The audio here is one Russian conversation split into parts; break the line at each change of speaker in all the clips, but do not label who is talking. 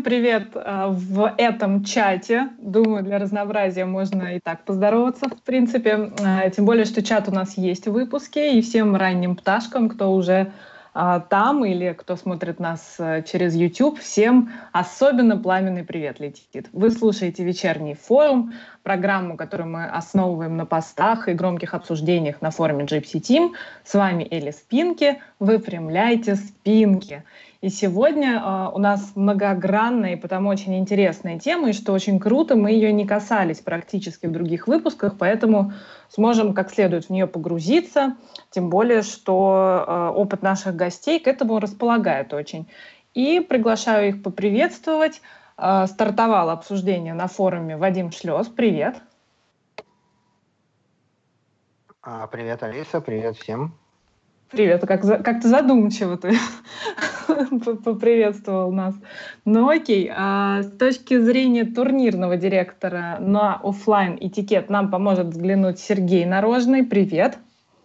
Всем привет в этом чате. Думаю, для разнообразия можно и так поздороваться, в принципе. Тем более, что чат у нас есть в выпуске, и всем ранним пташкам, кто уже там или кто смотрит нас через YouTube, всем особенно пламенный привет летит. Вы слушаете «Вечерний форум», программу, которую мы основываем на постах и громких обсуждениях на форуме Gypsy Team. С вами Элли Спинки. Выпрямляйте спинки. И сегодня у нас многогранная и потому очень интересная тема, и что очень круто, мы ее не касались практически в других выпусках, поэтому сможем как следует в нее погрузиться, тем более, что опыт наших гостей к этому располагает очень. И приглашаю их поприветствовать. Стартовало обсуждение на форуме Вадим Шлёс. Привет.
Привет, Алиса, привет всем.
Привет, как-то задумчиво ты поприветствовал нас. Ну окей, с точки зрения турнирного директора на офлайн этикет нам поможет взглянуть Сергей Нарожный. Привет.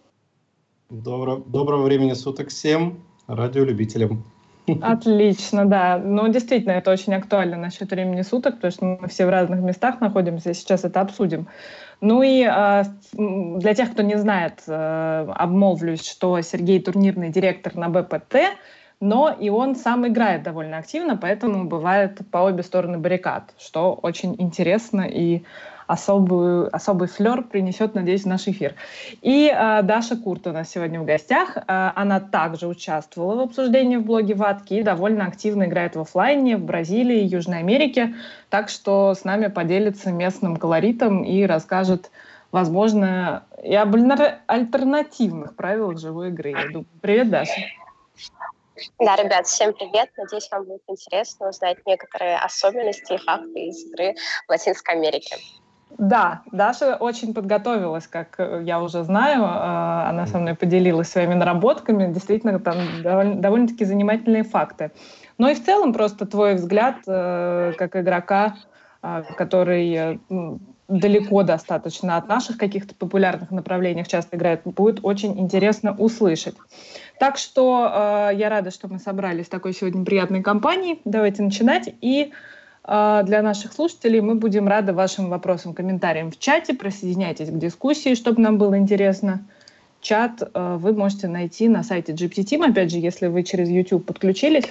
Доброго времени суток всем радиолюбителям.
Отлично, да. Ну, действительно, это очень актуально насчет времени суток, потому что мы все в разных местах находимся, сейчас это обсудим. Ну и для тех, кто не знает, обмолвлюсь, что Сергей турнирный директор на БПТ, но и он сам играет довольно активно, поэтому бывает по обе стороны баррикад, что очень интересно и особый флер принесет, надеюсь, в наш эфир. И Даша Курт у нас сегодня в гостях. Она также участвовала в обсуждении в блоге Ватки и довольно активно играет в офлайне в Бразилии, Южной Америке. Так что с нами поделится местным колоритом и расскажет, возможно, и об альтернативных правилах живой игры. Я думаю. Привет, Даша.
Да, ребят, всем привет. Надеюсь, вам будет интересно узнать некоторые особенности и факты из игры в Латинской Америке.
Да, Даша очень подготовилась, как я уже знаю. Она со мной поделилась своими наработками. Действительно, там довольно-таки занимательные факты. Но и в целом просто твой взгляд как игрока, который далеко достаточно от наших каких-то популярных направлений часто играет, будет очень интересно услышать. Так что я рада, что мы собрались в такой сегодня приятной компании. Давайте начинать. И для наших слушателей мы будем рады вашим вопросам, комментариям в чате. Присоединяйтесь к дискуссии, чтобы нам было интересно. Чат вы можете найти на сайте Gypsy Team, опять же, если вы через YouTube подключились.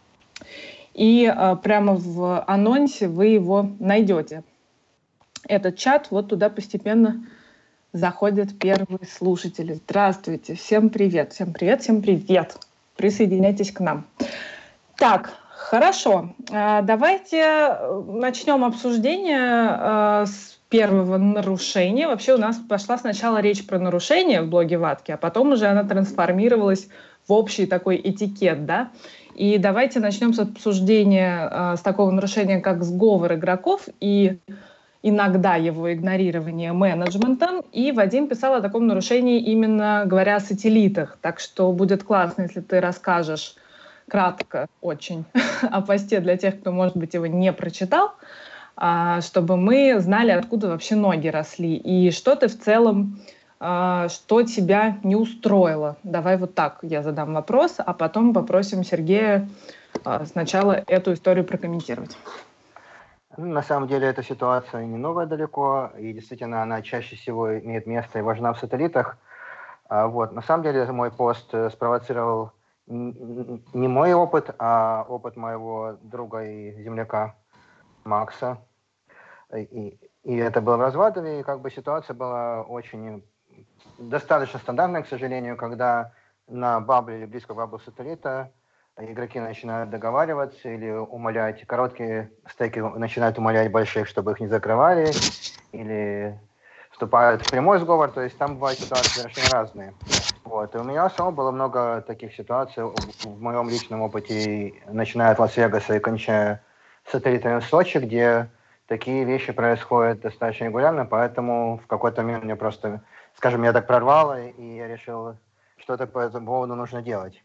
И прямо в анонсе вы его найдете. Этот чат, вот туда постепенно заходят первые слушатели. Здравствуйте, всем привет, всем привет, всем привет. Присоединяйтесь к нам. Так, хорошо. Давайте начнем обсуждение с первого нарушения. Вообще у нас пошла сначала речь про нарушение в блоге Ватки, а потом уже она трансформировалась в общий такой этикет, да? И давайте начнем с обсуждения с такого нарушения, как сговор игроков и иногда его игнорирование менеджментом. И Вадим писал о таком нарушении именно говоря о сателлитах. Так что будет классно, если ты расскажешь кратко очень о посте для тех, кто, может быть, его не прочитал, чтобы мы знали, откуда вообще ноги росли. И что ты в целом, что тебя не устроило. Давай вот так я задам вопрос, а потом попросим Сергея сначала эту историю прокомментировать.
На самом деле эта ситуация не новая далеко, и действительно она чаще всего имеет место и важна в сателлитах. На самом деле мой пост спровоцировал не мой опыт, а опыт моего друга и земляка Макса. И это было в Развадове, и ситуация была очень достаточно стандартная, к сожалению, когда на бабле или близко к баблу сателлита игроки начинают договариваться или умолять, короткие стеки начинают умолять больших, чтобы их не закрывали, или вступают в прямой сговор, то есть там бывают ситуации совершенно разные. И у меня самого было много таких ситуаций в моем личном опыте, начиная от Лас-Вегаса и кончая сателлитами в Сочи, где такие вещи происходят достаточно регулярно, поэтому в какой-то момент мне просто, скажем, меня так прорвало, и я решил, что-то по этому поводу нужно делать.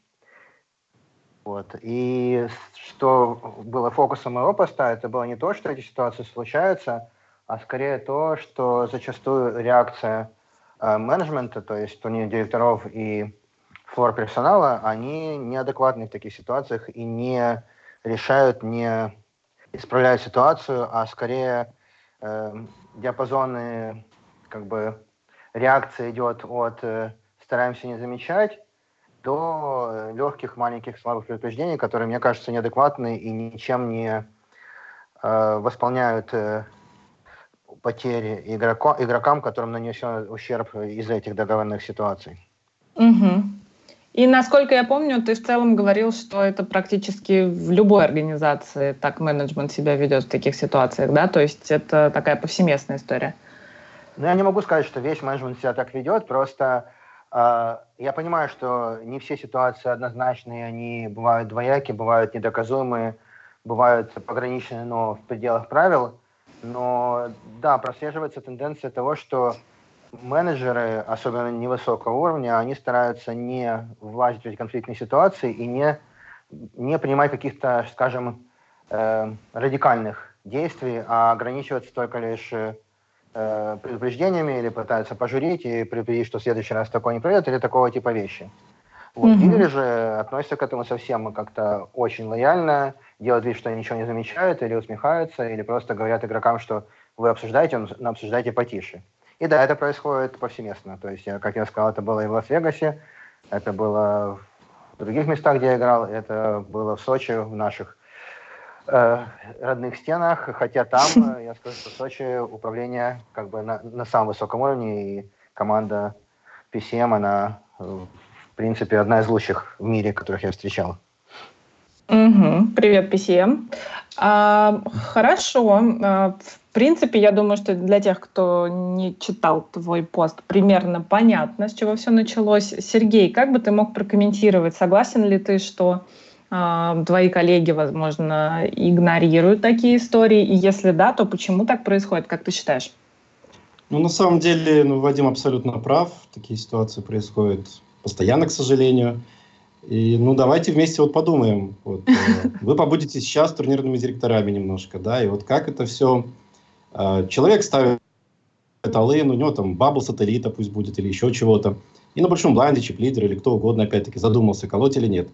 И что было фокусом моего поста, это было не то, что эти ситуации случаются, а скорее то, что зачастую реакция менеджмента, то есть турнирных директоров и флор персонала, они неадекватны в таких ситуациях и не решают, не исправляют ситуацию, а скорее диапазоны как бы реакция идет от стараемся не замечать до легких, маленьких, слабых предупреждений, которые, мне кажется, неадекватны и ничем не восполняют потери игрокам, которым нанесен ущерб из-за этих договорных ситуаций.
Угу. И насколько я помню, ты в целом говорил, что это практически в любой организации так менеджмент себя ведет в таких ситуациях, да? То есть это такая повсеместная история.
Ну, я не могу сказать, что весь менеджмент себя так ведет, просто я понимаю, что не все ситуации однозначные, они бывают двоякие, бывают недоказуемые, бывают пограничные, но в пределах правил. Но да, прослеживается тенденция того, что менеджеры, особенно невысокого уровня, они стараются не влазить в эти конфликтные ситуации и не принимать каких-то, скажем, радикальных действий, а ограничиваться только лишь предупреждениями или пытаются пожурить и предупредить, что в следующий раз такое не пройдет, или такого типа вещи. Вот. Или же относятся к этому совсем как-то очень лояльно, делают вид, что ничего не замечают, или усмехаются, или просто говорят игрокам, что вы обсуждаете, но обсуждайте потише. И да, это происходит повсеместно. То есть, как я сказал, это было и в Лас-Вегасе, это было в других местах, где я играл, это было в Сочи, в наших родных стенах, хотя там, я скажу, что в Сочи управление как бы на самом высоком уровне, и команда PCM, она, в принципе, одна из лучших в мире, которых я встречал.
Привет, PCM. Хорошо. В принципе, я думаю, что для тех, кто не читал твой пост, примерно понятно, с чего все началось. Сергей, как бы ты мог прокомментировать, согласен ли ты, что твои коллеги, возможно, игнорируют такие истории? И если да, то почему так происходит, как ты считаешь?
Ну, на самом деле, Вадим абсолютно прав. Такие ситуации происходят постоянно, к сожалению. И, давайте вместе подумаем. Вы побудете сейчас турнирными директорами немножко, да, и как это все... Человек ставит all-in, у него там бабл сателлита пусть будет или еще чего-то. И на большом блайнде чип-лидер или кто угодно, опять-таки, задумался, колоть или нет.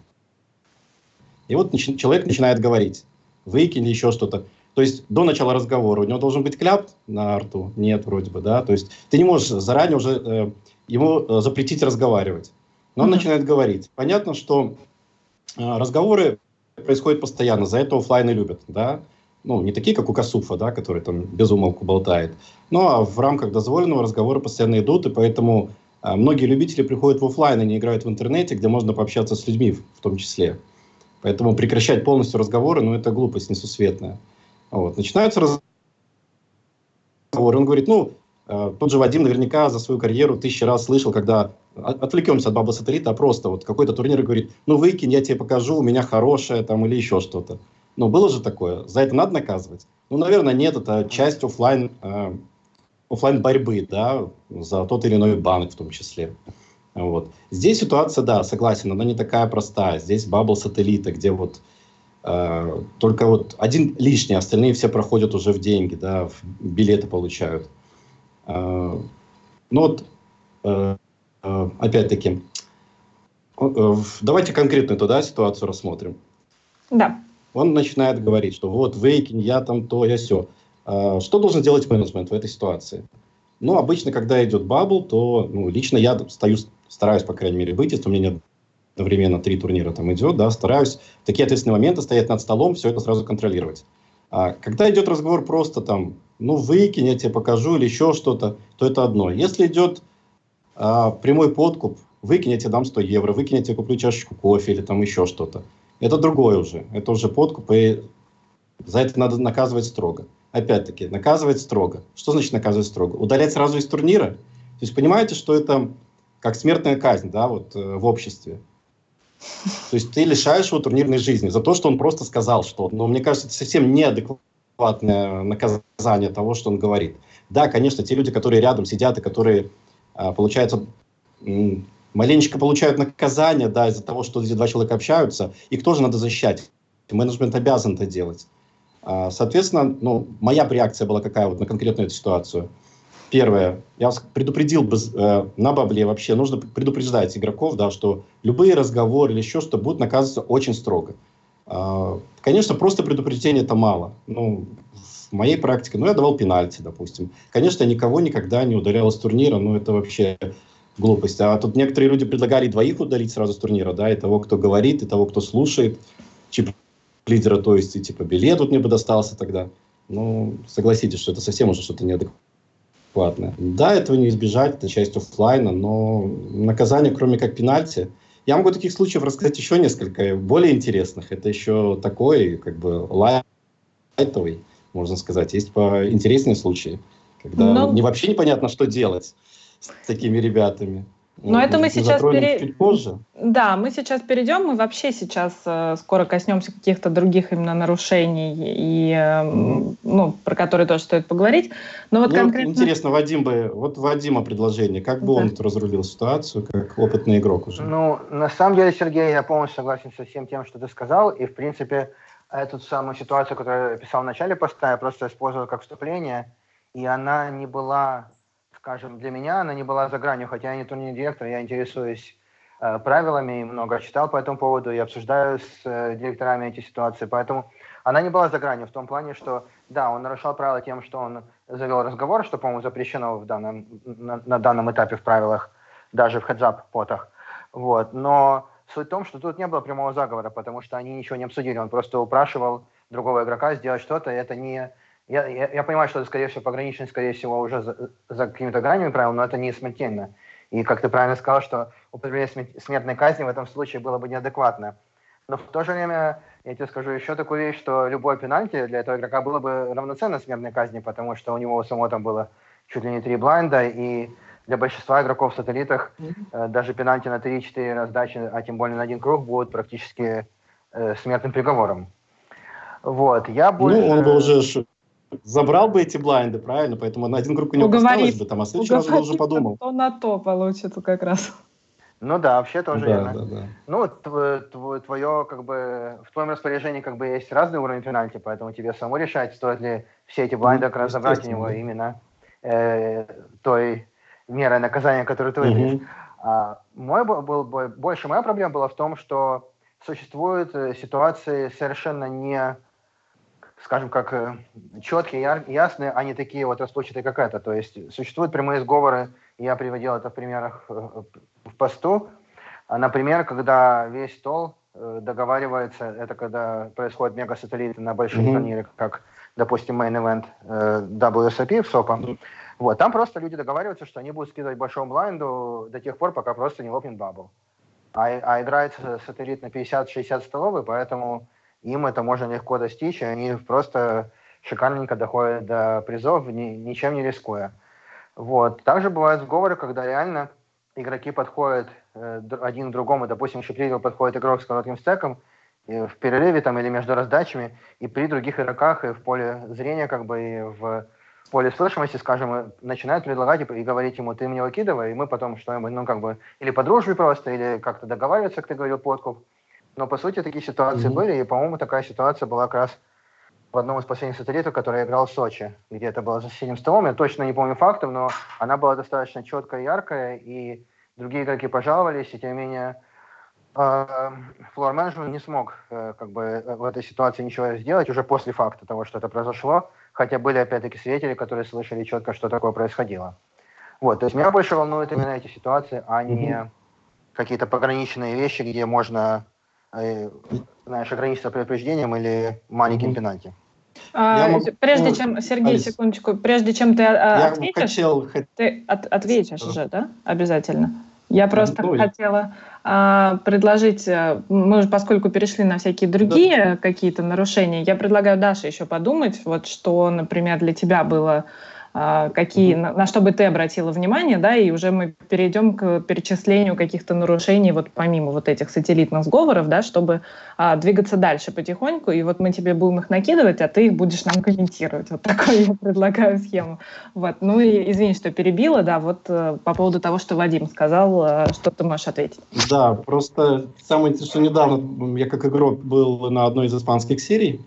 И человек начинает говорить, выкинь или еще что-то. То есть до начала разговора у него должен быть кляп на рту? Нет, вроде бы, да. То есть ты не можешь заранее уже ему запретить разговаривать. Но он начинает говорить. Понятно, что разговоры происходят постоянно, за это офлайны любят, да. Не такие, как у Касуфа, да, который там без умолку болтает. А в рамках дозволенного разговоры постоянно идут, и поэтому многие любители приходят в офлайн, они играют в интернете, где можно пообщаться с людьми в том числе. Поэтому прекращать полностью разговоры, это глупость несусветная. Начинаются разговоры, он говорит, тот же Вадим наверняка за свою карьеру 1000 раз слышал, когда отвлекемся от бабла сателлита, а просто какой-то турнир говорит, выкинь, я тебе покажу, у меня хорошее там или еще что-то. Было же такое, за это надо наказывать? Наверное, нет, это часть офлайн борьбы, да, за тот или иной банк в том числе. Здесь ситуация, да, согласен, она не такая простая. Здесь бабл сателлита, где только один лишний, остальные все проходят уже в деньги, да, билеты получают. Опять-таки, давайте конкретно эту ситуацию рассмотрим.
Да.
Он начинает говорить, что выкинь, я там то, я сё. Что должен делать менеджмент в этой ситуации? Обычно, когда идет бабл, то лично я стараюсь, по крайней мере, выйти, если у меня нет одновременно 3 турнира там идет, да, стараюсь в такие ответственные моменты стоять над столом, все это сразу контролировать. А когда идет разговор просто там, выкинь, я тебе покажу или еще что-то, то это одно. Если идет прямой подкуп, выкинь, я тебе дам 100 евро, выкинь, я тебе куплю чашечку кофе или там еще что-то. Это другое уже. Это уже подкуп, и за это надо наказывать строго. Опять-таки, наказывать строго. Что значит наказывать строго? Удалять сразу из турнира? То есть понимаете, что это как смертная казнь, да, в обществе. То есть ты лишаешь его турнирной жизни за то, что он просто сказал что-то. Но мне кажется, это совсем неадекватное наказание того, что он говорит. Да, конечно, те люди, которые рядом сидят и которые, получается, маленечко получают наказание, да, из-за того, что эти 2 человека общаются, их тоже надо защищать. Менеджмент обязан это делать. Соответственно, моя реакция была какая на конкретную эту ситуацию. Первое, я предупредил бы на бабле вообще, нужно предупреждать игроков, да, что любые разговоры или еще что будут наказываться очень строго. Конечно, просто предупреждение это мало. Ну, в моей практике, я давал пенальти, допустим. Конечно, никого никогда не удалял из турнира, это вообще глупость. А тут некоторые люди предлагали двоих удалить сразу с турнира, да, и того, кто говорит, и того, кто слушает, лидера, то есть, и типа билет вот мне бы достался тогда. Согласитесь, что это совсем уже что-то неадекватное. Да, этого не избежать, это часть оффлайна, но наказание, кроме как пенальти, я могу таких случаев рассказать еще несколько более интересных. Это еще такой, как бы, лайтовый, можно сказать. Есть поинтереснее случаи, когда вообще непонятно, что делать с такими ребятами.
Но это мы сейчас
чуть позже.
Да, мы сейчас перейдем, мы вообще сейчас скоро коснемся каких-то других именно нарушений, и, про которые тоже стоит поговорить. Но вот конкретно...
Интересно, Вадима предложение, как бы он разрулил ситуацию, как опытный игрок уже?
На самом деле, Сергей, я полностью согласен со всем тем, что ты сказал, и, в принципе, эту самую ситуацию, которую я писал в начале поста, я просто использовал как вступление, и она не была... Скажем, для меня она не была за гранью, хотя я не турнирный директор, я интересуюсь правилами и много читал по этому поводу и обсуждаю с директорами эти ситуации, поэтому она не была за гранью в том плане, что, да, он нарушал правила тем, что он завел разговор, что, по-моему, запрещено на данном этапе в правилах, даже в хедзап-потах, но суть в том, что тут не было прямого заговора, потому что они ничего не обсудили, он просто упрашивал другого игрока сделать что-то, и это не... Я понимаю, что это, скорее всего, пограничный, скорее всего, уже за какими-то гранями правил, но это не смертельно. И, как ты правильно сказал, что употребление смертной казни в этом случае было бы неадекватно. Но в то же время, я тебе скажу еще такую вещь, что любой пенальти для этого игрока было бы равноценно смертной казни, потому что у него самого там было чуть ли не 3 блайнда, и для большинства игроков в сателлитах даже пенальти на 3-4 раздачи, а тем более на 1 круг, будут практически смертным приговором. Я больше...
он бы уже... Забрал бы эти блайнды, правильно? Поэтому на 1 круг у него осталось бы, а в следующий раз он уже подумал.
То на то получится как раз.
Да, вообще тоже верно.
Да.
Твое, как бы, в твоем распоряжении как бы есть разный уровень пенальти, поэтому тебе самому решать, стоит ли все эти блайнды как раз забрать у него именно той мерой наказания, которую ты выберешь. Больше моя проблема была в том, что существуют ситуации совершенно не... скажем, как четкие, ясные, а не такие расплывчатые, как это. То есть существуют прямые сговоры, я приводил это в примерах в посту. Например, когда весь стол договаривается, это когда происходит мега-сателлиты на больших турнирах, как, допустим, Main Event WSOP в СОПа. Там просто люди договариваются, что они будут скидывать большому блайнду до тех пор, пока просто не лопнет бабл. А играется сателлит на 50-60 столов, и поэтому... им это можно легко достичь, и они просто шикарненько доходят до призов, ничем не рискуя. Также бывают сговоры, когда реально игроки подходят один к другому, допустим, шип-лидеру подходит игрок с коротким стеком в перерыве или между раздачами, и при других игроках и в поле зрения, как бы, и в поле слышимости, скажем, начинают предлагать и говорить ему: ты мне выкидывай, и мы потом что-нибудь, или по дружбе просто, или как-то договариваться, как ты говорил, подкуп. Но, по сути, такие ситуации были, и, по-моему, такая ситуация была как раз в одном из последних сателлитов, который я играл в Сочи, где это было за соседним столом. Я точно не помню фактов, но она была достаточно четкая и яркая, и другие игроки пожаловались, и, тем не менее, флор-менеджмент не смог в этой ситуации ничего сделать уже после факта того, что это произошло, хотя были, опять-таки, свидетели, которые слышали четко, что такое происходило. То есть меня больше волнуют именно эти ситуации, а не какие-то пограничные вещи, где можно... ограничиться предупреждением или маленьким пенальти.
Прежде чем, Сергей, Алис, секундочку, прежде чем ты ответишь, ты ответишь же, да? Обязательно. Я просто хотела предложить, мы уже поскольку перешли на всякие другие какие-то нарушения, я предлагаю Даше еще подумать, что, например, для тебя было, на что бы ты обратила внимание, да, и уже мы перейдем к перечислению каких-то нарушений помимо этих сателлитных сговоров, да, чтобы двигаться дальше потихоньку, и мы тебе будем их накидывать, а ты их будешь нам комментировать. Такую я предлагаю схему. И извини, что перебила, да, по поводу того, что Вадим сказал, что ты можешь ответить.
Да, просто самое интересное, что недавно я как игрок был на одной из испанских серий,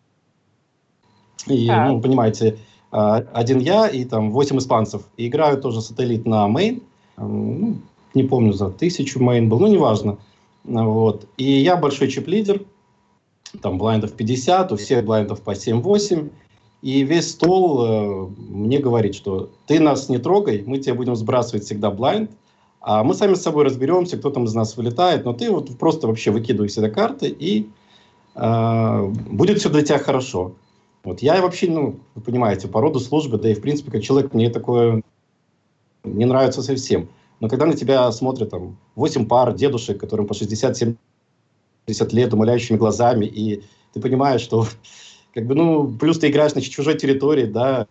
и, понимаете, один я и 8 испанцев. И играю тоже сателлит на мейн. Не помню, за 1000 мейн был, неважно. И я большой чип-лидер. там блайндов 50, у всех блайндов по 7-8, и весь стол мне говорит, что ты нас не трогай, мы тебе будем сбрасывать всегда блайнд, а мы сами с собой разберемся, кто там из нас вылетает, но ты вот просто вообще выкидывай всегда карты, и будет все для тебя хорошо. Вот я вообще, ну, вы понимаете, по роду службы, да и в принципе, как человек, мне такое не нравится совсем. Но когда на тебя смотрят там 8 пар дедушек, которым по 60-70 лет, умоляющими глазами, и ты понимаешь, что как бы, ну, плюс ты играешь на чужой территории, да,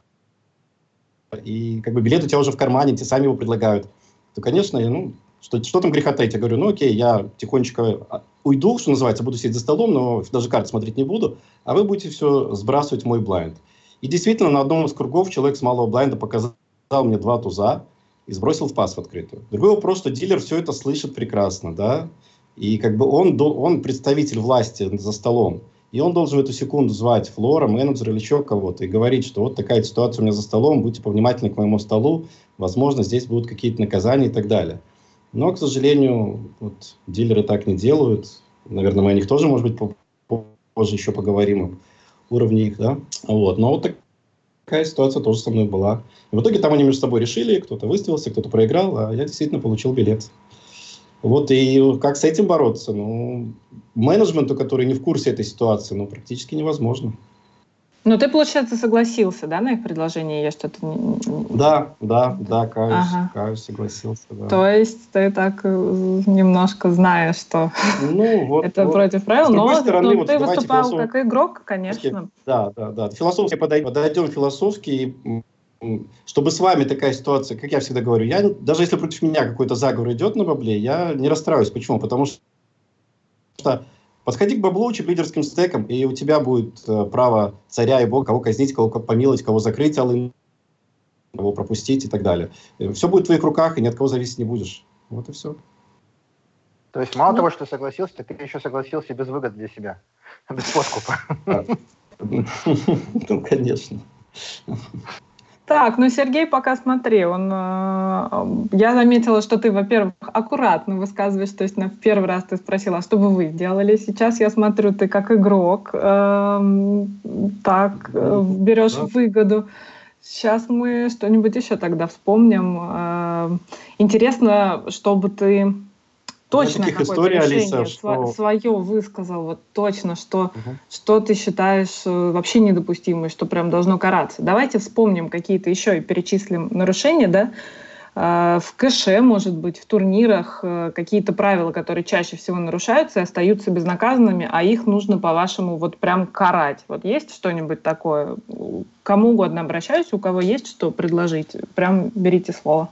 и как бы билет у тебя уже в кармане, тебе сами его предлагают, то, конечно, ну, что там греха таить? Я говорю, ну окей, я тихонечко уйду, что называется, буду сидеть за столом, но даже карты смотреть не буду, а вы будете все сбрасывать в мой блайнд. И действительно, на одном из кругов человек с малого блайнда показал мне 2 туза и сбросил в пас в открытую. Другой вопрос, что дилер все это слышит прекрасно, да, и как бы он представитель власти за столом, и он должен в эту секунду звать флора, менеджера или еще кого-то и говорить, что вот такая ситуация у меня за столом, будьте повнимательны к моему столу, возможно, здесь будут какие-то наказания и так далее. Но, к сожалению, вот, дилеры так не делают. Наверное, мы о них тоже, может быть, позже еще поговорим, об уровне их, да. Вот. Но вот такая ситуация тоже со мной была. И в итоге там они между собой решили, кто-то выставился, кто-то проиграл, а я действительно получил билет. Вот, и как с этим бороться? Ну, менеджменту, который не в курсе этой ситуации, ну, практически невозможно.
Ну, ты, получается, согласился, да, на их предложение? Я что-то
Да, каюсь, согласился. Да.
То есть ты так немножко знаешь, что
ну, вот,
это
вот.
против правил, но
стороны, вот,
ты выступал как игрок, конечно.
Да. Философски подойдем философски, чтобы с вами такая ситуация, как я всегда говорю, даже если против меня какой-то заговор идет на бабле, я не расстраиваюсь. Почему? Потому что подходи к баблу чип-лидерским стекам, и у тебя будет право царя и бога, кого казнить, кого помиловать, кого закрыть, кого пропустить и так далее. Все будет в твоих руках, и ни от кого зависеть не будешь. Вот и все.
То есть мало того, что согласился, так ты еще согласился без выгод для себя, без подкупа.
Ну, конечно.
Так, ну Сергей, пока смотри, я заметила, что ты, во-первых, аккуратно высказываешь, то есть в первый раз ты спросила, а что бы вы делали? Сейчас я смотрю, ты как игрок берешь выгоду. Сейчас мы что-нибудь еще тогда вспомним. Интересно, чтобы ты точно какое-то решение свое высказал, вот точно, что ты считаешь вообще недопустимым, что прям должно караться. Давайте вспомним какие-то еще и перечислим нарушения, да, в кэше, может быть, в турнирах, какие-то правила, которые чаще всего нарушаются и остаются безнаказанными, а их нужно, по-вашему, вот прям карать. Вот есть что-нибудь такое? Кому угодно обращаюсь, у кого есть что предложить, прям берите слово.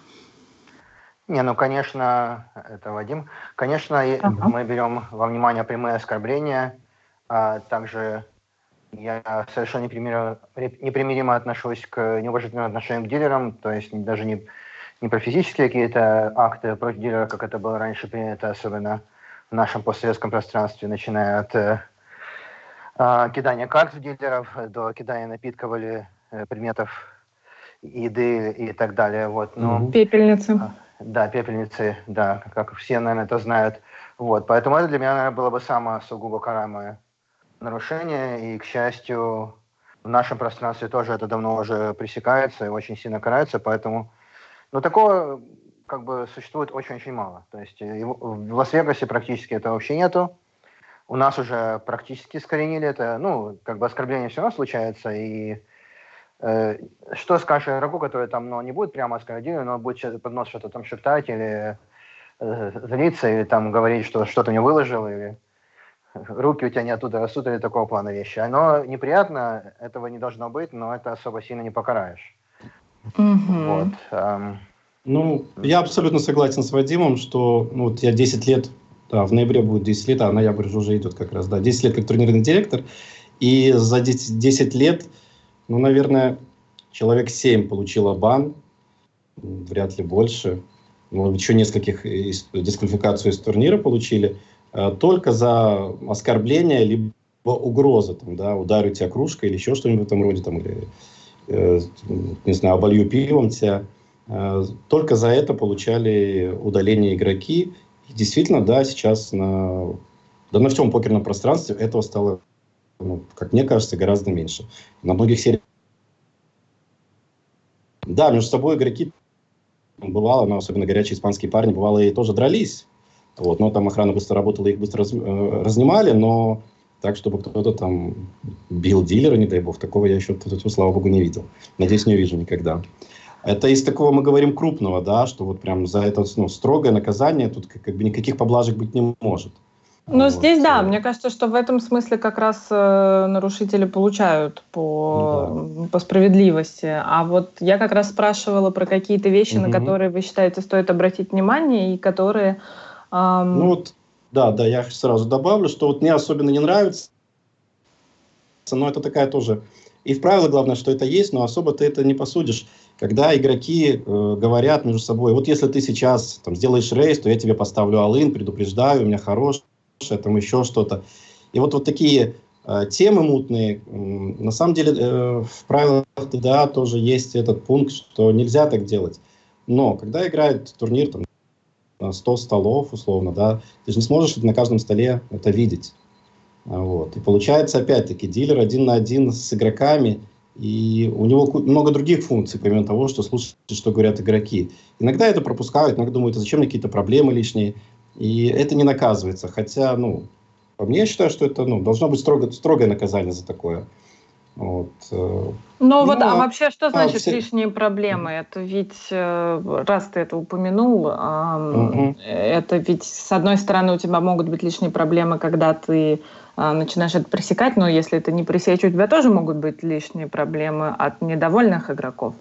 Не, ну, конечно, это Вадим. Конечно, мы берем во внимание прямые оскорбления. Также я совершенно непримиримо отношусь к неуважительному отношению к дилерам, то есть даже не про физические какие-то акты против дилера, как это было раньше принято, особенно в нашем постсоветском пространстве, начиная от кидания карт в дилеров до кидания напитков или предметов еды и так далее. Вот. Но,
пепельницы.
Да, пепельницы, да, как все, наверное, это знают. Вот, поэтому это для меня, наверное, было бы самое сугубо караемое нарушение. И, к счастью, в нашем пространстве тоже это давно уже пресекается и очень сильно карается. Поэтому, ну, такого как бы существует очень-очень мало. То есть в Лас-Вегасе практически этого вообще нету. У нас уже практически искоренили это. Ну, как бы оскорбление все равно случается. И что скажешь игроку, который там, ну, не будет прямо оскорбить, но будет под нос что-то там шептать или злиться, или там говорить, что что-то не выложил, или руки у тебя не оттуда растут, или такого плана вещи. Оно неприятно, этого не должно быть, но это особо сильно не покараешь. Вот.
Ну, я абсолютно согласен с Вадимом, что ну, вот я 10 лет, да, в ноябре будет 10 лет, а ноябрь уже идет как раз, да, 10 лет как турнирный директор, и за 10 лет, ну, наверное, человек 7 получило бан, вряд ли больше, ну, еще нескольких дисквалификацию из турнира получили, только за оскорбление, либо угроза, там, да, ударю тебя кружкой или еще что-нибудь в этом роде, там, или, не знаю, оболью пивом тебя. Только за это получали удаление игроки. И действительно, да, сейчас на Да на всем покерном пространстве этого стало, ну, как мне кажется, гораздо меньше. На многих сериях. Да, между собой игроки, бывало, но особенно горячие испанские парни, бывало, и тоже дрались. Вот, но там охрана быстро работала, их быстро разнимали, но так, чтобы кто-то там бил дилера, не дай бог, такого я еще, слава богу, не видел. Надеюсь, не увижу никогда. Это из такого мы говорим крупного, да, что вот прям за это, ну, строгое наказание, тут как бы никаких поблажек быть не может.
Ну, вот. Здесь, да, мне кажется, что в этом смысле как раз нарушители получают по справедливости. А вот я как раз спрашивала про какие-то вещи, на которые вы считаете стоит обратить внимание, и которые...
Ну вот, да, я сразу добавлю, что вот мне особенно не нравится, но это такая тоже... И в правилах главное, что это есть, но особо ты это не посудишь. Когда игроки говорят между собой, вот если ты сейчас там сделаешь рейс, то я тебе поставлю all-in, предупреждаю, у меня хороший, там еще что-то. И вот такие темы мутные, на самом деле в правилах ТДА тоже есть этот пункт, что нельзя так делать. Но когда играет турнир там, на 100 столов, условно, да, ты же не сможешь на каждом столе это видеть. Вот. И получается, опять-таки, дилер 1 на 1 с игроками, и у него много других функций, помимо того, что слушать, что говорят игроки. Иногда это пропускают, иногда думают, а зачем мне какие-то проблемы лишние. И это не наказывается. Хотя, ну, по мне, я считаю, что это должно быть строгое наказание за такое. Вот.
Ну вот, а вообще, что значит лишние проблемы? Это ведь, раз ты это упомянул, это ведь, с одной стороны, у тебя могут быть лишние проблемы, когда ты начинаешь это пресекать, но если это не пресечь, у тебя тоже могут быть лишние проблемы от недовольных игроков.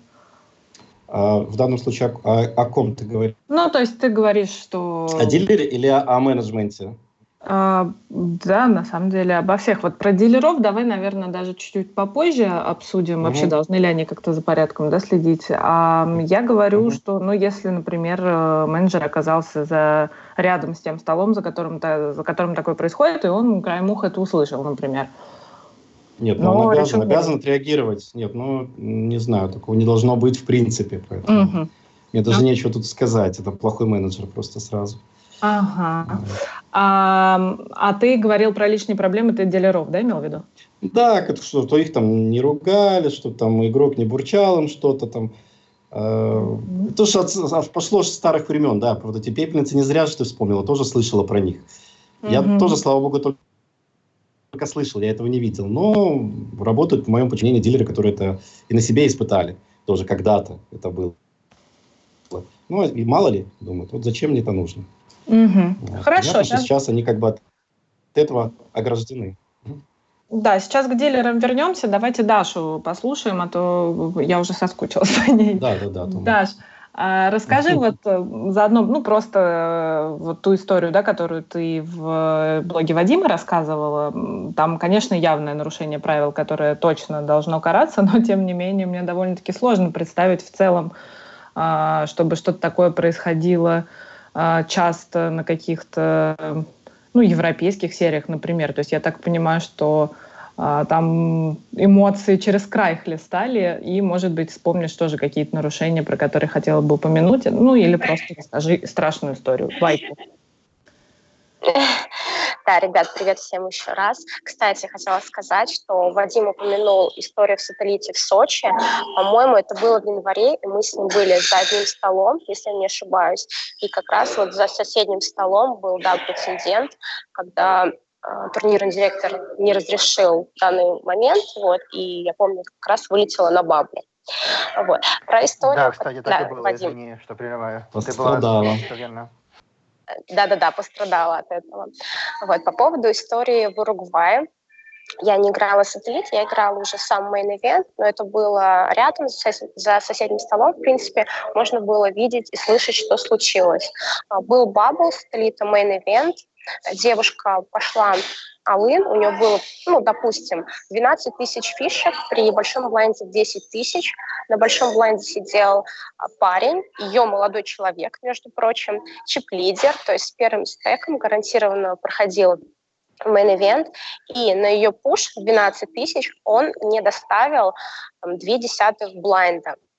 В данном случае о ком ты говоришь?
Ну, то есть ты говоришь, что...
О дилере или о менеджменте?
Да, на самом деле обо всех. Вот про дилеров давай, наверное, даже чуть-чуть попозже обсудим. Вообще, должны ли они как-то за порядком, да, следить. А я говорю, что, ну, если, например, менеджер оказался рядом с тем столом, за которым такое происходит, и он краем уха это услышал, например.
Нет, но он обязан отреагировать. Нет, ну, не знаю, такого не должно быть в принципе. Поэтому мне даже нечего тут сказать. Это плохой менеджер просто сразу.
Ага. А ты говорил про лишние проблемы, ты дилеров, да, имел в виду?
Да, что их там не ругали, что там игрок не бурчал им что-то там. То, что пошло с старых времен, да, вот эти пепельницы, не зря, что ты вспомнила, тоже слышала про них. Я тоже, слава богу, только слышал, я этого не видел. Но работают в моем подчинении дилеры, которые это и на себе испытали. Тоже когда-то это было. Ну, и мало ли, думают, вот зачем мне это нужно.
Вот. Хорошо.
Понятно, что сейчас они как бы от этого ограждены.
Да, сейчас к дилерам вернемся. Давайте Дашу послушаем, а то я уже соскучилась по ней.
Да.
Даш, расскажи вот заодно, ну, просто вот ту историю, да, которую ты в блоге Вадима рассказывала. Там, конечно, явное нарушение правил, которое точно должно караться, но, тем не менее, мне довольно-таки сложно представить в целом, чтобы что-то такое происходило часто на каких-то, ну, европейских сериях, например. То есть я так понимаю, что там эмоции через край хлестали, и, может быть, вспомнишь тоже какие-то нарушения, про которые хотела бы упомянуть, ну, или просто расскажи страшную историю. Байку.
Да, ребят, привет всем еще раз. Кстати, хотела сказать, что Вадим упомянул историю в сателлите в Сочи. По-моему, это было в январе, и мы с ним были за одним столом, если я не ошибаюсь. И как раз вот за соседним столом был, да, прецедент, когда турнирный директор не разрешил данный момент, вот, и я помню, как раз вылетела на бабле. Вот. Про историю...
Да, кстати, так и было, Вадим. Извини, что прерываю.
Пострадала.
Да, пострадала от этого. Вот, по поводу истории в Уругвае. Я не играла в сателлит, я играла уже сам мейн-ивент, но это было рядом, за соседним столом, в принципе, можно было видеть и слышать, что случилось. Был бабл сателлита мейн-ивент, девушка пошла all-in, у нее было, ну, допустим, 12 тысяч фишек, при большом блайнде 10 тысяч. На большом блайнде сидел парень, ее молодой человек, между прочим, чип-лидер, то есть с первым стеком гарантированно проходил мейн-ивент, и на ее пуш 12 тысяч он не доставил 0,2 блайнда.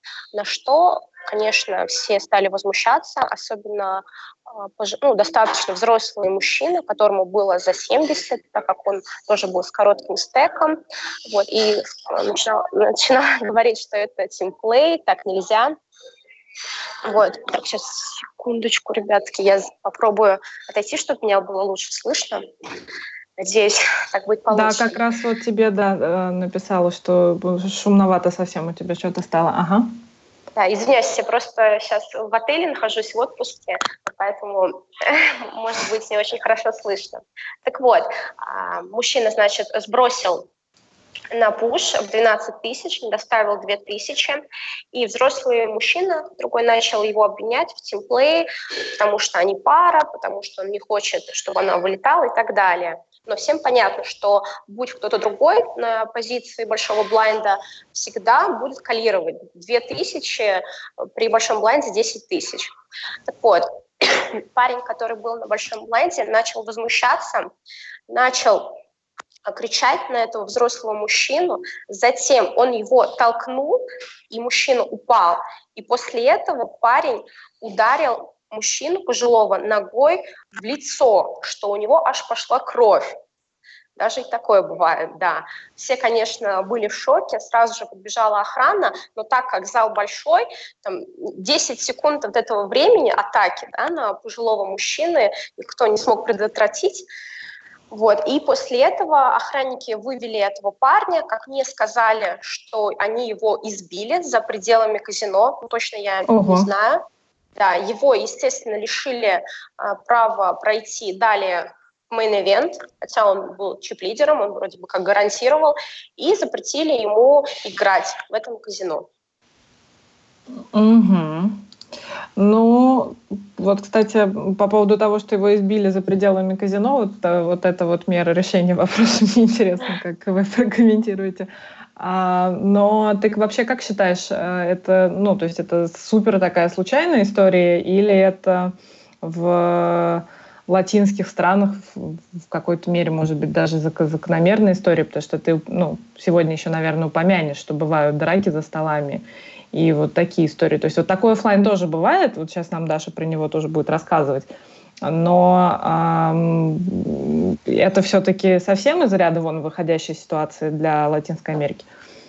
На что, конечно, все стали возмущаться, особенно достаточно взрослый мужчина, которому было за 70, так как он тоже был с коротким стеком, вот, и начинал говорить, что это тимплей, так нельзя. Вот, так, сейчас, секундочку, ребятки, я попробую отойти, чтобы меня было лучше слышно. Надеюсь, так будет получше.
Да, как раз вот тебе, написала, что шумновато совсем у тебя что-то стало. Ага.
Да, извиняюсь, я просто сейчас в отеле нахожусь в отпуске, поэтому, может быть, не очень хорошо слышно. Так вот, мужчина, значит, сбросил на пуш в 12 тысяч, доставил 2 тысячи, и взрослый мужчина, другой, начал его обвинять в тимплее, потому что они пара, потому что он не хочет, чтобы она вылетала и так далее. Но всем понятно, что будь кто-то другой на позиции большого блайнда, всегда будет коллировать 2000, при большом блайнде 10 тысяч. Так вот, парень, который был на большом блайнде, начал возмущаться, начал кричать на этого взрослого мужчину, затем он его толкнул, и мужчина упал. И после этого парень ударил мужчину пожилого ногой в лицо, что у него аж пошла кровь. Даже и такое бывает, да. Все, конечно, были в шоке, сразу же подбежала охрана, но так как зал большой, там 10 секунд от этого времени атаки, да, на пожилого мужчины никто не смог предотвратить. Вот. И после этого охранники вывели этого парня, как мне сказали, что они его избили за пределами казино, точно я не знаю. Да, его, естественно, лишили права пройти далее в мейн-эвент, хотя он был чип-лидером, он вроде бы как гарантировал, и запретили ему играть в этом казино.
Угу. Ну, вот, кстати, по поводу того, что его избили за пределами казино, вот эта вот мера решения вопроса, мне интересно, как вы прокомментируете. Но ты вообще как считаешь, это, ну, то есть это супер такая случайная история, или это в латинских странах в какой-то мере, может быть, даже закономерная история, потому что ты, ну, сегодня еще, наверное, упомянешь, что бывают драки за столами, и вот такие истории. То есть вот такой офлайн тоже бывает, вот сейчас нам Даша про него тоже будет рассказывать, но это все-таки совсем из ряда вон выходящая ситуация для Латинской Америки?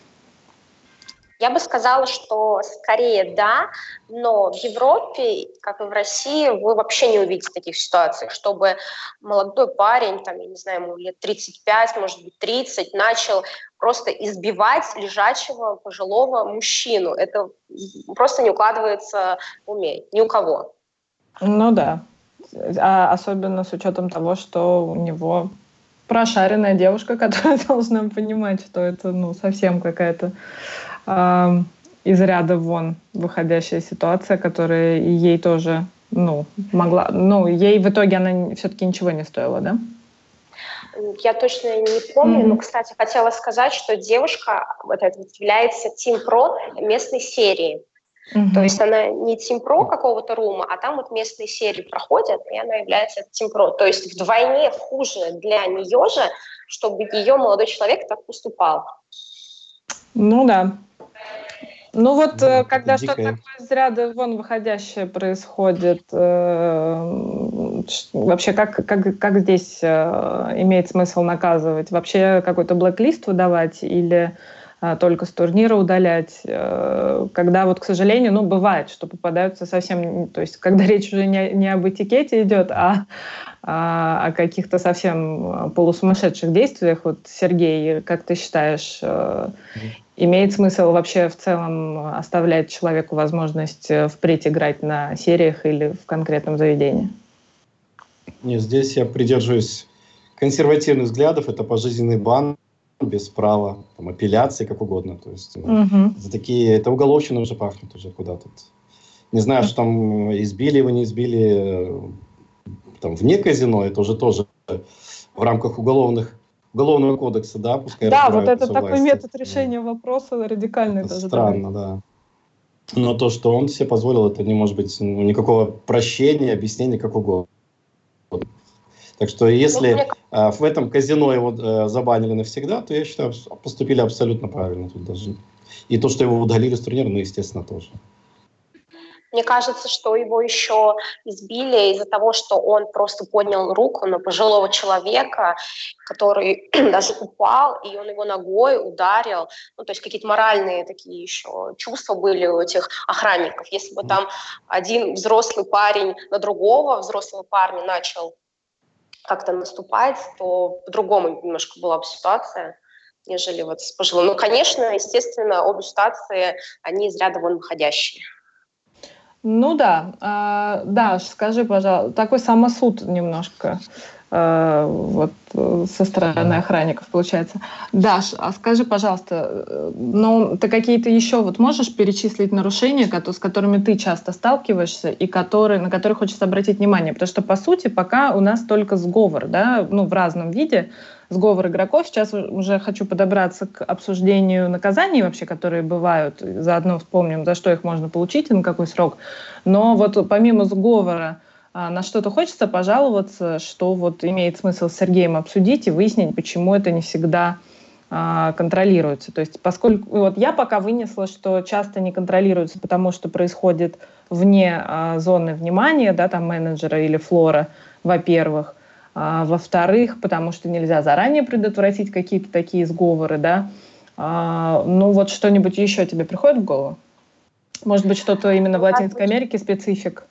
Я бы сказала, что скорее да, но в Европе, как и в России, вы вообще не увидите таких ситуаций, чтобы молодой парень, там, я не знаю, ему лет 35, может быть, 30, начал просто избивать лежачего пожилого мужчину. Это просто не укладывается в уме ни у кого.
Ну да, особенно с учетом того, что у него прошаренная девушка, которая должна понимать, что это, ну, совсем какая-то из ряда вон выходящая ситуация, которая ей тоже, ну, могла, ну, ей в итоге она все-таки ничего не стоила, да?
Я точно не помню, но, кстати, хотела сказать, что девушка вот эта является тим-про местной серии. То есть она не тим-про какого-то рума, а там вот местные серии проходят, и она является тим-про. То есть вдвойне хуже для нее же, чтобы ее молодой человек так поступал.
Ну да. Ну вот, когда что-то такое из ряда вон выходящее происходит, вообще как здесь имеет смысл наказывать? Вообще какой-то блэк-лист выдавать или только с турнира удалять? Когда вот, к сожалению, ну, бывает, что попадаются совсем... То есть когда речь уже не об этикете идет, а о каких-то совсем полусумасшедших действиях. Вот, Сергей, как ты считаешь... Имеет смысл вообще в целом оставлять человеку возможность впредь играть на сериях или в конкретном заведении?
Нет, здесь я придерживаюсь консервативных взглядов. Это пожизненный бан без права там, апелляции, как угодно. То есть за такие, это уголовщина уже пахнет уже куда тут. Не знаю, что там избили его, не избили там, вне казино. Это уже тоже в рамках Уголовного кодекса, да, пускай
да, вот это такой
власти.
метод решения вопроса радикальный.
Это
тоже.
Странно, да. Но то, что он себе позволил, это не может быть никакого прощения, объяснения, как угодно. Так что если в этом казино его забанили навсегда, то я считаю, поступили абсолютно правильно. Тут даже И то, что его удалили с турнира, ну, естественно, тоже.
Мне кажется, что его еще избили из-за того, что он просто поднял руку на пожилого человека, который даже упал, и он его ногой ударил. Ну, то есть какие-то моральные такие еще чувства были у этих охранников. Если бы там один взрослый парень на другого взрослого парня начал как-то наступать, то по-другому немножко была бы ситуация, нежели вот с пожилым. Ну, конечно, естественно, обе ситуации, они из ряда вон выходящие.
Ну да, Даш, скажи, пожалуйста, такой самосуд немножко вот со стороны охранников получается. Даш, а скажи, пожалуйста, ну ты какие-то еще вот можешь перечислить нарушения, с которыми ты часто сталкиваешься и на которые хочется обратить внимание? Потому что, по сути, пока у нас только сговор, да, ну в разном виде, сговор игроков. Сейчас уже хочу подобраться к обсуждению наказаний вообще, которые бывают. Заодно вспомним, за что их можно получить и на какой срок. Но вот помимо сговора на что-то хочется пожаловаться, что вот имеет смысл с Сергеем обсудить и выяснить, почему это не всегда контролируется. То есть поскольку вот я пока вынесла, что часто не контролируется, потому что происходит вне зоны внимания, да, там менеджера или флора, во-первых. Во-вторых, потому что нельзя заранее предотвратить какие-то такие сговоры, да. Ну вот что-нибудь еще тебе приходит в голову? Может быть, что-то именно в Латинской Америке специфик?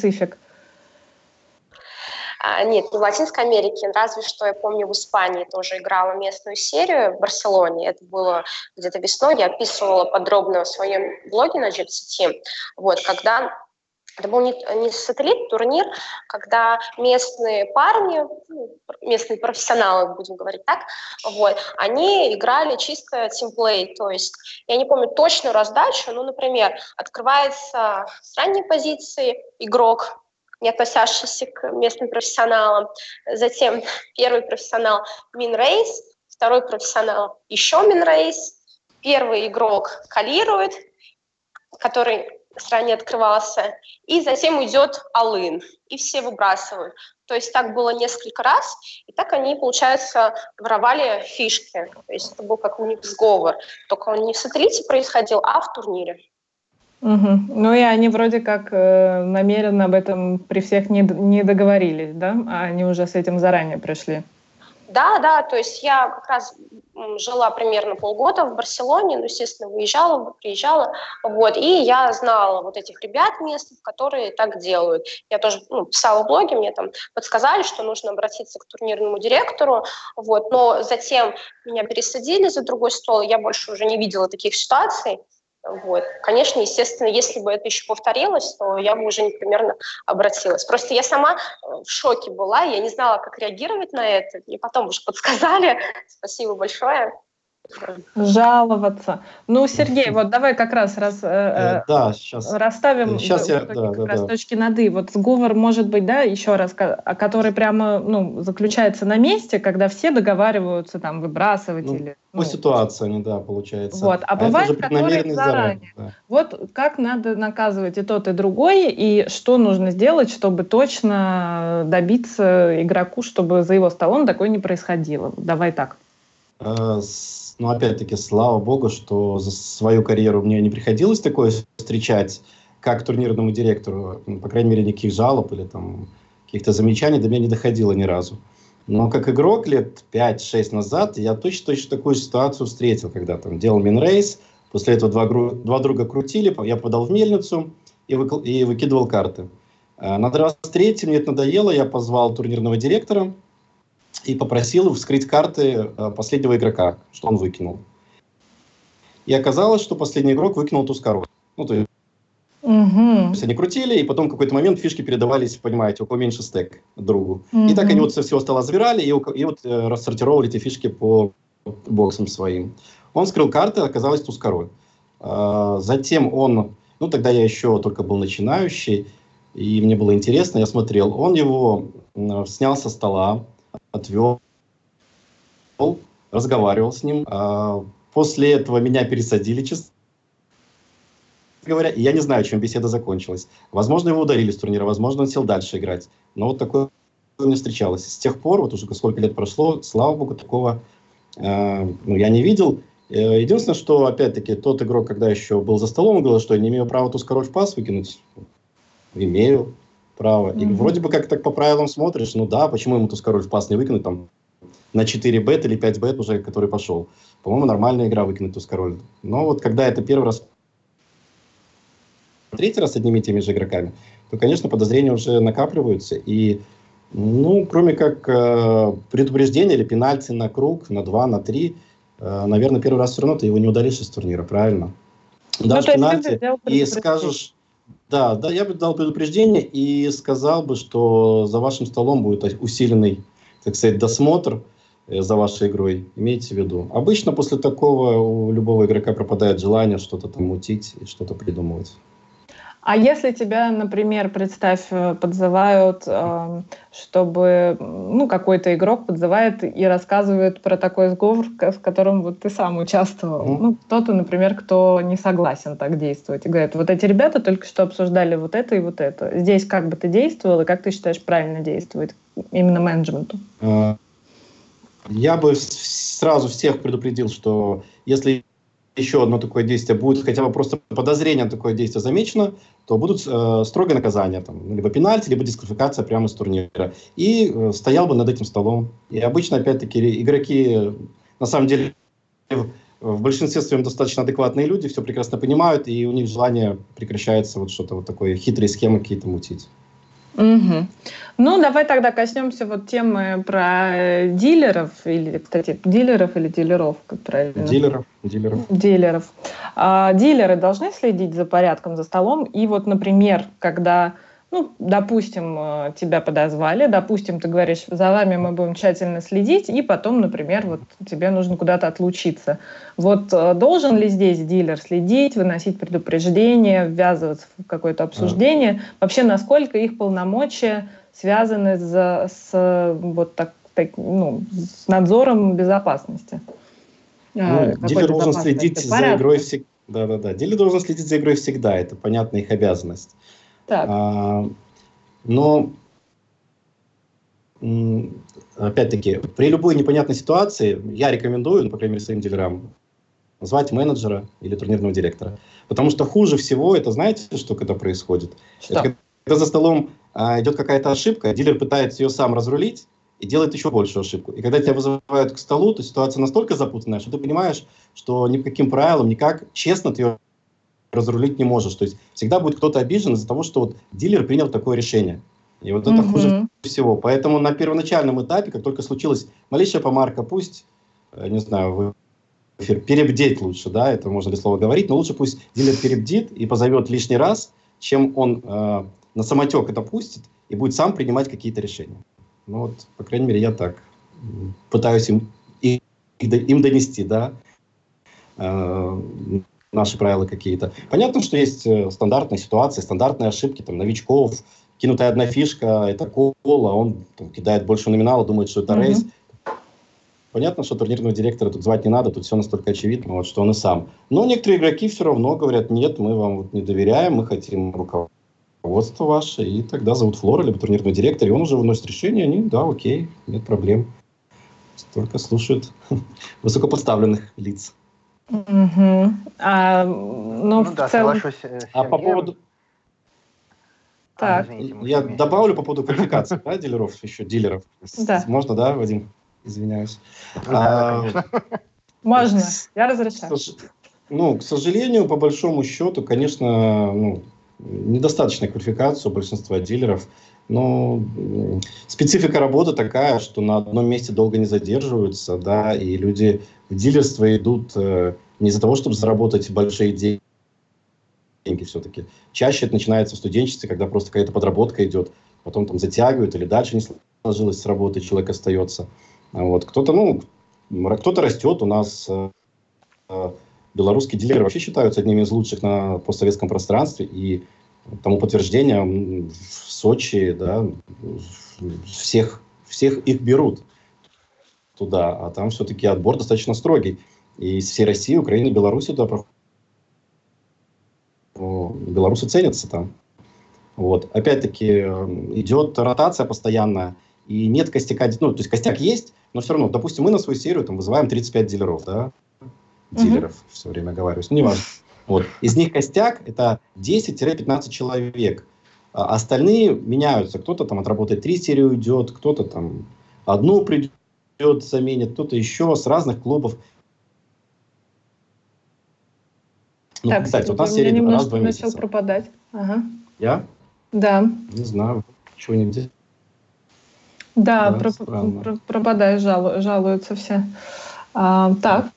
Нет, не в Латинской Америке, разве что, я помню, в Испании тоже играла местную серию в Барселоне. Это было где-то весной, я описывала подробно в своем блоге на GPCT. Вот, когда... Это был не сателлит, турнир, когда местные парни, местные профессионалы, будем говорить так, вот, они играли чисто тимплей, то есть я не помню точную раздачу, но, например, открывается с ранней позиции игрок, не относящийся к местным профессионалам, затем первый профессионал мин-рейс, второй профессионал еще мин-рейс, первый игрок калирует, который ранее открывался, и затем уйдет all-in, и все выбрасывают. То есть так было несколько раз, и так они, получается, воровали фишки. То есть это был как у них сговор. Только он не в сателлите происходил, а в турнире.
Угу. Ну и они вроде как намеренно об этом при всех не договорились, да? А они уже с этим заранее пришли.
Да, то есть я как раз жила примерно полгода в Барселоне, ну, естественно, выезжала, приезжала, вот, и я знала вот этих ребят местных, которые так делают. Я тоже писала в блоге, мне там подсказали, что нужно обратиться к турнирному директору, вот, но затем меня пересадили за другой стол, я больше уже не видела таких ситуаций. Вот. Конечно, естественно, если бы это еще повторилось, то я бы уже непременно обратилась. Просто я сама в шоке была, я не знала, как реагировать на это. Мне потом уже подсказали. Спасибо большое.
Жаловаться. Ну, Сергей, вот давай как раз расставим точки над «и». Вот сговор может быть, да, еще раз, который прямо заключается на месте, когда все договариваются там выбрасывать или...
По ситуации, да, получается.
Вот. А бывает, которые заранее. Да. Вот как надо наказывать и тот, и другой, и что нужно сделать, чтобы точно добиться игроку, чтобы за его столом такое не происходило. Давай так.
Но опять-таки, слава богу, что за свою карьеру мне не приходилось такое встречать, как турнирному директору. По крайней мере, никаких жалоб или там каких-то замечаний до меня не доходило ни разу. Но как игрок лет 5-6 назад я точно такую ситуацию встретил, когда там делал мин-рейс, после этого два друга крутили, я подал в мельницу и выкидывал карты. На 23-м мне это надоело, я позвал турнирного директора и попросил вскрыть карты последнего игрока, что он выкинул. И оказалось, что последний игрок выкинул туз король. То есть они крутили, и потом в какой-то момент фишки передавались, понимаете, у кого меньше стек другу. И так они со всего стола забирали и рассортировали эти фишки по боксам своим. Он вскрыл карты, оказалось туз король. Затем он, тогда я еще только был начинающий, и мне было интересно, я смотрел, он его снял со стола, отвел, разговаривал с ним. После этого меня пересадили, честно говоря, и я не знаю, чем беседа закончилась. Возможно, его ударили с турнира, возможно, он сел дальше играть. Но вот такое не встречалось. С тех пор, вот уже сколько лет прошло, слава богу, такого я не видел. Единственное, что, опять-таки, тот игрок, когда еще был за столом, говорил, что я не имею права тускороль в пас выкинуть. Имею право. И вроде бы как так по правилам смотришь, ну да, почему ему тускороль в пас не выкинуть там на 4 бет или 5 бет уже, который пошел. По-моему, нормальная игра выкинуть тускороль. Но вот когда это первый раз, третий раз с одними и теми же игроками, то, конечно, подозрения уже накапливаются. И, ну, кроме как предупреждения или пенальти на круг, на 2, на 3, наверное, первый раз все равно ты его не удалишь из турнира, правильно? Дашь пенальти и скажешь... Да, я бы дал предупреждение и сказал бы, что за вашим столом будет усиленный, так сказать, досмотр за вашей игрой. Имейте в виду. Обычно после такого у любого игрока пропадает желание что-то там мутить и что-то придумывать.
А если тебя, например, представь, подзывают, чтобы, ну, какой-то игрок подзывает и рассказывает про такой сговор, в котором вот ты сам участвовал. Ну, кто-то, например, кто не согласен так действовать. И говорит, вот эти ребята только что обсуждали вот это и вот это. Здесь как бы ты действовал, и как ты считаешь правильно действовать именно менеджменту?
Я бы сразу всех предупредил, что если еще одно такое действие будет, хотя бы просто подозрение на такое действие замечено, то будут строгое наказание, там, либо пенальти, либо дисквалификация прямо с турнира. И стоял бы над этим столом. И обычно, опять-таки, игроки, на самом деле, в большинстве своем достаточно адекватные люди, все прекрасно понимают, и у них желание прекращается вот что-то вот такое, хитрые схемы какие-то мутить.
Угу. Ну, давай тогда коснемся вот темы про дилеров, или, кстати, дилеров или дилеров, как правильно?
Дилеров.
Дилеры должны следить за порядком за столом, и вот, например, когда, ну, допустим, тебя подозвали, допустим, ты говоришь, за вами мы будем тщательно следить, и потом, например, вот тебе нужно куда-то отлучиться. Вот должен ли здесь дилер следить, выносить предупреждения, ввязываться в какое-то обсуждение? Вообще, насколько их полномочия связаны с надзором безопасности?
Дилер должен следить за игрой всегда. Да. Дилер должен следить за игрой всегда, это понятная их обязанность.
Так.
Но, опять-таки, при любой непонятной ситуации я рекомендую, по крайней мере, своим дилерам, звать менеджера или турнирного директора. Потому что хуже всего, это знаете, что когда происходит?
Что?
Это когда за столом идет какая-то ошибка, дилер пытается ее сам разрулить и делает еще большую ошибку. И когда тебя вызывают к столу, то ситуация настолько запутанная, что ты понимаешь, что ни по каким правилам, никак честно ты ее разрулить не можешь. То есть всегда будет кто-то обижен из-за того, что вот дилер принял такое решение. И вот это хуже всего. Поэтому на первоначальном этапе, как только случилась малейшая помарка, пусть, не знаю, в эфир перебдеть лучше, да, это можно ли слово говорить, но лучше пусть дилер перебдит и позовет лишний раз, чем он на самотек это пустит и будет сам принимать какие-то решения. Ну вот, по крайней мере, я так пытаюсь им донести, да, наши правила какие-то. Понятно, что есть стандартные ситуации, стандартные ошибки, там, новичков, кинутая одна фишка, это кол, а он там кидает больше номинала, думает, что это рейс. Понятно, что турнирного директора тут звать не надо, тут все настолько очевидно, вот, что он и сам. Но некоторые игроки все равно говорят, нет, мы вам вот не доверяем, мы хотим руководство ваше, и тогда зовут Флора, либо турнирного директора, и он уже выносит решение, они, да, окей, нет проблем. Только слушают высокопоставленных лиц.
Ну,
да, соглашусь.
А по поводу...
Так.
Я добавлю по поводу квалификации, да, дилеров, еще дилеров.
Да.
Можно, да, Вадим? Извиняюсь.
Да, конечно.
Можно, я разрешаю.
Ну, к сожалению, по большому счету, конечно, недостаточная квалификация у большинства дилеров. Но специфика работы такая, что на одном месте долго не задерживаются, да, и люди в дилерство идут не из-за того, чтобы заработать большие деньги все-таки. Чаще это начинается в студенчестве, когда просто какая-то подработка идет, потом там затягивают или дальше не сложилось с работы, человек остается. Вот. Кто-то растет, у нас белорусские дилеры вообще считаются одними из лучших на постсоветском пространстве, и тому подтверждение в Сочи, да, всех их берут туда, а там все-таки отбор достаточно строгий. И из всей России, Украины, Беларуси туда проходят. Белорусы ценятся там. Вот. Опять-таки идет ротация постоянная, и нет костяка, то есть костяк есть, но все равно, допустим, мы на свою серию там вызываем 35 дилеров, да, дилеров, все время оговариваюсь, ну, неважно. Вот. Из них костяк – это 10-15 человек. А остальные меняются. Кто-то там отработает 3 серии уйдет, кто-то там одну придет, заменит, кто-то еще с разных клубов. Ну,
Так,
кстати, вот у нас серия раз в 2 месяца.
Начал пропадать. Ага.
Я?
Да.
Не знаю, чего-нибудь.
Да,
Да,
пропадаешь, жалуются все. Так.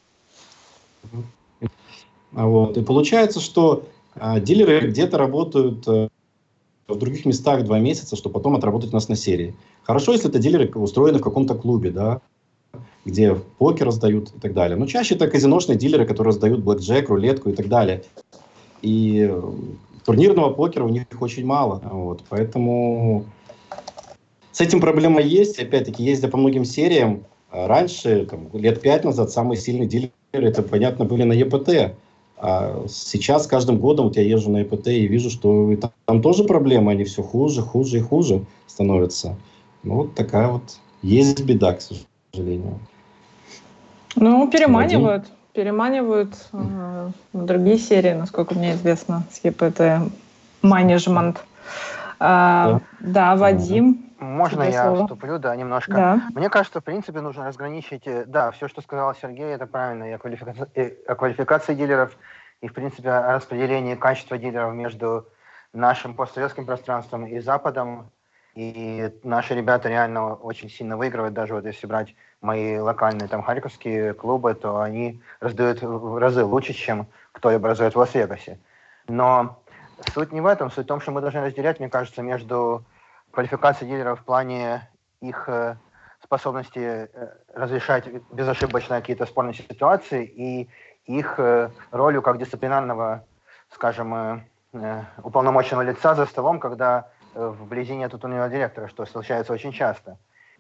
Вот. И получается, что дилеры где-то работают в других местах 2 месяца, чтобы потом отработать у нас на серии. Хорошо, если это дилеры устроены в каком-то клубе, да, где покер раздают и так далее. Но чаще это казиношные дилеры, которые раздают блэкджек, рулетку и так далее. И турнирного покера у них очень мало. Вот. Поэтому с этим проблема есть. Опять-таки, ездя по многим сериям, раньше, там, лет 5 назад, самые сильные дилеры, это, понятно, были на ЕПТ. А сейчас, с каждым годом, вот я езжу на ЕПТ и вижу, что там тоже проблемы, они все хуже, хуже и хуже становятся. Ну, вот такая вот есть беда, к сожалению.
Ну, переманивают в другие серии, насколько мне известно, с ЕПТ менеджмент. Да, Вадим.
Можно я вступлю, да, немножко?
Да.
Мне кажется, в принципе, нужно разграничить, да, все, что сказал Сергей, это правильно, и о квалификации дилеров, и, в принципе, о распределении качества дилеров между нашим постсоветским пространством и Западом. И наши ребята реально очень сильно выигрывают, даже вот если брать мои локальные там харьковские клубы, то они раздают в разы лучше, чем кто-либо раздает в Лас-Вегасе. Но суть не в этом, суть в том, что мы должны разделять, мне кажется, между квалификацией дилеров в плане их способности разрешать безошибочно какие-то спорные ситуации и их ролью как дисциплинарного, скажем, уполномоченного лица за столом, когда вблизи нету турнирного директора, что случается очень часто.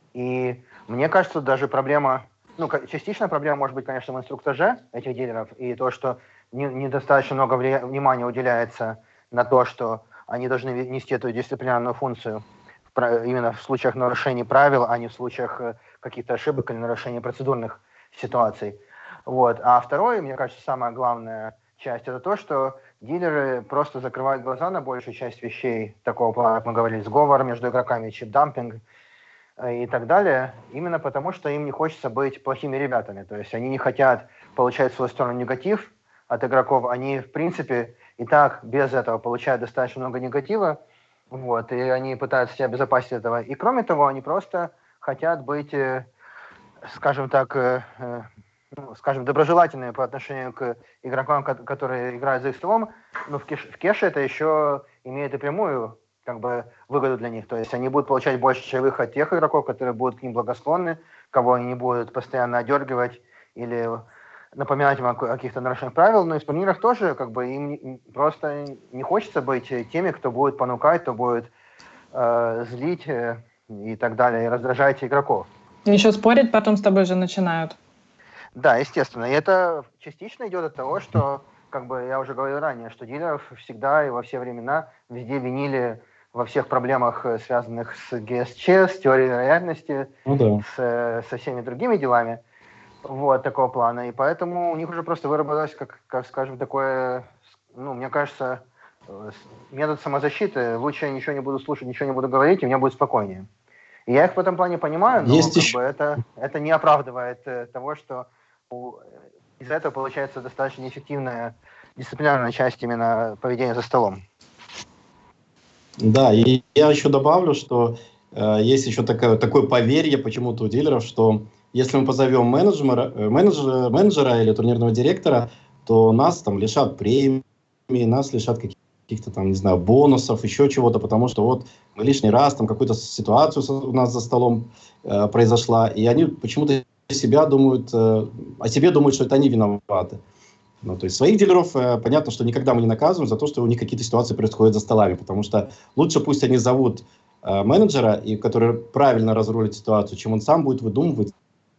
И мне кажется, даже проблема, частично проблема может быть, конечно, в инструктаже этих дилеров, и то, что недостаточно много внимания уделяется на то, что они должны нести эту дисциплинарную функцию именно в случаях нарушений правил, а не в случаях каких-то ошибок или нарушений процедурных ситуаций. Вот. А второе, мне кажется, самая главная часть, это то, что дилеры просто закрывают глаза на большую часть вещей такого плана, как мы говорили, сговор между игроками, чип-дампинг и так далее, именно потому, что им не хочется быть плохими ребятами. То есть они не хотят получать в свою сторону негатив от игроков. Они, в принципе, и так без этого получают достаточно много негатива, вот, и они пытаются себя обезопасить от этого. И кроме того, они просто хотят быть, скажем так, доброжелательные по отношению к игрокам, которые играют за их столом, но в кеше это еще имеет и прямую выгоду для них. То есть они будут получать больше чаевых от тех игроков, которые будут к ним благосклонны, кого они не будут постоянно одергивать или напоминать им о каких-то нарушениях правил, но и в турнирах тоже им просто не хочется быть теми, кто будет понукать, кто будет злить и так далее, и раздражать игроков.
И еще спорить потом с тобой же начинают.
Да, естественно. И это частично идет от того, что, я уже говорил ранее, что дилеров всегда и во все времена везде винили во всех проблемах, связанных с ГСЧ, с теорией вероятности, со всеми другими делами. Вот, такого плана. И поэтому у них уже просто выработалось, скажем, такое, мне кажется, метод самозащиты. Лучше я ничего не буду слушать, ничего не буду говорить, и мне будет спокойнее. И я их в этом плане понимаю, но это не оправдывает того, что из-за этого получается достаточно неэффективная дисциплинарная часть именно поведения за столом.
Да, и я еще добавлю, что есть еще такое поверье почему-то у дилеров, что если мы позовем менеджера или турнирного директора, то нас там лишат премии, нас лишат каких-то там, не знаю, бонусов, еще чего-то, потому что вот мы лишний раз, там какую-то ситуацию у нас за столом произошла, и они почему-то о себе думают, что это они виноваты. То есть своих дилеров, понятно, что никогда мы не наказываем за то, что у них какие-то ситуации происходят за столами, потому что лучше пусть они зовут менеджера, который правильно разрулит ситуацию, чем он сам будет выдумывать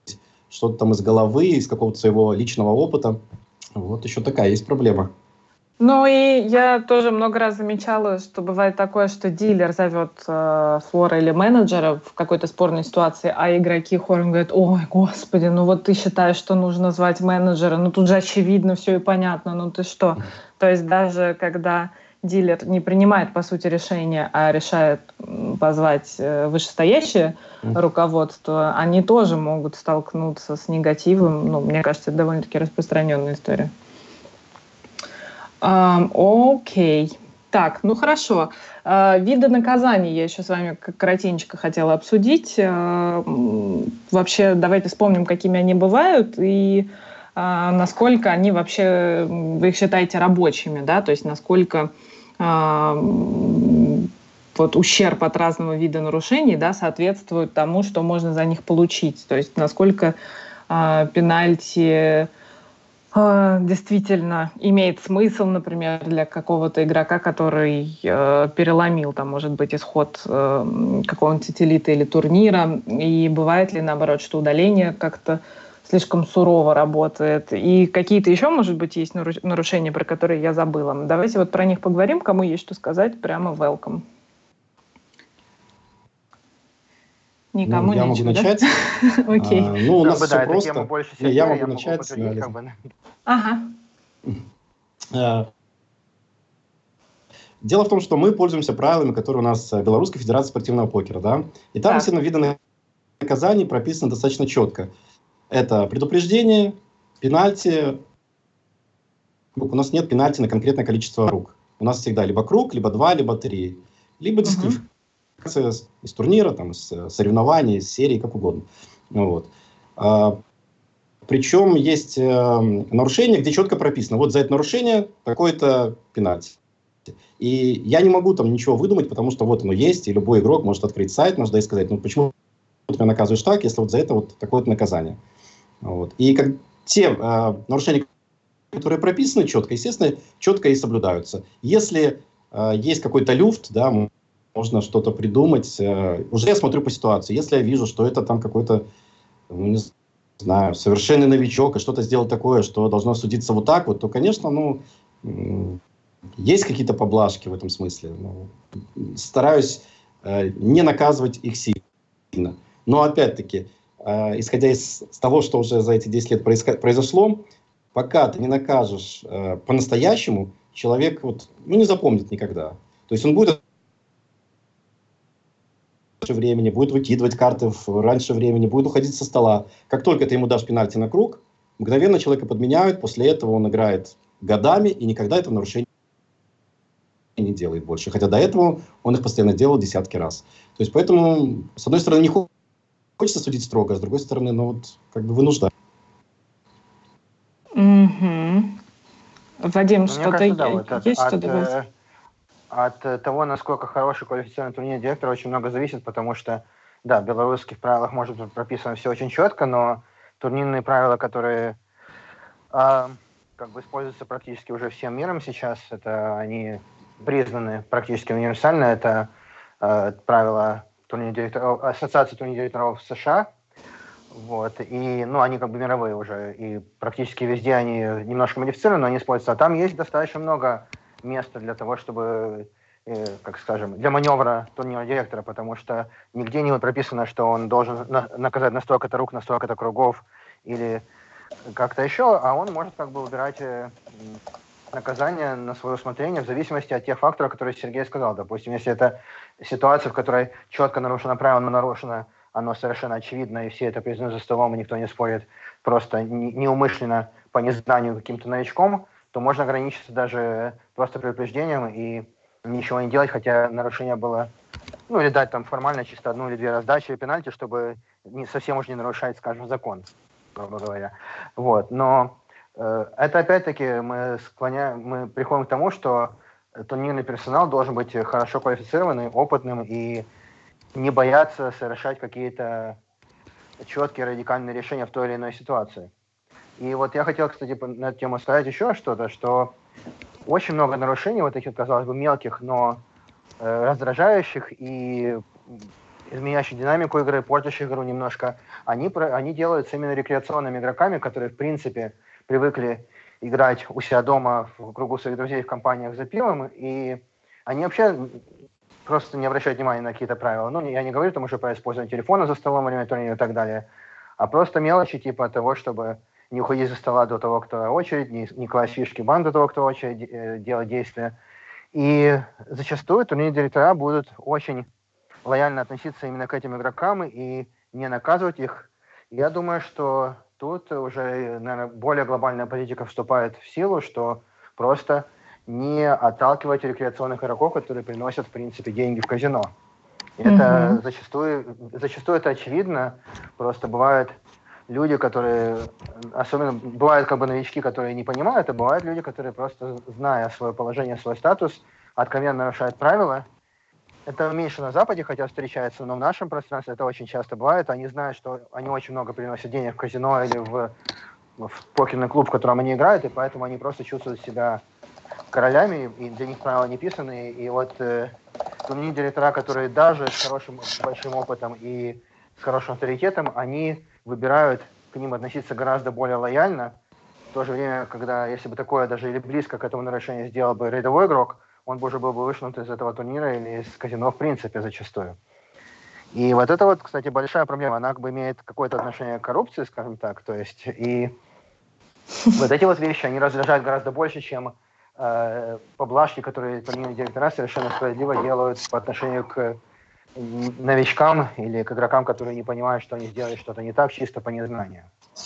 что-то там из головы, из какого-то своего личного опыта. Вот еще такая есть проблема.
Ну и я тоже много раз замечала, что бывает такое, что дилер зовет флора или менеджера в какой-то спорной ситуации, а игроки хором говорят: ой, господи, ну вот ты считаешь, что нужно звать менеджера, ну тут же очевидно все и понятно, ну ты что? То есть даже когда дилер не принимает, по сути, решение, а решает позвать вышестоящее руководство, они тоже могут столкнуться с негативом. Ну, мне кажется, это довольно-таки распространенная история. Окей. Так, ну хорошо. Виды наказаний я еще с вами коротенько хотела обсудить. Вообще, давайте вспомним, какими они бывают и насколько они вообще, вы их считаете рабочими, да, то есть насколько вот ущерб от разного вида нарушений, да, соответствует тому, что можно за них получить. То есть насколько пенальти действительно имеет смысл, например, для какого-то игрока, который переломил, там, может быть, исход какого-нибудь сателлита или турнира, и бывает ли, наоборот, что удаление как-то слишком сурово работает, и какие-то еще, может быть, есть нарушения, про которые я забыла. Давайте вот про них поговорим, кому есть что сказать, прямо welcome. Никому
я могу начать.
Окей.
Ну, у нас все просто. Я могу начать.
Ага.
Дело в том, что мы пользуемся правилами, которые у нас Белорусская Федерация спортивного покера, да, и там все виды наказаний прописаны достаточно четко. Это предупреждение, пенальти. У нас нет пенальти на конкретное количество рук. У нас всегда либо круг, либо 2, либо 3, либо дисквалификация из турнира, там, из соревнований, из серии, как угодно. Вот. Причем есть нарушения, где четко прописано: вот за это нарушение такой-то пенальти. И я не могу там ничего выдумать, потому что вот оно есть, и любой игрок может открыть сайт наш, да, и сказать: ну почему ты меня наказываешь так, если вот за это вот такое-то наказание. Вот. И как те нарушения, которые прописаны четко, естественно, четко и соблюдаются. Если есть какой-то люфт, да, можно что-то придумать. Уже я смотрю по ситуации. Если я вижу, что это там какой-то, ну, не знаю, совершенный новичок, и что-то сделал такое, что должно судиться вот так вот, то, конечно, ну, есть какие-то поблажки в этом смысле. Ну, стараюсь не наказывать их сильно. Но, опять-таки, исходя из того, что уже за эти 10 лет произошло, пока ты не накажешь по-настоящему, человек вот, ну, не запомнит никогда. То есть он будет времени, будет выкидывать карты раньше времени, будет уходить со стола. Как только ты ему дашь пенальти на круг, мгновенно человека подменяют, после этого он играет годами и никогда это нарушение не делает больше. Хотя до этого он их постоянно делал десятки раз. То есть поэтому, с одной стороны, не хочется судить строго, а с другой стороны, ну вот, как бы вынуждать.
Вадим, что-то есть, что добавить?
От того, насколько хороший квалифицированный турнирный директор, очень много зависит, потому что, да, в белорусских правилах может быть прописано все очень четко, но турнирные правила, которые как бы используются практически уже всем миром сейчас, это они признаны практически универсально, это правила Ассоциации турнирных директоров США, вот, и, ну, они как бы мировые уже, и практически везде они немножко модифицированы, но они используются, а там есть достаточно много место для того, чтобы, как скажем, для маневра турнирного директора, потому что нигде не прописано, что он должен наказать на столько-то рук, на столько-то кругов или как-то еще, а он может как бы выбирать наказание на свое усмотрение в зависимости от тех факторов, которые Сергей сказал. Допустим, если это ситуация, в которой четко нарушено правило, но нарушено оно совершенно очевидно, и все это признают за столом, и никто не спорит, просто неумышленно по незнанию каким-то новичком, то можно ограничиться даже просто предупреждением и ничего не делать, хотя нарушение было, ну, или дать там формально чисто 1 или 2 раздачи или пенальти, чтобы совсем уже не нарушать, скажем, закон, грубо говоря. Вот. Но это опять-таки мы приходим к тому, что турнирный персонал должен быть хорошо квалифицированным, опытным и не бояться совершать какие-то четкие радикальные решения в той или иной ситуации. И вот я хотел, кстати, на эту тему сказать еще что-то, что очень много нарушений, вот таких, казалось бы, мелких, но раздражающих и изменяющих динамику игры, портящих игру немножко, они делаются именно рекреационными игроками, которые, в принципе, привыкли играть у себя дома в кругу своих друзей в компаниях за пивом, и они вообще просто не обращают внимания на какие-то правила. Ну, я не говорю там уже про использование телефона за столом во время турнира и так далее, а просто мелочи типа того, чтобы не уходить за стола до того, кто очередь, не класть фишки бан до того, кто очередь, делать действия. И зачастую турнирные директора будут очень лояльно относиться именно к этим игрокам и не наказывать их. Я думаю, что тут уже, наверное, более глобальная политика вступает в силу, что просто не отталкивать рекреационных игроков, которые приносят, в принципе, деньги в казино. Это зачастую это очевидно, просто бывают люди, которые, особенно бывают как бы новички, которые не понимают, а бывают люди, которые просто, зная свое положение, свой статус, откровенно нарушают правила. Это меньше на Западе, хотя встречается, но в нашем пространстве это очень часто бывает. Они знают, что они очень много приносят денег в казино или в покерный клуб, в котором они играют, и поэтому они просто чувствуют себя королями, и для них правила не писаны. И вот турнирные директора, которые даже с хорошим, большим опытом и с хорошим авторитетом, они выбирают к ним относиться гораздо более лояльно. В то же время, когда, если бы такое даже или близко к этому нарушению сделал бы рядовой игрок, он бы уже был бы вышвырнут из этого турнира или из казино в принципе зачастую. И вот это вот, кстати, большая проблема. Она как бы имеет какое-то отношение к коррупции, скажем так. То есть, и вот эти вот вещи, они раздражают гораздо больше, чем поблажки, которые турнирные директора совершенно справедливо делают по отношению к новичкам или к игрокам, которые не понимают, что они сделали что-то не так, чисто по незнанию.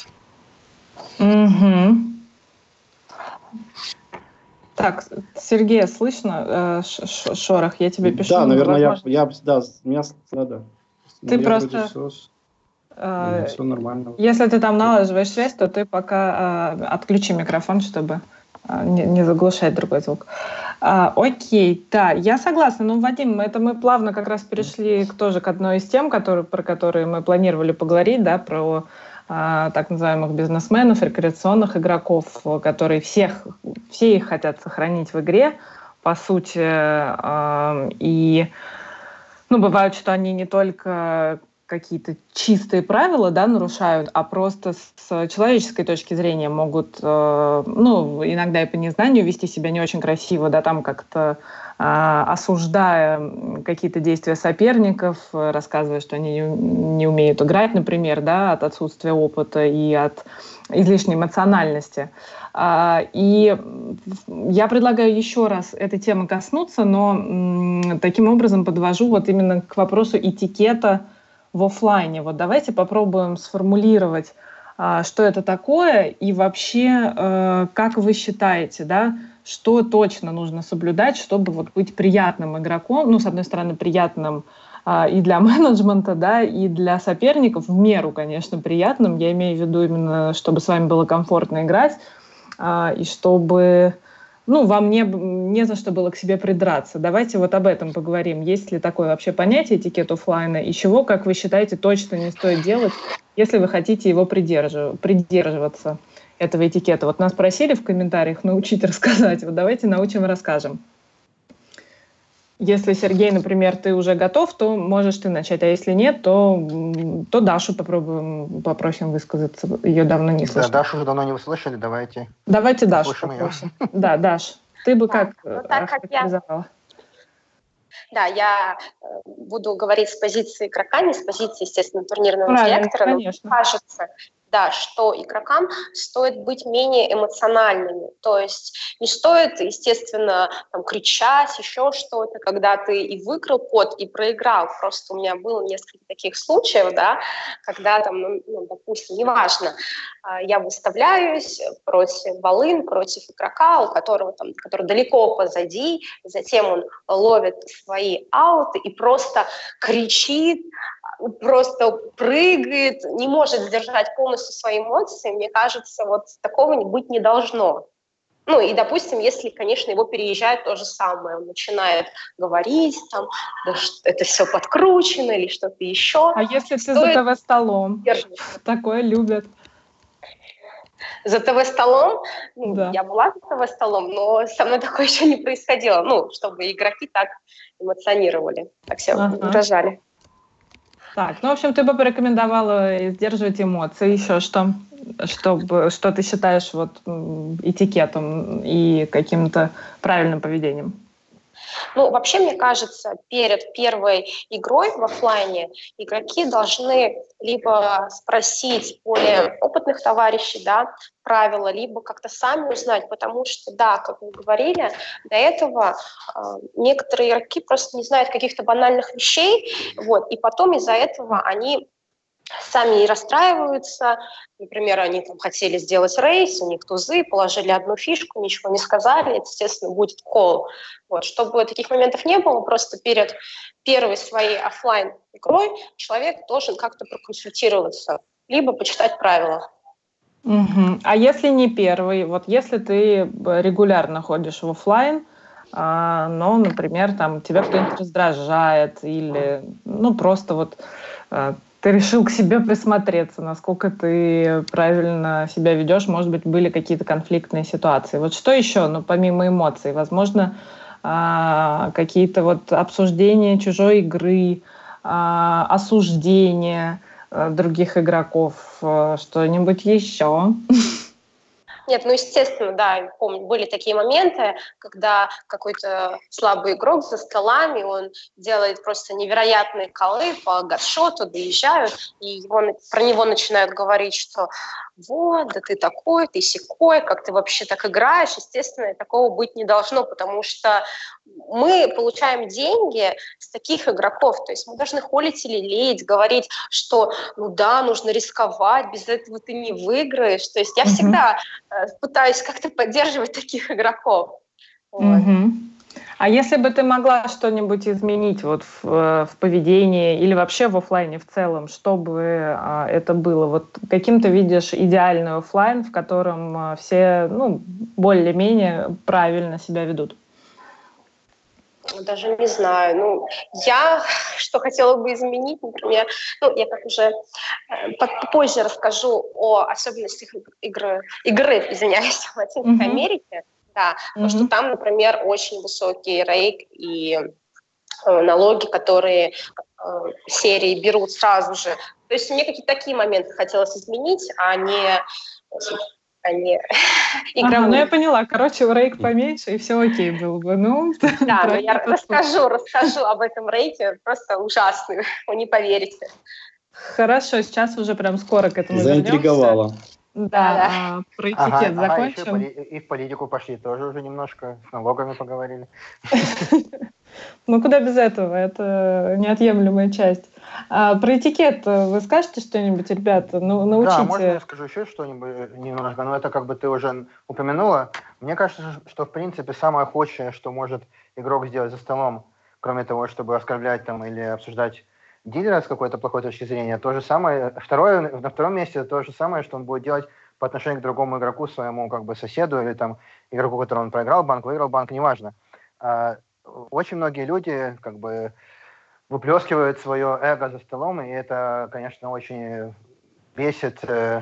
Так, Сергей, слышно? Шорох, я тебе пишу.
Да, наверное, да.
Ты просто...
Все нормально.
Если ты там налаживаешь связь, то ты пока отключи микрофон, чтобы не заглушать другой звук. Окей, да, я согласна. Ну, Вадим, это мы плавно как раз перешли тоже к одной из тем, про которые мы планировали поговорить, да, про так называемых бизнесменов, рекреационных игроков, которые все их хотят сохранить в игре, по сути. И, ну, бывает, что они не только какие-то чистые правила, да, нарушают, а просто с человеческой точки зрения могут, ну, иногда и по незнанию вести себя не очень красиво, да, там как-то осуждая какие-то действия соперников, рассказывая, что они не умеют играть, например, да, от отсутствия опыта и от излишней эмоциональности. И я предлагаю еще раз этой темы коснуться, но таким образом подвожу вот именно к вопросу этикета в офлайне. Вот давайте попробуем сформулировать, что это такое и вообще, как вы считаете, да, что точно нужно соблюдать, чтобы вот быть приятным игроком, ну, с одной стороны, приятным и для менеджмента, да, и для соперников, в меру, конечно, приятным. Я имею в виду именно, чтобы с вами было комфортно играть, и чтобы, ну, вам не за что было к себе придраться. Давайте вот об этом поговорим. Есть ли такое вообще понятие этикет офлайна, и чего, как вы считаете, точно не стоит делать, если вы хотите его придерживаться, этого этикета? Вот нас просили в комментариях научить рассказать. Вот давайте научим и расскажем. Если, Сергей, например, ты уже готов, то можешь ты начать. А если нет, то Дашу попросим высказаться. Ее давно не слышали.
Да, Дашу уже давно не слышали. Давайте
Дашу попросим. Да, Даш, ты бы как характеризовала?
Да, я буду говорить с позиции игрока, не с позиции, естественно, турнирного директора.
Конечно.
Но кажется, да, что игрокам стоит быть менее эмоциональными. То есть не стоит, естественно, там, кричать, еще что-то, когда ты и выиграл ход, и проиграл. Просто у меня было несколько таких случаев, да, когда, там, ну, допустим, неважно, я выставляюсь против волын, против игрока, у которого там, который далеко позади, затем он ловит свои ауты и просто кричит, просто прыгает, не может сдержать полностью свои эмоции. Мне кажется, вот такого быть не должно. Ну и, допустим, если, конечно, его переезжает то же самое, он начинает говорить, там, да, это все подкручено или что-то еще.
А если ты за ТВ-столом? Такое любят.
За ТВ-столом?
Да.
Я была за ТВ-столом, но со мной такое еще не происходило. Ну, чтобы игроки так эмоционировали, так себя выражали.
Так, ну, в общем, ты бы порекомендовала сдерживать эмоции. Еще что? Что ты считаешь вот этикетом и каким-то правильным поведением?
Ну, вообще, мне кажется, перед первой игрой в оффлайне игроки должны либо спросить более опытных товарищей, да, правила, либо как-то сами узнать, потому что, да, как вы говорили, до этого некоторые игроки просто не знают каких-то банальных вещей, вот, и потом из-за этого они сами и расстраиваются. Например, они там хотели сделать рейс, у них тузы, положили одну фишку, ничего не сказали, это, естественно, будет колл. Вот. Чтобы таких моментов не было, просто перед первой своей офлайн игрой человек должен как-то проконсультироваться, либо почитать правила.
Угу. А если не первый, вот если ты регулярно ходишь в офлайн, но, например, там тебя кто-нибудь раздражает или, ну, просто вот ты решил к себе присмотреться, насколько ты правильно себя ведешь, может быть, были какие-то конфликтные ситуации. Вот что еще, ну, помимо эмоций, возможно, какие-то вот обсуждения чужой игры, осуждения других игроков, что-нибудь еще?
Нет, ну, естественно, да, помню, были такие моменты, когда какой-то слабый игрок за столами, он делает просто невероятные коллы по гадшоту, доезжают, и про него начинают говорить, что вот, да ты такой, ты сякой, как ты вообще так играешь. Естественно, такого быть не должно, потому что мы получаем деньги с таких игроков, то есть мы должны холить или лелеять, говорить, что, ну да, нужно рисковать, без этого ты не выиграешь. То есть я всегда пытаюсь как-то поддерживать таких игроков. Вот.
А если бы ты могла что-нибудь изменить вот в поведении или вообще в офлайне в целом, чтобы это было? Вот каким ты видишь идеальный офлайн, в котором все, ну, более-менее правильно себя ведут?
Даже не знаю. Ну, я что хотела бы изменить, например, ну, я как уже попозже расскажу о особенностях игры, извиняюсь, в Латинской Америке, да, потому что там, например, очень высокий рейк и налоги, которые серии берут сразу же. То есть мне какие-то такие моменты хотелось изменить, а не игровые.
Ну я поняла. Короче, рейк поменьше, и все окей было бы. Ну,
да, но я расскажу об этом рейке, просто ужасный, вы не поверите.
Хорошо, сейчас уже прям скоро к этому
заинтриговала.
вернемся. Да, про этикет закончим.
И в политику пошли, тоже уже немножко с налогами поговорили.
Ну, куда без этого? Это неотъемлемая часть. Про этикет вы скажете что-нибудь, ребята? Научите.
Да, можно я скажу еще что-нибудь немножко, но это как бы ты уже упомянула. Мне кажется, что в принципе самое худшее, что может игрок сделать за столом, кроме того, чтобы оскорблять там или обсуждать дилера с какой-то плохой точки зрения, то же самое. На втором месте то же самое, что он будет делать по отношению к другому игроку, своему как бы соседу или там игроку, которому он проиграл банк, выиграл банк, неважно. Очень многие люди как бы выплескивают свое эго за столом, и это, конечно, очень бесит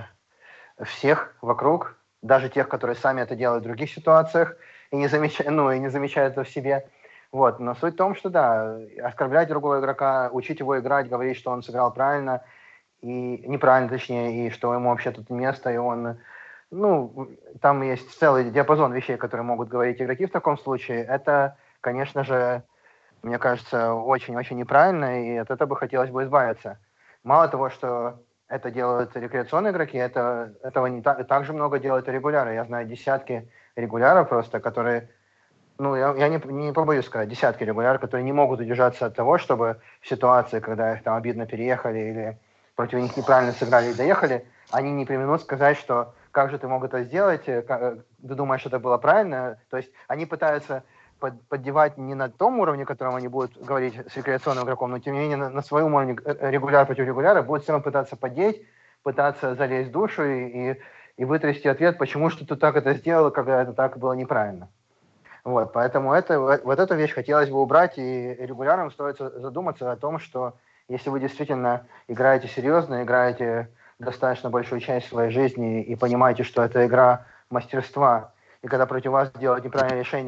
всех вокруг, даже тех, которые сами это делают в других ситуациях и не замечают это в себе. Вот. Но суть в том, что да, оскорблять другого игрока, учить его играть, говорить, что он сыграл правильно, и неправильно, точнее, и что ему вообще тут место, и он... Ну, там есть целый диапазон вещей, которые могут говорить игроки в таком случае. Это, конечно же, мне кажется, очень-очень неправильно, и от этого бы хотелось бы избавиться. Мало того, что это делают рекреационные игроки, этого не так же много делают и регуляры. Я знаю десятки регуляров просто, которые... Ну, я не побоюсь сказать, десятки регуляров, которые не могут удержаться от того, чтобы в ситуации, когда их там обидно переехали или против них неправильно сыграли и доехали, они не преминут сказать, что как же ты мог это сделать, ты думаешь, это было правильно. То есть они пытаются поддевать не на том уровне, котором они будут говорить с рекреационным игроком, но тем не менее на своем уровне регуляр против регуляра будут все равно пытаться поддеть, пытаться залезть в душу и вытрясти ответ, почему что ты так это сделал, когда это так было неправильно. Вот, поэтому вот эту вещь хотелось бы убрать, и регулярно стоит задуматься о том, что если вы действительно играете серьезно, играете достаточно большую часть своей жизни и понимаете, что это игра мастерства, и когда против вас делают неправильное решение,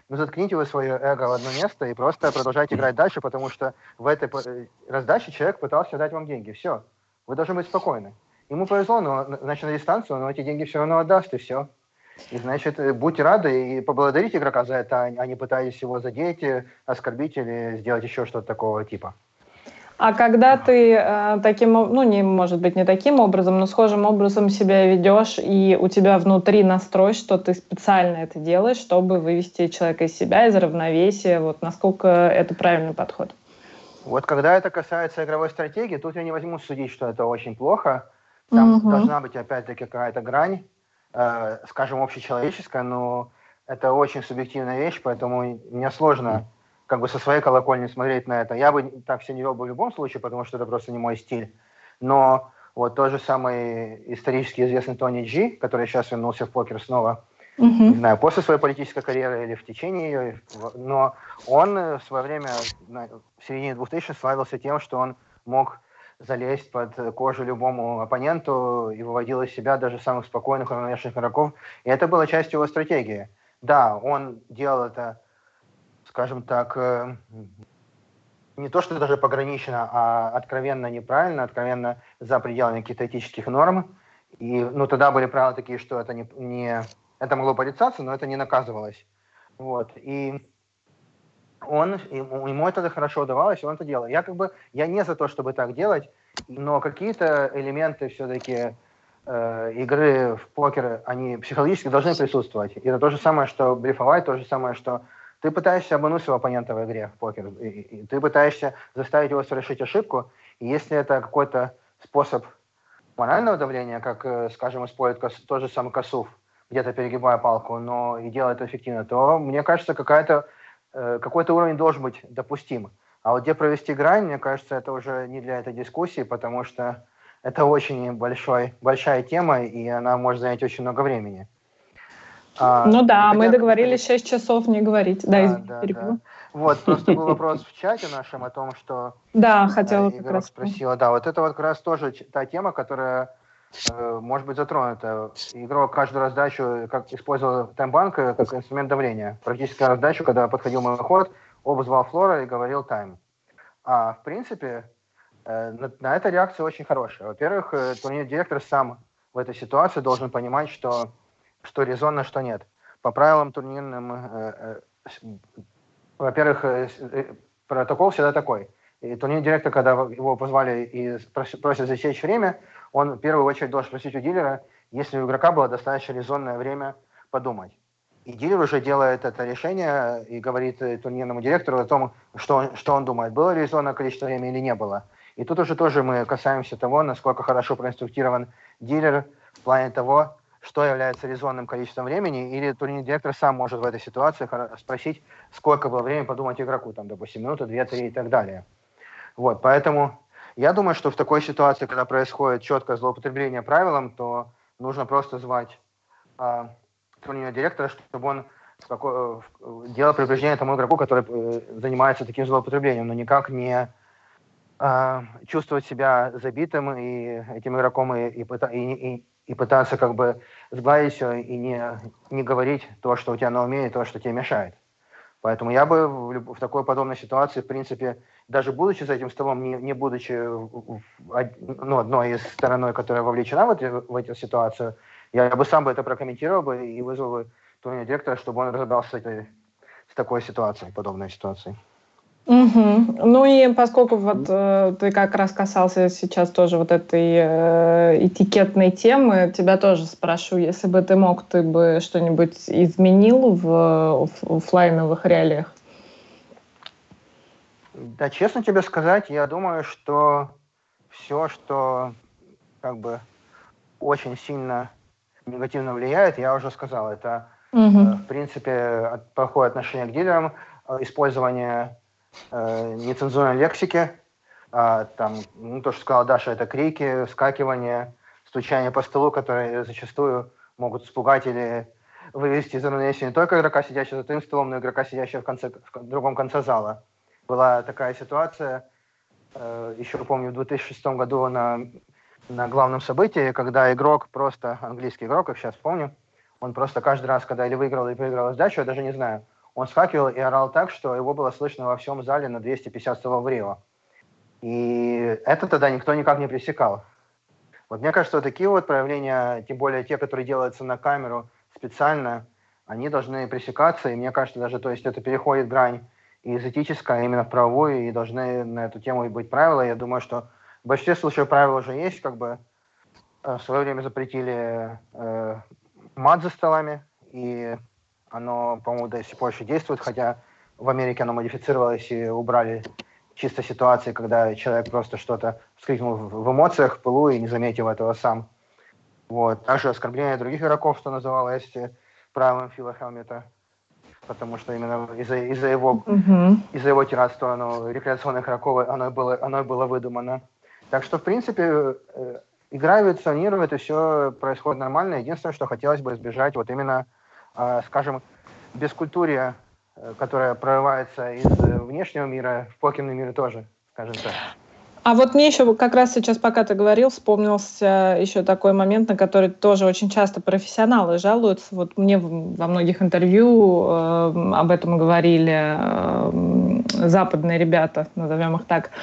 ну заткните вы свое эго в одно место и просто продолжайте играть дальше, потому что в этой раздаче человек пытался дать вам деньги. Все. Вы должны быть спокойны. Ему повезло, но, значит, на дистанцию он эти деньги все равно отдаст, и все. И, значит, будьте рады и поблагодарите игрока за это, а не пытайтесь его задеть, оскорбить или сделать еще что-то такого типа.
А когда ты таким, ну, не, может быть, не таким образом, но схожим образом себя ведешь, и у тебя внутри настрой, что ты специально это делаешь, чтобы вывести человека из себя, из равновесия, вот насколько это правильный подход?
Вот когда это касается игровой стратегии, тут я не возьму судить, что это очень плохо. Там должна быть, опять-таки, какая-то грань, скажем, общечеловеческая, но это очень субъективная вещь, поэтому мне сложно как бы со своей колокольни смотреть на это. Я бы так все не вел бы в любом случае, потому что это просто не мой стиль. Но вот тот же самый исторически известный Тони Джи, который сейчас вернулся в покер снова, не знаю, после своей политической карьеры или в течение ее, но он в свое время, в середине 2000-х, славился тем, что он мог залезть под кожу любому оппоненту и выводил из себя даже самых спокойных, уравновешенных игроков. И это была часть его стратегии. Да, он делал это, скажем так, не то, что даже погранично, а откровенно неправильно, откровенно за пределами каких-то этических норм. И, ну, тогда были правила такие, что это это могло порицаться, но это не наказывалось. Вот. И ему это хорошо удавалось, и он это делал. Я не за то, чтобы так делать, но какие-то элементы все-таки игры в покер, они психологически должны присутствовать. И это то же самое, что блефовать, то же самое, что ты пытаешься обмануть своего оппонента в игре в покер, и ты пытаешься заставить его совершить ошибку, и если это какой-то способ морального давления, как, скажем, использует тот же самый Косув, где-то перегибая палку, но и делает это эффективно, то, мне кажется, какой-то уровень должен быть допустим. А вот где провести грань, мне кажется, это уже не для этой дискуссии, потому что это очень большая тема, и она может занять очень много времени.
Ну да, мы договорились 6 часов не говорить. Да.
Вот, просто был вопрос в чате нашем о том, что
да, хотела
как раз спросила. Да, вот это вот как раз тоже та тема, которая может быть затронута. Игрок каждую раздачу использовал таймбанк как инструмент давления. Практически на раздачу, когда подходил мой ход, оба звал флора и говорил тайм. А в принципе, на это реакция очень хорошая. Во-первых, турнирный директор сам в этой ситуации должен понимать, что резонно, что нет. По правилам турнирным, во-первых, протокол всегда такой. И турнирный директор, когда его позвали и просят засечь время, он в первую очередь должен спросить у дилера, если у игрока было достаточно резонное время подумать. И дилер уже делает это решение и говорит турнирному директору о том, что он думает, было ли резонное количество времени или не было. И тут уже тоже мы касаемся того, насколько хорошо проинструктирован дилер в плане того, что является резонным количеством времени, или турнирный директор сам может в этой ситуации спросить, сколько было времени подумать игроку, там, допустим, минута, 2-3 и так далее. Вот, поэтому я думаю, что в такой ситуации, когда происходит четкое злоупотребление правилом, то нужно просто звать турнирного директора, чтобы он делал предупреждение тому игроку, который занимается таким злоупотреблением, но никак не чувствовать себя забитым и этим игроком и пытаться как бы сгладить все и не говорить то, что у тебя на уме, и то, что тебе мешает. Поэтому я бы в такой подобной ситуации, в принципе, даже будучи за этим столом, не будучи одной из стороной, которая вовлечена в эту ситуацию, я бы сам это прокомментировал бы и вызвал бы турнирного директора, чтобы он разобрался с такой ситуацией, подобной ситуацией.
Ну и поскольку вот ты как раз касался сейчас тоже вот этой этикетной темы, тебя тоже спрошу, если бы ты мог, ты бы что-нибудь изменил в офлайновых реалиях?
Да, честно тебе сказать, я думаю, что все, что как бы очень сильно негативно влияет, я уже сказал. Это, в принципе, плохое отношение к дилерам, использование нецензурной лексики, там, то, что сказала Даша, это крики, вскакивание, стучание по столу, которые зачастую могут испугать или вывести из равновесия не только игрока, сидящего за твоим столом, но и игрока, сидящего в другом конце зала. Была такая ситуация, еще помню, в 2006 году на главном событии, когда игрок, просто английский игрок, как сейчас помню, он просто каждый раз, когда или выиграл, или проиграл сдачу, я даже не знаю, он вскакивал и орал так, что его было слышно во всем зале на 250 столов в Рио. И это тогда никто никак не пресекал. Вот мне кажется, вот такие вот проявления, тем более те, которые делаются на камеру специально, они должны пресекаться. И мне кажется, даже, то есть это переходит грань из этической, а именно в правовую, и должны на эту тему быть правила. Я думаю, что в большинстве случаев правила уже есть, как бы в свое время запретили мат за столами, и оно, по-моему, до сих пор еще действует, хотя в Америке оно модифицировалось и убрали чисто ситуации, когда человек просто что-то вскрикнул в эмоциях, в пылу и не заметил этого сам. Вот. Также оскорбление других игроков, что называлось правилом Фила Хелмета, потому что именно из-за его тирад в сторону рекреационных игроков оно было выдумано. Так что, в принципе, игра эволюционирует, и все происходит нормально. Единственное, что хотелось бы избежать, вот именно, скажем, бескультурья, которая прорывается из внешнего мира в покерный мир тоже, скажем так.
А вот мне еще как раз сейчас, пока ты говорил, вспомнился еще такой момент, на который тоже очень часто профессионалы жалуются. Вот мне во многих интервью об этом говорили западные ребята, назовем их так,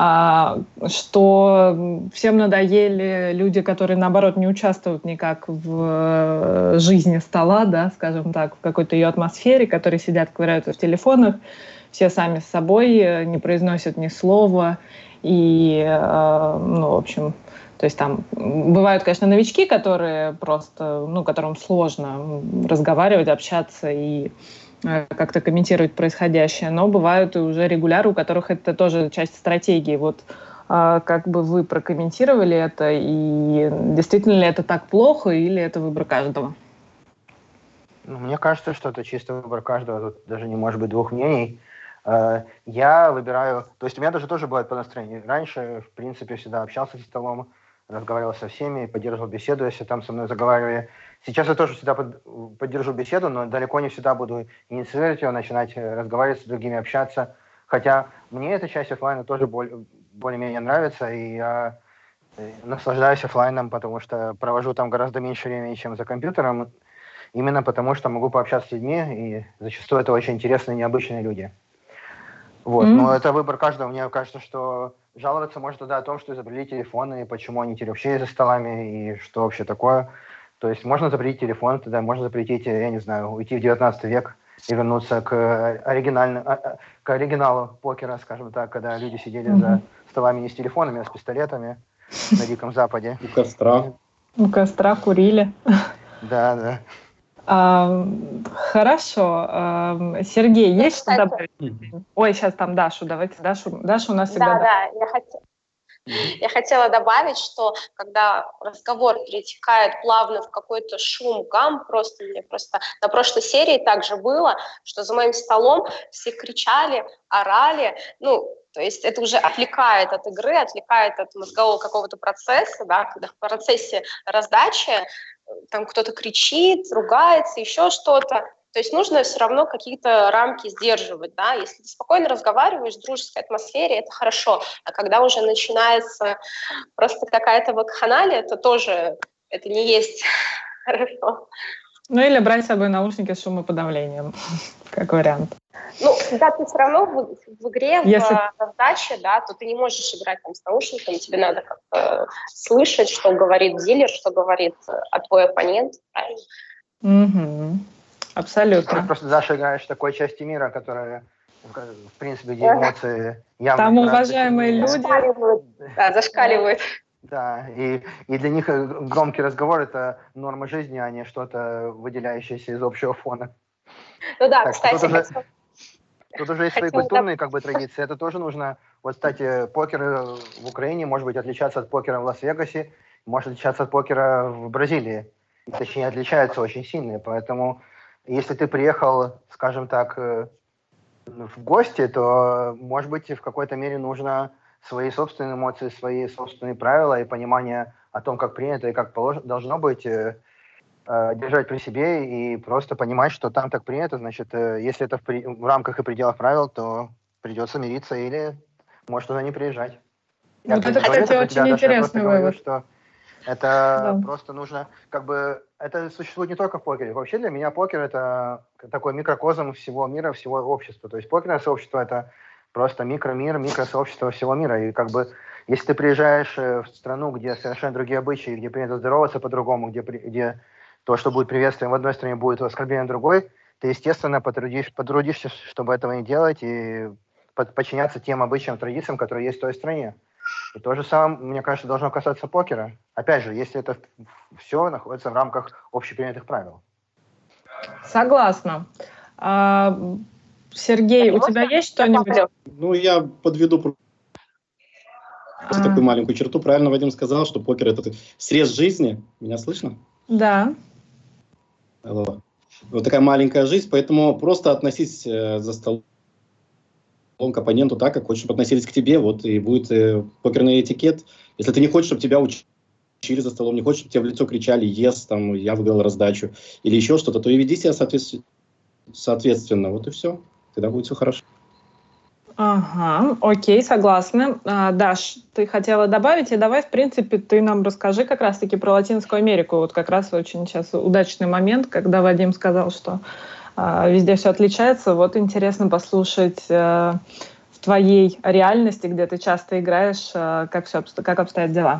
что всем надоели люди, которые, наоборот, не участвуют никак в жизни стола, да, скажем так, в какой-то ее атмосфере, которые сидят, ковыряются в телефонах, все сами с собой, не произносят ни слова. И, ну, в общем, то есть там бывают, конечно, новички, которые просто, ну, которым сложно разговаривать, общаться и как-то комментировать происходящее, но бывают и уже регуляры, у которых это тоже часть стратегии. Вот как бы вы прокомментировали это, и действительно ли это так плохо, или это выбор каждого?
Ну, мне кажется, что это чисто выбор каждого, тут даже не может быть двух мнений. Я выбираю, то есть у меня даже тоже бывает по настроению. Раньше, в принципе, всегда общался со столом, разговаривал со всеми, поддерживал беседу, если там со мной заговаривали. Сейчас я тоже всегда поддержу беседу, но далеко не всегда буду инициировать ее, начинать разговаривать с другими, общаться. Хотя мне эта часть офлайна тоже более-менее нравится, и я наслаждаюсь офлайном, потому что провожу там гораздо меньше времени, чем за компьютером, именно потому что могу пообщаться с людьми, и зачастую это очень интересные и необычные люди. Вот. Но это выбор каждого. Мне кажется, что жаловаться можно тогда о том, что изобрели телефоны, и почему они теперь вообще за столами, и что вообще такое. То есть можно запретить телефон, тогда можно запретить, я не знаю, уйти в 19 век и вернуться к оригиналу покера, скажем так, когда люди сидели за столами не с телефонами, а с пистолетами на Диком Западе.
У костра.
У костра курили.
Да, да.
Хорошо. Сергей, есть что добавить? Ой, сейчас там Дашу, давайте Дашу. Даша у нас всегда...
Да, я хотела добавить, что когда разговор перетекает плавно в какой-то шум, гам, мне на прошлой серии также было, что за моим столом все кричали, орали, ну, то есть это уже отвлекает от игры, отвлекает от мозгового какого-то процесса, да, когда в процессе раздачи там кто-то кричит, ругается, еще что-то. То есть нужно все равно какие-то рамки сдерживать, да, если ты спокойно разговариваешь в дружеской атмосфере, это хорошо, а когда уже начинается просто какая-то вакханалия, то тоже это не есть хорошо.
Ну или брать с собой наушники с шумоподавлением, как вариант.
Ну, когда ты все равно в игре, в раздаче, да, то ты не можешь играть там с наушниками, тебе надо как-то слышать, что говорит дилер, что говорит твой оппонент, правильно?
Угу. Абсолютно.
Ты просто, Даша, играешь в такой части мира, которая, в принципе, где эмоции явно...
Там уважаемые люди...
Зашкаливают.
Да, и для них громкий разговор – это норма жизни, а не что-то выделяющееся из общего фона.
Ну да,
так,
кстати...
Тут уже есть свои культурные традиции, это тоже нужно. Вот, кстати, покер в Украине может быть отличаться от покера в Лас-Вегасе, может отличаться от покера в Бразилии. Точнее, отличаются очень сильно, поэтому... Если ты приехал, скажем так, в гости, то, может быть, в какой-то мере нужно свои собственные эмоции, свои собственные правила и понимание о том, как принято и как должно быть, держать при себе и просто понимать, что там так принято. Значит, если это в рамках и пределах правил, то придется мириться или может туда не приезжать.
Вот это, кстати, очень интересный вывод.
Это просто нужно, как бы, это существует не только в покере. Вообще для меня покер — это такой микрокосм всего мира, всего общества. То есть покерное сообщество — это просто микромир, микросообщество всего мира. И как бы, если ты приезжаешь в страну, где совершенно другие обычаи, где принято здороваться по-другому, где то, что будет приветствием в одной стране, будет оскорблением в другой, ты, естественно, потрудишься, чтобы этого не делать, и подчиняться тем обычаям, традициям, которые есть в той стране. И то же самое, мне кажется, должно касаться покера. Опять же, если это все находится в рамках общепринятых правил.
Согласна. Сергей, у тебя есть что-нибудь?
Ну, я подведу просто такую маленькую черту. Правильно Вадим сказал, что покер — это срез жизни. Меня слышно?
Да.
Вот такая маленькая жизнь, поэтому просто относись за столом к оппоненту так, как хочешь, чтобы относились к тебе, вот и будет покерный этикет. Если ты не хочешь, чтобы тебя учили за столом, не хочешь, чтобы тебе в лицо кричали «ес», там, «я выиграл раздачу» или еще что-то, то и веди себя соответственно. Вот и все. Тогда будет все хорошо.
Ага, окей, согласна. Даш, ты хотела добавить, и давай, в принципе, ты нам расскажи как раз-таки про Латинскую Америку. Вот как раз очень сейчас удачный момент, когда Вадим сказал, что везде все отличается. Вот интересно послушать в твоей реальности, где ты часто играешь, как обстоят дела.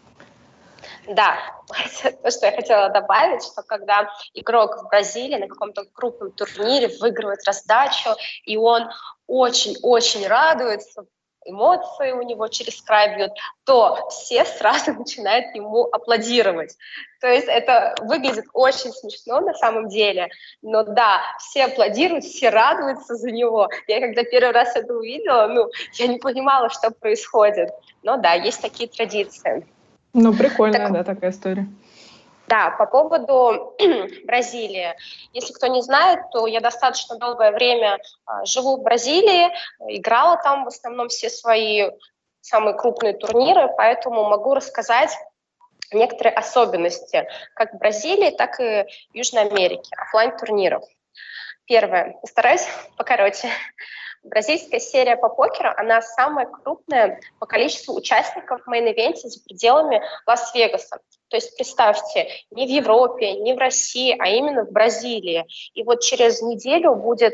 Да, то, что я хотела добавить, что когда игрок в Бразилии на каком-то крупном турнире выигрывает раздачу, и он очень-очень радуется, эмоции у него через край бьют, то все сразу начинают ему аплодировать. То есть это выглядит очень смешно на самом деле, но да, все аплодируют, все радуются за него. Я когда первый раз это увидела, я не понимала, что происходит. Но да, есть такие традиции.
Ну, прикольная, такая история.
Да, по поводу Бразилии. Если кто не знает, то я достаточно долгое время живу в Бразилии, играла там в основном все свои самые крупные турниры, поэтому могу рассказать некоторые особенности как в Бразилии, так и в Южной Америке, офлайн-турниров. Первое. Постараюсь покороче. Бразильская серия по покеру, она самая крупная по количеству участников в мейн-ивенте за пределами Лас-Вегаса. То есть представьте, не в Европе, не в России, а именно в Бразилии. И вот через неделю будет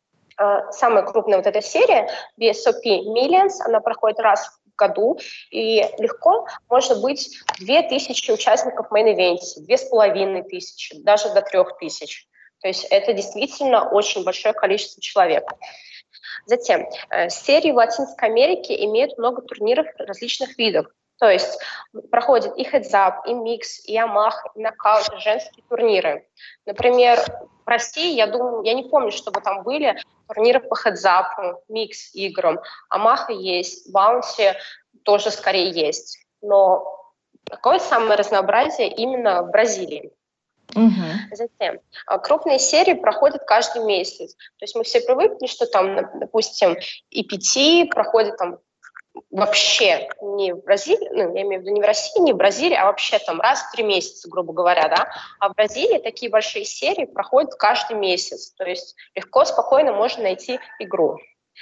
самая крупная вот эта серия, BSOP Millions, она проходит раз в году, и легко может быть 2000 участников в мейн-ивенте, 2500, даже до 3000. То есть это действительно очень большое количество человек. Затем, серии в Латинской Америке имеют много турниров различных видов. То есть проходят и хедзап, и микс, и амах, и нокаут, и женские турниры. Например, в России, я не помню, чтобы там были турниры по хедзапу, микс играм. Амаха есть, баунси тоже скорее есть. Но такое самое разнообразие именно в Бразилии. Затем, крупные серии проходят каждый месяц. То есть мы все привыкли, что там, допустим, EPT проходит там вообще не в Бразилии, я имею в виду не в России, не в Бразилии, а вообще там раз в 3 месяца, грубо говоря, да. А в Бразилии такие большие серии проходят каждый месяц. То есть легко, спокойно можно найти игру.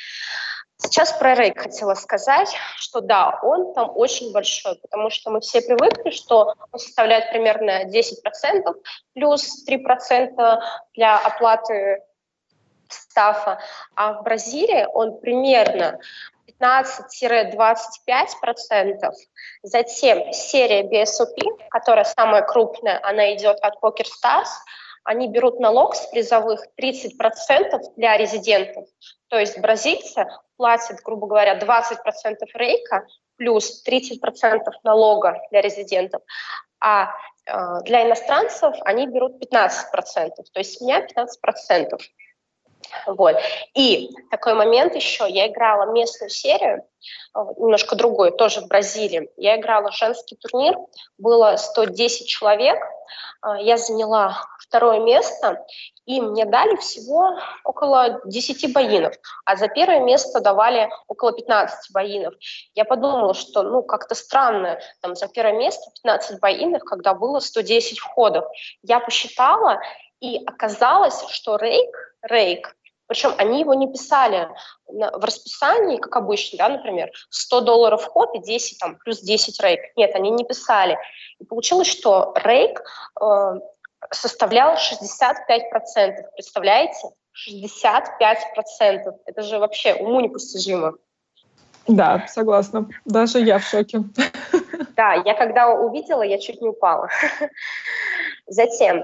Сейчас про рейк хотела сказать, что да, он там очень большой, потому что мы все привыкли, что он составляет примерно 10% плюс 3% для оплаты стафа, а в Бразилии он примерно 15-25%. Затем серия BSOP, которая самая крупная, она идет от PokerStars, они берут налог с призовых 30% для резидентов. То есть бразильцы платят, грубо говоря, 20% рейка плюс 30% налога для резидентов, а для иностранцев они берут 15%, то есть с меня 15%. Вот. И такой момент еще, я играла местную серию, немножко другую, тоже в Бразилии. Я играла женский турнир, было 110 человек, я заняла 2 место, и мне дали всего около 10 боинов, а за 1 место давали около 15 боинов. Я подумала, что как-то странно, там за 1 место 15 боинов, когда было 110 входов. Я посчитала, и оказалось, что рейк Причем они его не писали в расписании, как обычно, да, например, $100 вход и 10, там, плюс 10 рейк. Нет, они не писали. И получилось, что рейк составлял 65%. Представляете? 65%. Это же вообще уму непостижимо.
Да, согласна. Даже я в шоке.
Да, я когда увидела, я чуть не упала. Затем,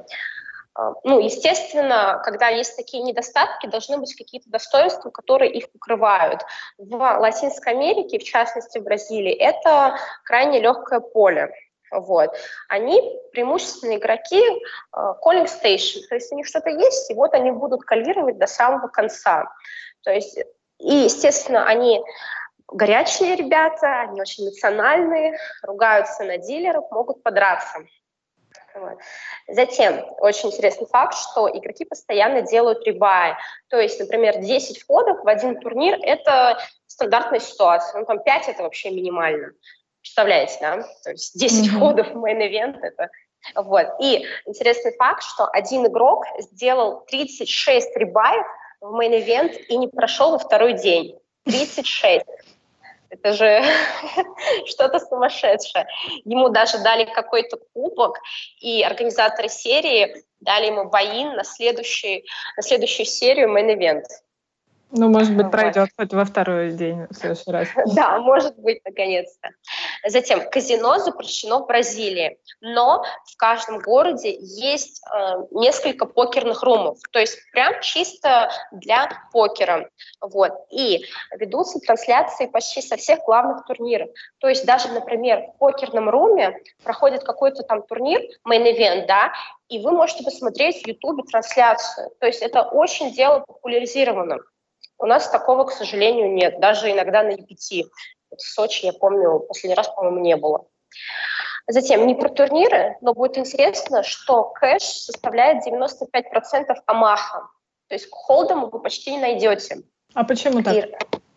естественно, когда есть такие недостатки, должны быть какие-то достоинства, которые их покрывают. В Латинской Америке, в частности в Бразилии, это крайне легкое поле. Вот. Они преимущественно игроки calling station, то есть у них что-то есть, и вот они будут калировать до самого конца. То есть, и, естественно, они горячие ребята, они очень эмоциональные, ругаются на дилеров, могут подраться. Вот. Затем, очень интересный факт, что игроки постоянно делают ребай. То есть, например, 10 входов в один турнир – это стандартная ситуация. Там 5 – это вообще минимально. Представляете, да? То есть 10 входов в мейн-ивент – это… Вот. И интересный факт, что один игрок сделал 36 ребаев в мейн-ивент и не прошел во второй день. 36. Это же что-то сумасшедшее. Ему даже дали какой-то кубок, и организаторы серии дали ему бай-ин на следующую серию мейн-ивент.
Ну, может быть, пройдет хоть во второй день в следующий раз.
Да, может быть, наконец-то. Затем, казино запрещено в Бразилии, но в каждом городе есть несколько покерных румов, то есть прям чисто для покера. Вот. И ведутся трансляции почти со всех главных турниров. То есть даже, например, в покерном руме проходит какой-то там турнир, мейн-ивент, да, и вы можете посмотреть в Ютубе трансляцию. То есть это очень дело популяризировано. У нас такого, к сожалению, нет. Даже иногда на EPT. В Сочи, я помню, последний раз, по-моему, не было. Затем, не про турниры, но будет интересно, что кэш составляет 95% амаха. То есть к холдам вы почти не найдете.
А почему так?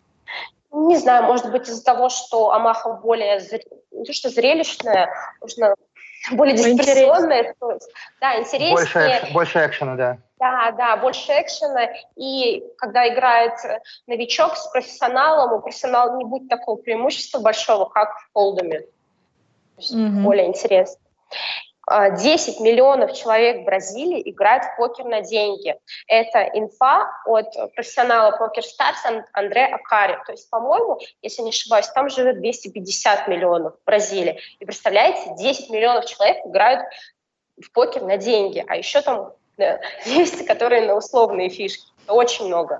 Не знаю, может быть, из-за того, что амаха более не то, что зрелищная, нужно более дисперсионная. Да, интереснее.
Больше экшена, да.
Да, больше экшена, и когда играет новичок с профессионалом, у профессионала не будет такого преимущества большого, как в холдами. Более интересно. 10 миллионов человек в Бразилии играют в покер на деньги. Это инфа от профессионала PokerStars Андре Акари. То есть, по-моему, если не ошибаюсь, там живет 250 миллионов в Бразилии. И представляете, 10 миллионов человек играют в покер на деньги, а еще там есть, которые на условные фишки. Очень много.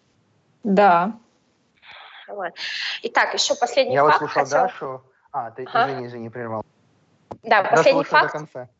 Да.
Вот. Итак, еще последний
факт.
Я
вот слушал Дашу. Ты извини, прервал.
Да, последний факт,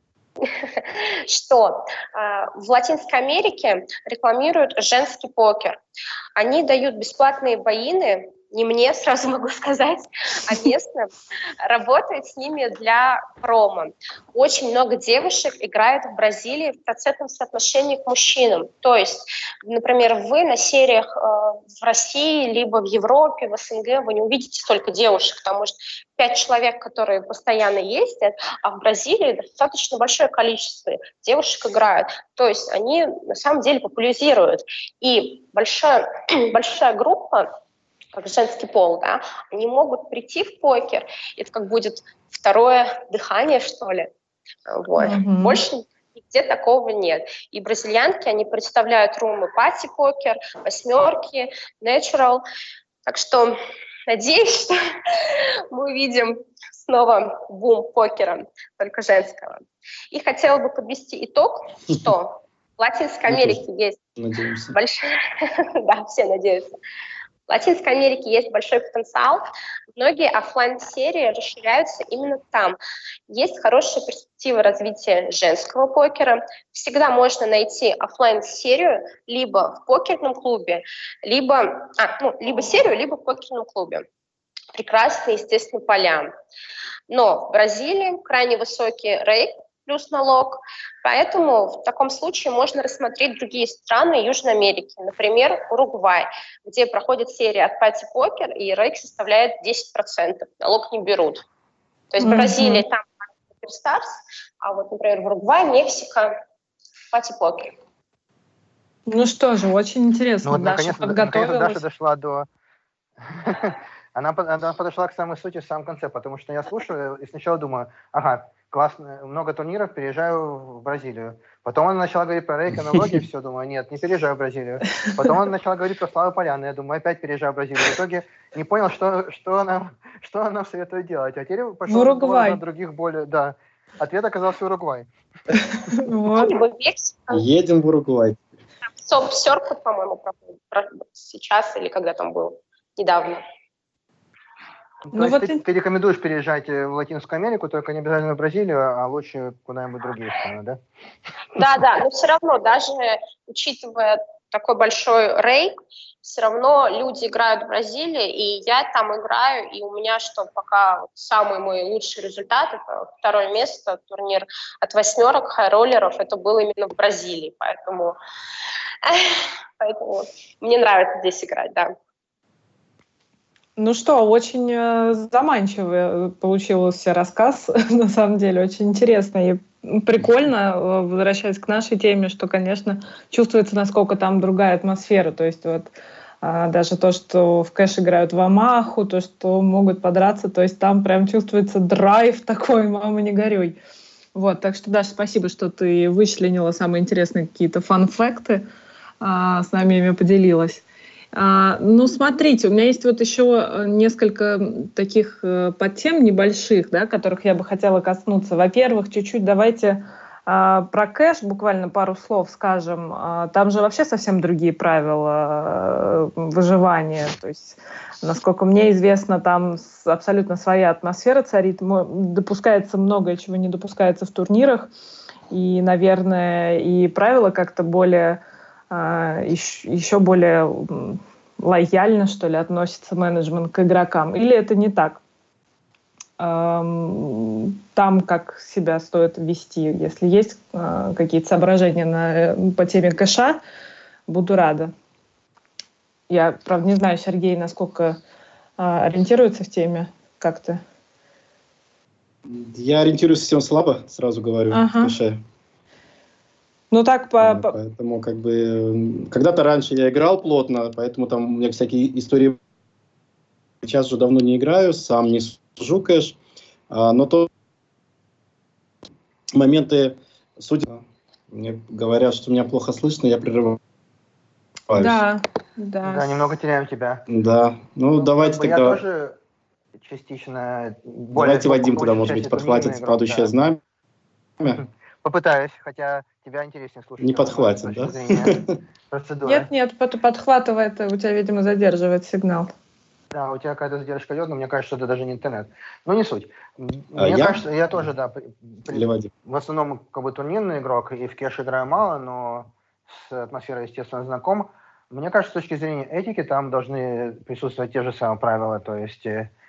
что в Латинской Америке рекламируют женский покер. Они дают бесплатные бай-ины, не мне, сразу могу сказать, а местным, работают с ними для промо. Очень много девушек играет в Бразилии в процентном соотношении к мужчинам. То есть, например, вы на сериях в России, либо в Европе, в СНГ, вы не увидите столько девушек, потому что 5 человек, которые постоянно ездят, а в Бразилии достаточно большое количество девушек играют. То есть они на самом деле популяризируют. И большая группа, как женский пол, да, они могут прийти в покер, это как будет второе дыхание, что ли. Вот. Больше нигде такого нет. И бразильянки, они представляют румы пати-покер, восьмерки, natural. Так что надеюсь, что мы увидим снова бум покера, только женского. И хотела бы подвести итог, что в Латинской Америке есть большой... Да, все надеются. В Латинской Америке есть большой потенциал. Многие офлайн-серии расширяются именно там. Есть хорошая перспектива развития женского покера. Всегда можно найти офлайн-серию либо в покерном клубе, либо серию, либо в покерном клубе. Прекрасные, естественно, поля. Но в Бразилии крайне высокий рейт плюс налог, поэтому в таком случае можно рассмотреть другие страны Южной Америки, например, Уругвай, где проходит серия от пати-покер, и рейт составляет 10%, налог не берут. То есть Бразилия, там PokerStars, а вот, например, в Уругвае, Мексика, пати-покер.
Ну что же, очень
Ну
интересно.
вот
Даша
наконец-то
подготовилась.
Даша дошла до... Она подошла к самой сути в самом конце, потому что я слушаю и сначала думаю, ага, классно, много турниров, переезжаю в Бразилию. Потом она начала говорить про рейк и налоги, все, думаю, нет, не переезжаю в Бразилию. Потом она начала говорить про Славу Поляну, я думаю, опять переезжаю в Бразилию. В итоге не понял, что она советует делать. А теперь
В
пошел разговор
Уругвай.
на других более... Да, ответ оказался Уругвай.
Вот.
Либо Мексика.
Едем в Уругвай.
Серф, по-моему, сейчас или когда там был, недавно.
То есть ты рекомендуешь переезжать в Латинскую Америку, только не обязательно в Бразилию, а лучше куда-нибудь другие страны, да?
Да, но все равно, даже учитывая такой большой рейк, все равно люди играют в Бразилии, и я там играю, и у меня пока самый мой лучший результат, это 2 место, турнир от 8 хай-роллеров, это был именно в Бразилии, поэтому мне нравится здесь играть, да.
Ну что, очень заманчивый получился рассказ, на самом деле, очень интересно и прикольно, возвращаясь к нашей теме, что, конечно, чувствуется, насколько там другая атмосфера, то есть вот даже то, что в кэш играют в Амаху, то, что могут подраться, то есть там прям чувствуется драйв такой, мама, не горюй. Вот, так что, Даша, спасибо, что ты вычленила самые интересные какие-то фан-факты, с нами ими поделилась. Ну, смотрите, у меня есть вот еще несколько таких подтем небольших, да, которых я бы хотела коснуться. Во-первых, чуть-чуть давайте про кэш буквально пару слов скажем. Там же вообще совсем другие правила выживания. То есть, насколько мне известно, там абсолютно своя атмосфера царит. Допускается многое, чего не допускается в турнирах. И, наверное, и правила как-то более... еще более лояльно, что ли, относится менеджмент к игрокам? Или это не так? Там как себя стоит вести? Если есть какие-то соображения по теме кэша, буду рада. Я, правда, не знаю, Сергей, насколько ориентируется в теме как-то?
Я ориентируюсь совсем слабо, сразу говорю, в кэше.
Ну так
Поэтому как бы когда-то раньше я играл плотно, поэтому там у меня всякие истории. Сейчас уже давно не играю, сам не сужу кэш, но то моменты, судя, мне говорят, что меня плохо слышно, я прерываюсь.
Да,
немного теряем тебя.
Да, ну давайте тогда.
Я тоже частично.
Давайте Вадим тогда, может быть, подхватит падающее знамя.
Попытаюсь, хотя тебя интереснее слушать.
Не подхватит, да?
Нет, подхватывает, у тебя, видимо, задерживает сигнал.
Да, у тебя какая-то задержка идет, но мне кажется, что это даже не интернет. Но не суть. Мне кажется, я тоже, да, в основном как бы турнирный игрок, и в кэш играю мало, но с атмосферой, естественно, знаком. Мне кажется, с точки зрения этики, там должны присутствовать те же самые правила, то есть...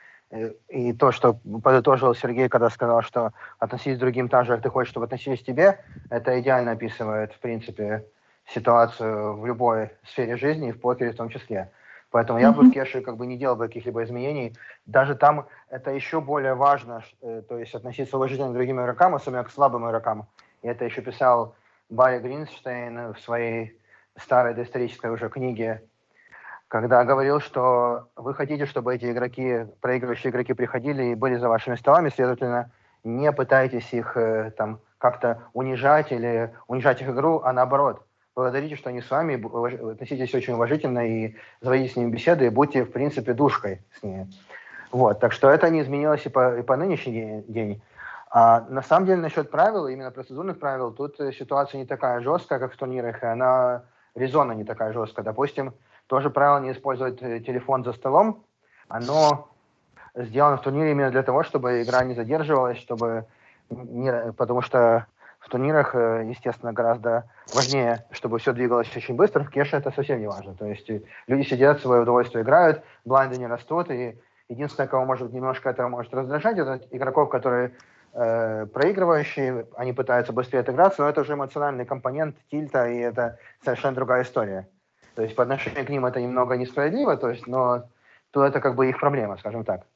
И то, что подытожил Сергей, когда сказал, что относись к другим так же, как ты хочешь, чтобы относились к тебе, это идеально описывает, в принципе, ситуацию в любой сфере жизни, и в покере в том числе. Поэтому я бы в кэше как бы не делал бы каких-либо изменений. Даже там это еще более важно, то есть относиться уважительно к другим игрокам, особенно к слабым игрокам. И это еще писал Барри Гринштейн в своей старой доисторической уже книге, когда говорил, что вы хотите, чтобы эти игроки, проигрывающие игроки, приходили и были за вашими столами, следовательно, не пытайтесь их там как-то унижать или унижать их игру, а наоборот, благодарите, что они с вами, относитесь очень уважительно и заводите с ними беседы, и будьте, в принципе, душкой с ними. Вот, так что это не изменилось и по нынешний день. А на самом деле, насчет правил, именно процедурных правил, тут ситуация не такая жесткая, как в турнирах, и она резонно не такая жесткая. Допустим, тоже правило не использовать телефон за столом, оно сделано в турнире именно для того, чтобы игра не задерживалась, потому что в турнирах, естественно, гораздо важнее, чтобы все двигалось очень быстро. В кэше это совсем не важно. То есть люди сидят, в свое удовольствие играют, блайнды не растут, и единственное, кого может немножко это может раздражать, это игроков, которые проигрывающие, они пытаются быстрее отыграться, но это уже эмоциональный компонент тильта, и это совершенно другая история. То есть по отношению к ним это немного несправедливо, то есть, но то это как бы их проблема, скажем так.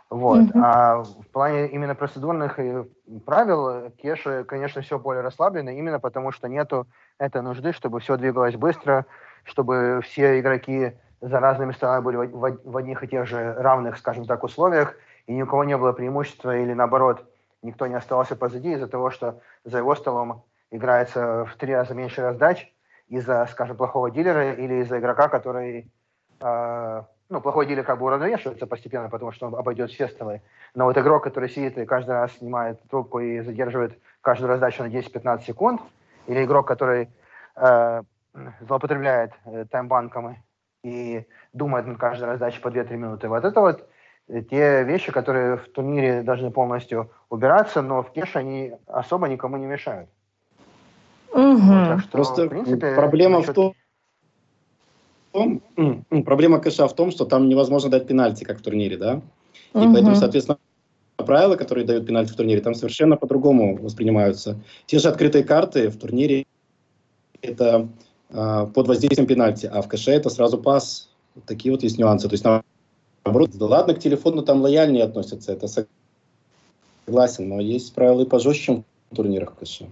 Вот. А в плане именно процедурных правил кеши, конечно, все более расслаблено, именно потому что нету этой нужды, чтобы все двигалось быстро, чтобы все игроки за разными сторонами были в одних и тех же равных, скажем так, условиях, и ни у кого не было преимущества, или наоборот, никто не оставался позади из-за того, что за его столом играется в 3 раза меньше раздач из-за, скажем, плохого дилера или из-за игрока, который... плохой дилер как бы уравновешивается постепенно, потому что он обойдет все столы. Но вот игрок, который сидит и каждый раз снимает трубку и задерживает каждую раздачу на 10-15 секунд, или игрок, который злоупотребляет таймбанком и думает над каждой раздачей по 2-3 минуты. Вот это вот те вещи, которые в турнире должны полностью убираться, но в кеше они особо никому не мешают. Вот, так что,
просто
в принципе,
проблема в том, проблема кэша в том, что там невозможно дать пенальти, как в турнире, да? И поэтому, соответственно, правила, которые дают пенальти в турнире, там совершенно по-другому воспринимаются. Те же открытые карты в турнире это под воздействием пенальти, а в кэше это сразу пас. Вот такие вот есть нюансы. То есть, наоборот, да ладно, к телефону там лояльнее относятся, это согласен, но есть правила и пожестче, чем в турнирах в кэше.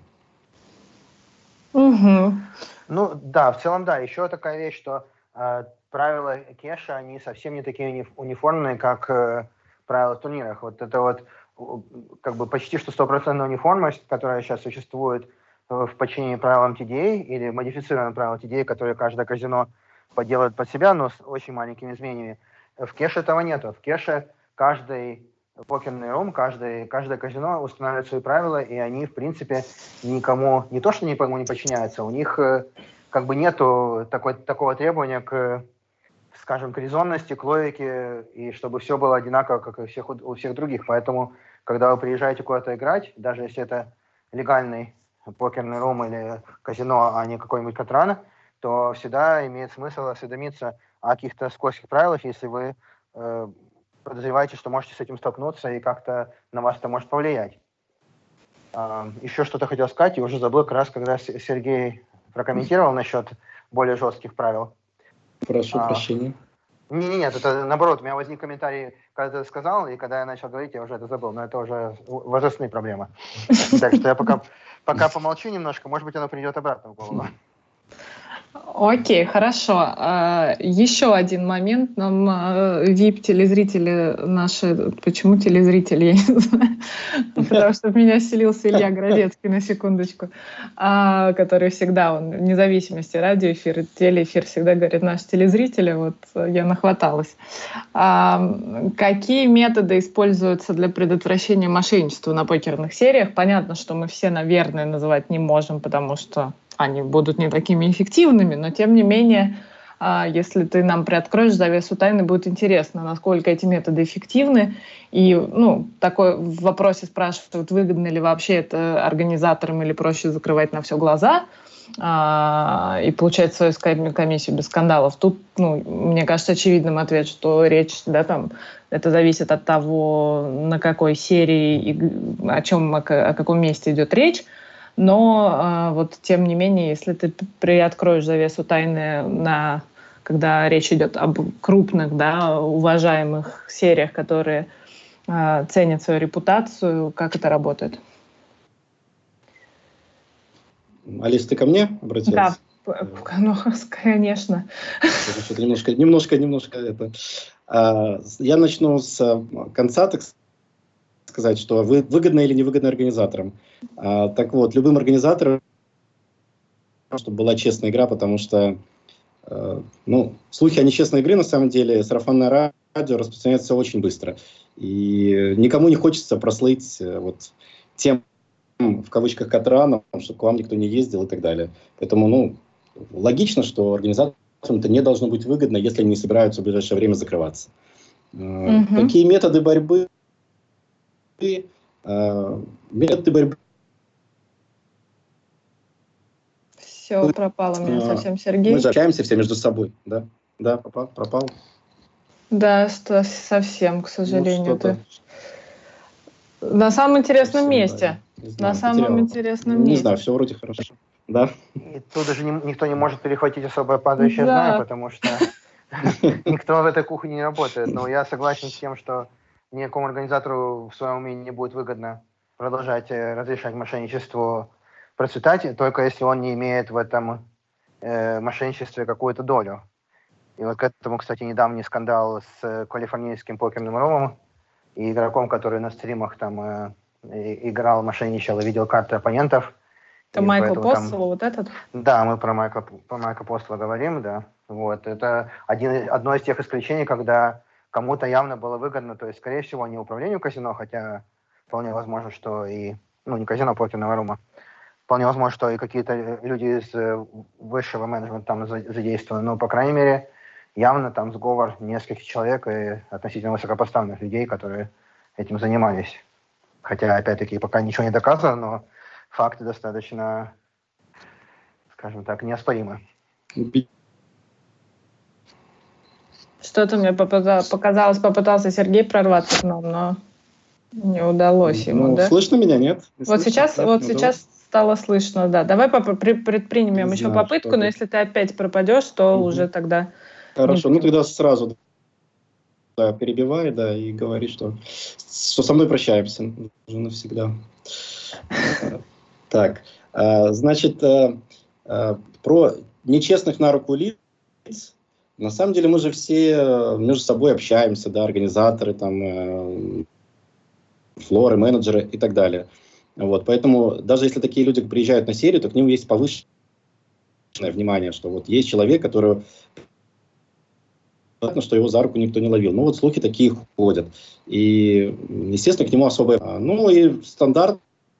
Ну, да, в целом, да. Еще такая вещь, что правила кеша, они совсем не такие униформные, как правила в турнирах. Вот это вот как бы почти что 100% униформность, которая сейчас существует в подчинении правилам TDA или модифицированным правилам TDA, которые каждое казино поделает под себя, но с очень маленькими изменениями. В кеше этого нету. В кеше каждый покерный рум, каждое казино устанавливает свои правила, и они, в принципе, никому, не то что никому не подчиняются, у них как бы нету такого требования к, скажем, к резонности, к логике, и чтобы все было одинаково, как и у всех других. Поэтому, когда вы приезжаете куда-то играть, даже если это легальный покерный рум или казино, а не какой-нибудь Катран, то всегда имеет смысл осведомиться о каких-то скользких правилах, если вы подозреваете, что можете с этим столкнуться и как-то на вас это может повлиять. Еще что-то хотел сказать, и уже забыл, как раз когда Сергей прокомментировал насчет более жестких правил.
Прошу прощения.
Нет, это наоборот, у меня возник комментарий, когда ты сказал, и когда я начал говорить, я уже это забыл, но это уже возрастные проблемы. Так что я пока помолчу немножко, может быть, оно придет обратно в голову.
Окей, хорошо. Еще один момент. Нам VIP-телезрители наши... Почему телезрители? Я не знаю. Потому что в меня селился Илья Градецкий, на секундочку, который всегда, он вне зависимости радиоэфир и телеэфир, всегда говорит, наши телезрители, вот я нахваталась. Какие методы используются для предотвращения мошенничества на покерных сериях? Понятно, что мы все, наверное, называть не можем, потому что они будут не такими эффективными, но тем не менее, если ты нам приоткроешь завесу тайны, будет интересно, насколько эти методы эффективны. И такой в вопросе спрашивают, выгодно ли вообще это организаторам или проще закрывать на все глаза и получать свою комиссию без скандалов. Тут, мне кажется, очевидным ответ, что речь, это зависит от того, на какой серии и о каком месте идет речь. Но вот тем не менее, если ты приоткроешь завесу тайны, когда речь идет об крупных, уважаемых сериях, которые ценят свою репутацию, как это работает?
Алис, ты ко мне обратилась?
Да, конечно.
Немножко это. Я начну с конца, так сказать, что выгодно или невыгодно организаторам. Так вот, любым организаторам, чтобы была честная игра, потому что слухи о нечестной игре, на самом деле, сарафанное радио распространяется очень быстро. И никому не хочется прослыть тем, в кавычках, Катраном, чтобы к вам никто не ездил и так далее. Поэтому, логично, что организаторам это не должно быть выгодно, если они не собираются в ближайшее время закрываться. Какие методы борьбы? Методы борьбы.
Все, пропало у меня совсем Сергей.
Мы же общаемся все между собой, да? Да, пропал.
Да, совсем, к сожалению. На самом интересном месте. На самом интересном месте.
Не знаю, все вроде хорошо. Да.
И тут даже никто не может перехватить особое падающее знамя, потому что никто в этой кухне не работает. Но я согласен с тем, что никакому организатору в своем уме не будет выгодно продолжать разрешать мошенничеству процветать, только если он не имеет в этом мошенничестве какую-то долю. И вот к этому, кстати, недавний скандал с калифорнийским покерным румом и игроком, который на стримах там играл, мошенничал и видел карты оппонентов.
Это Майкл Постел, вот этот?
Да, мы про Майкла Постела говорим, да. Вот. Это одно из тех исключений, когда кому-то явно было выгодно, то есть, скорее всего, не управлению казино, хотя вполне возможно, что и, не казино, покерного рума, вполне возможно, что и какие-то люди из высшего менеджмента там задействованы, но, по крайней мере, явно там сговор нескольких человек и относительно высокопоставленных людей, которые этим занимались. Хотя, опять-таки, пока ничего не доказано, но факты достаточно, скажем так, неоспоримы.
Что-то мне показалось, попытался Сергей прорваться к нам, но не удалось ему, да?
Слышно меня, нет?
Вот сейчас стало слышно, да. Давай предпримем еще попытку, но если ты опять пропадешь, то уже тогда...
Хорошо, тогда сразу перебивай, и говори, что со мной прощаемся уже навсегда. Так, значит, про нечестных на руку лиц. На самом деле мы же все между собой общаемся, организаторы, там, флоры, менеджеры и так далее. Вот, поэтому даже если такие люди приезжают на серию, то к ним есть повышенное внимание, что вот есть человек, который... Понятно, что его за руку никто не ловил. Но вот слухи такие ходят. И, естественно, к нему особо... и стандарт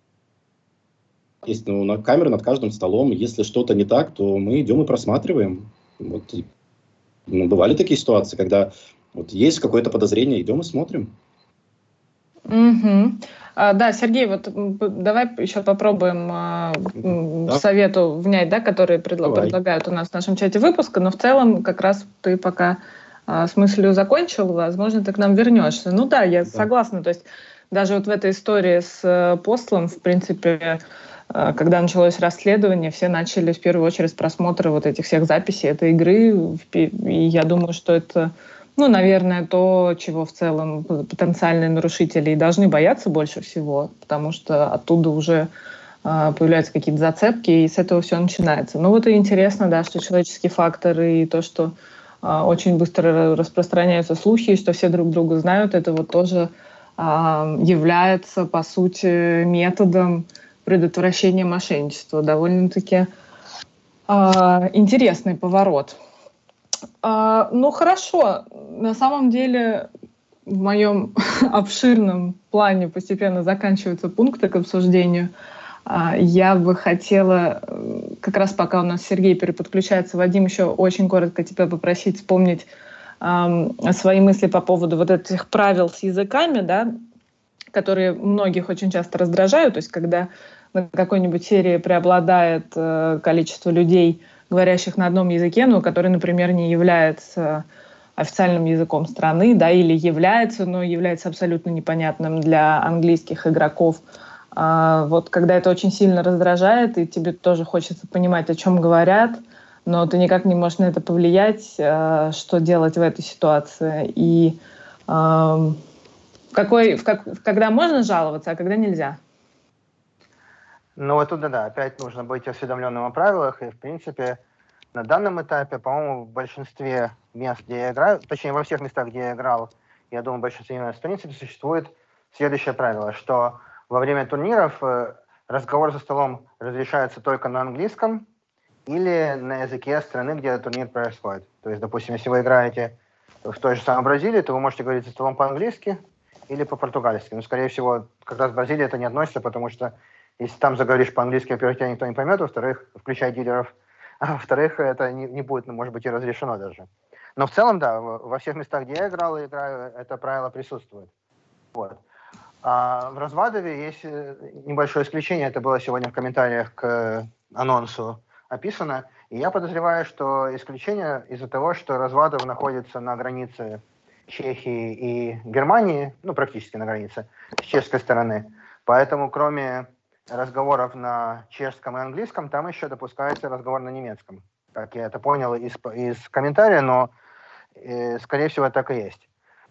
есть на камеры над каждым столом. Если что-то не так, то мы идем и просматриваем. Вот, бывали такие ситуации, когда вот есть какое-то подозрение, идем и смотрим.
Угу. Да, Сергей, вот давай еще попробуем совету внять, который предлагают у нас в нашем чате выпуска, но в целом как раз ты пока с мыслью закончил, возможно, ты к нам вернешься. Я согласна, то есть даже вот в этой истории с Постлом, в принципе, когда началось расследование, все начали в первую очередь с просмотра вот этих всех записей этой игры, и я думаю, что это... наверное, то, чего в целом потенциальные нарушители и должны бояться больше всего, потому что оттуда уже появляются какие-то зацепки, и с этого все начинается. И интересно, что человеческий фактор и то, что очень быстро распространяются слухи, что все друг друга знают, это вот тоже является, по сути, методом предотвращения мошенничества. Довольно-таки интересный поворот. Хорошо. На самом деле в моем обширном плане постепенно заканчиваются пункты к обсуждению. Я бы хотела, как раз пока у нас Сергей переподключается, Вадим, еще очень коротко тебя попросить вспомнить свои мысли по поводу вот этих правил с языками, которые многих очень часто раздражают. То есть когда на какой-нибудь серии преобладает количество людей, говорящих на одном языке, который, например, не является официальным языком страны, или является, но является абсолютно непонятным для английских игроков. Вот когда это очень сильно раздражает, и тебе тоже хочется понимать, о чем говорят, но ты никак не можешь на это повлиять, что делать в этой ситуации. И когда можно жаловаться, а когда нельзя?
Оттуда, опять нужно быть осведомленным о правилах, и, в принципе, на данном этапе, по-моему, в большинстве мест, где я играю, точнее, во всех местах, где я играл, я думаю, в большинстве мест, в принципе, существует следующее правило, что во время турниров разговор за столом разрешается только на английском или на языке страны, где турнир происходит. То есть, допустим, если вы играете в той же самой Бразилии, то вы можете говорить за столом по-английски или по-португальски. Скорее всего, как раз в Бразилии это не относится, потому что если там заговоришь по-английски, во-первых, тебя никто не поймет, во-вторых, включая дилеров, а во-вторых, это не будет, может быть, и разрешено даже. Но в целом, во всех местах, где я играл и играю, это правило присутствует. Вот. А в Развадове есть небольшое исключение, это было сегодня в комментариях к анонсу описано, и я подозреваю, что исключение из-за того, что Развадов находится на границе Чехии и Германии, практически на границе, с чешской стороны, поэтому кроме разговоров на чешском и английском, там еще допускается разговор на немецком. Как я это понял из комментария, но, скорее всего, так и есть.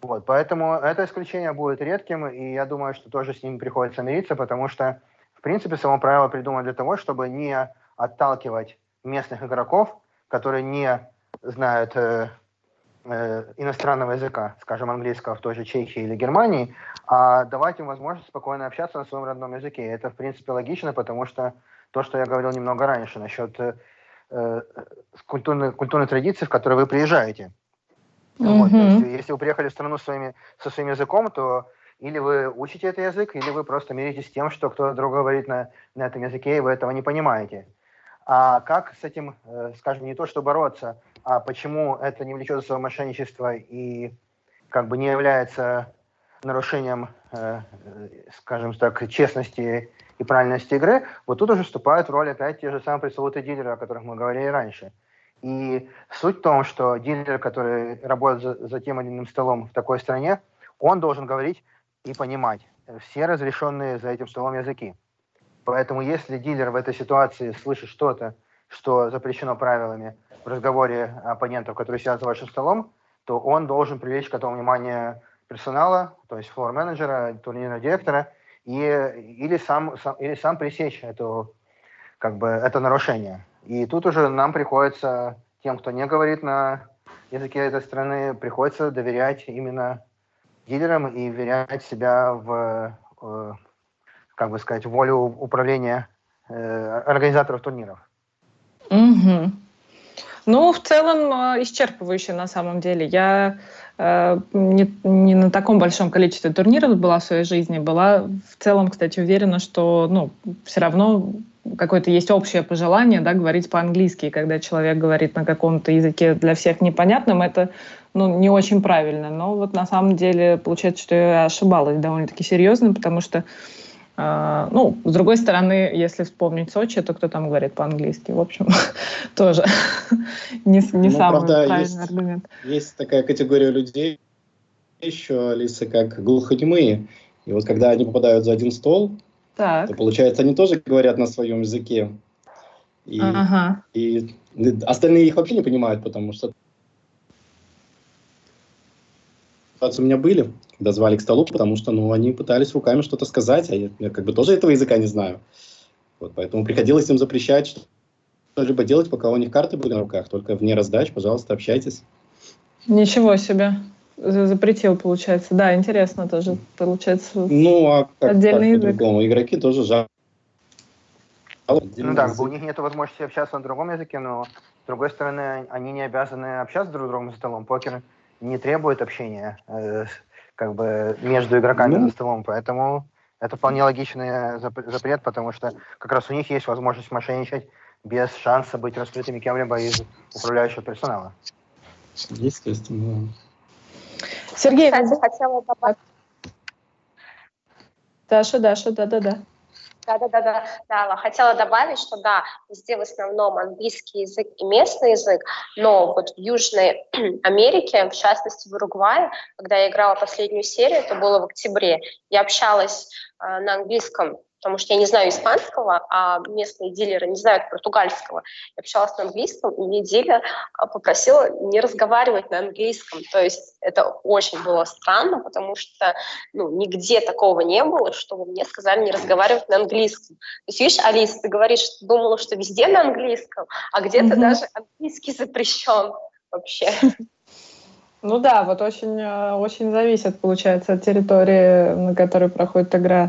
Вот, поэтому это исключение будет редким, и я думаю, что тоже с ним приходится мириться, потому что, в принципе, само правило придумано для того, чтобы не отталкивать местных игроков, которые не знают иностранного языка, скажем, английского в той же Чехии или Германии, а давать им возможность спокойно общаться на своем родном языке. Это, в принципе, логично, потому что то, что я говорил немного раньше насчет культурной традиции, в которой вы приезжаете. Вот, то есть, если вы приехали в страну со своим языком, то или вы учите этот язык, или вы просто миритесь с тем, что кто-то другой говорит на этом языке, и вы этого не понимаете. А как с этим, скажем, не то что бороться, а почему это не влечет за собой мошенничество и как бы не является нарушением, скажем так, честности и правильности игры, вот тут уже вступают в роль опять те же самые пресловутые дилеры, о которых мы говорили раньше. И суть в том, что дилер, который работает за тем или иным столом в такой стране, он должен говорить и понимать все разрешенные за этим столом языки. Поэтому если дилер в этой ситуации слышит что-то, что запрещено правилами в разговоре оппонентов, которые сидят за вашим столом, то он должен привлечь к этому внимание персонала, то есть флор-менеджера, турнирного директора, или сам пресечь это нарушение. И тут уже нам приходится, тем, кто не говорит на языке этой страны, приходится доверять именно дилерам и верять себя в волю управления организаторов турниров.
Угу. Ну, в целом, исчерпывающе на самом деле. Я не на таком большом количестве турниров была в своей жизни. Была в целом, кстати, уверена, что все равно какое-то есть общее пожелание, да, говорить по-английски. И когда человек говорит на каком-то языке для всех непонятном, это не очень правильно. Но вот на самом деле получается, что я ошибалась довольно-таки серьезно, потому что с другой стороны, если вспомнить Сочи, то кто там говорит по-английски? В общем, тоже не самый правильный аргумент.
Есть такая категория людей еще, Алиса, как глухонемые. И вот когда они попадают за один стол, то, получается, они тоже говорят на своем языке. И остальные их вообще не понимают, потому что у меня были, когда звали к столу, потому что они пытались руками что-то сказать, а я тоже этого языка не знаю. Вот, поэтому приходилось им запрещать что-либо делать, пока у них карты были на руках. Только вне раздач, пожалуйста, общайтесь.
Ничего себе. Запретил, получается. Да, интересно тоже. Получается, отдельный язык.
По-другому. Игроки тоже жалуются.
У них нет возможности общаться на другом языке, но, с другой стороны, они не обязаны общаться друг с другом за столом. Покер не требует общения между игроками за столом, поэтому это вполне логичный запрет, потому что как раз у них есть возможность мошенничать без шанса быть раскрытыми кем-либо из управляющего персонала.
Естественно.
Сергей,
кстати, хотела добавить.
Даша, да.
Да, хотела добавить, что да, везде в основном английский язык и местный язык, но вот в Южной Америке, в частности в Уругвае, когда я играла последнюю серию, это было в октябре, я общалась на английском, потому что я не знаю испанского, а местные дилеры не знают португальского. Я общалась на английском, и мне дилер попросила не разговаривать на английском. То есть это очень было странно, потому что нигде такого не было, чтобы мне сказали не разговаривать на английском. То есть, видишь, Алиса, ты говоришь, что думала, что везде на английском, а где-то даже английский запрещен вообще.
Ну да, вот очень зависит, получается, от территории, на которой проходит игра.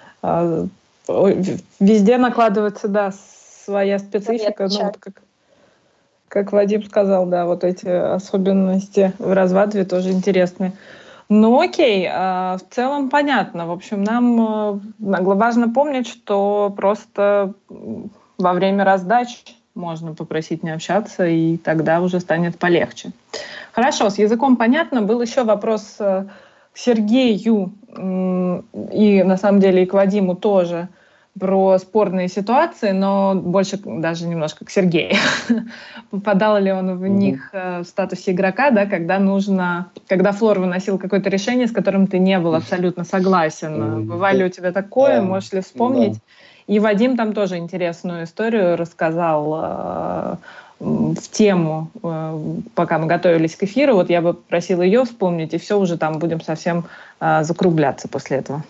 Везде накладывается, да, своя специфика. Как Вадим сказал, да, вот эти особенности в Развадове тоже интересны. Окей, в целом понятно. В общем, нам важно помнить, что просто во время раздач можно попросить не общаться, и тогда уже станет полегче. Хорошо, с языком понятно. Был еще вопрос к Сергею и, на самом деле, и к Вадиму тоже про спорные ситуации, но больше даже немножко к Сергею. Попадал ли он в них в статусе игрока, да, когда флор выносил какое-то решение, с которым ты не был абсолютно согласен. Бывало ли у тебя такое? Можешь ли вспомнить? И Вадим там тоже интересную историю рассказал в тему, пока мы готовились к эфиру. Вот я бы просила ее вспомнить, и все, уже там будем совсем закругляться после этого.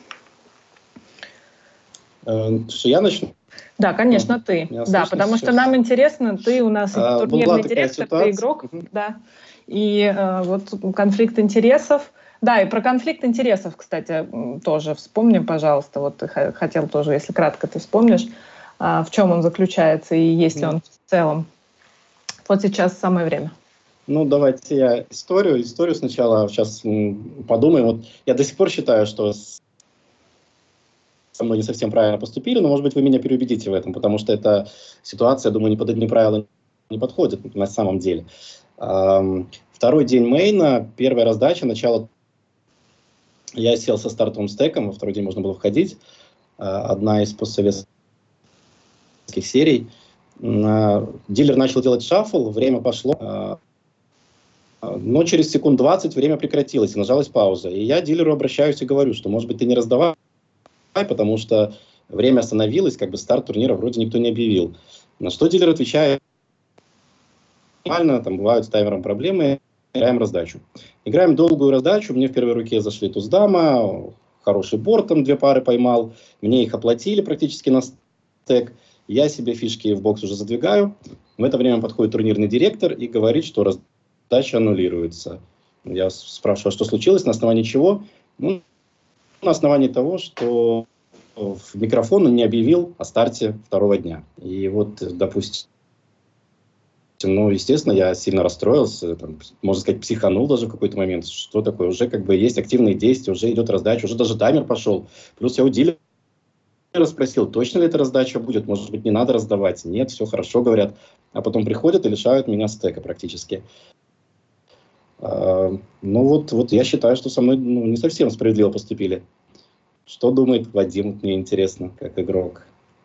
Что, я начну?
Да, конечно, ты. Да, потому что нам интересно, ты у нас турнирный директор, ты игрок, да. И вот конфликт интересов. Да, и про конфликт интересов, кстати, тоже вспомни, пожалуйста. Вот ты хотел тоже, если кратко ты вспомнишь, в чем он заключается и есть ли он в целом. Вот сейчас самое время.
Ну, давайте я историю сначала сейчас подумаем. Вот я до сих пор считаю, что со мной не совсем правильно поступили, но, может быть, вы меня переубедите в этом, потому что эта ситуация, я думаю, ни правила не подходит на самом деле. Второй день мейна, первая раздача, начало. Я сел со стартовым стеком, во второй день можно было входить. Одна из постсоветских серий. Дилер начал делать шаффл, время пошло. Но через секунд 20 время прекратилось, и нажалась пауза. И я дилеру обращаюсь и говорю, что, может быть, ты не раздавай, потому что время остановилось, как бы старт турнира вроде никто не объявил. На что дилер отвечает: нормально, там бывают с таймером проблемы, играем раздачу. Играем долгую раздачу, мне в первой руке зашли туз-дама, хороший борт, там 2 пары поймал, мне их оплатили практически на стек, я себе фишки в бокс уже задвигаю. В это время подходит турнирный директор и говорит, что раздача аннулируется. Я спрашиваю, что случилось, на основании чего? Ну, на основании того, что в микрофон он не объявил о старте второго дня. И вот, допустим, ну, естественно, я сильно расстроился, там, можно сказать, психанул даже в какой-то момент. Что такое? Уже как бы есть активные действия, уже идет раздача, уже даже таймер пошел. Плюс я у дилера спросил, точно ли эта раздача будет, может быть, не надо раздавать. Нет, все хорошо, говорят. А потом приходят и лишают меня стека практически. Ну вот я считаю, что со мной не совсем справедливо поступили. Что думает Вадим, мне интересно, как игрок.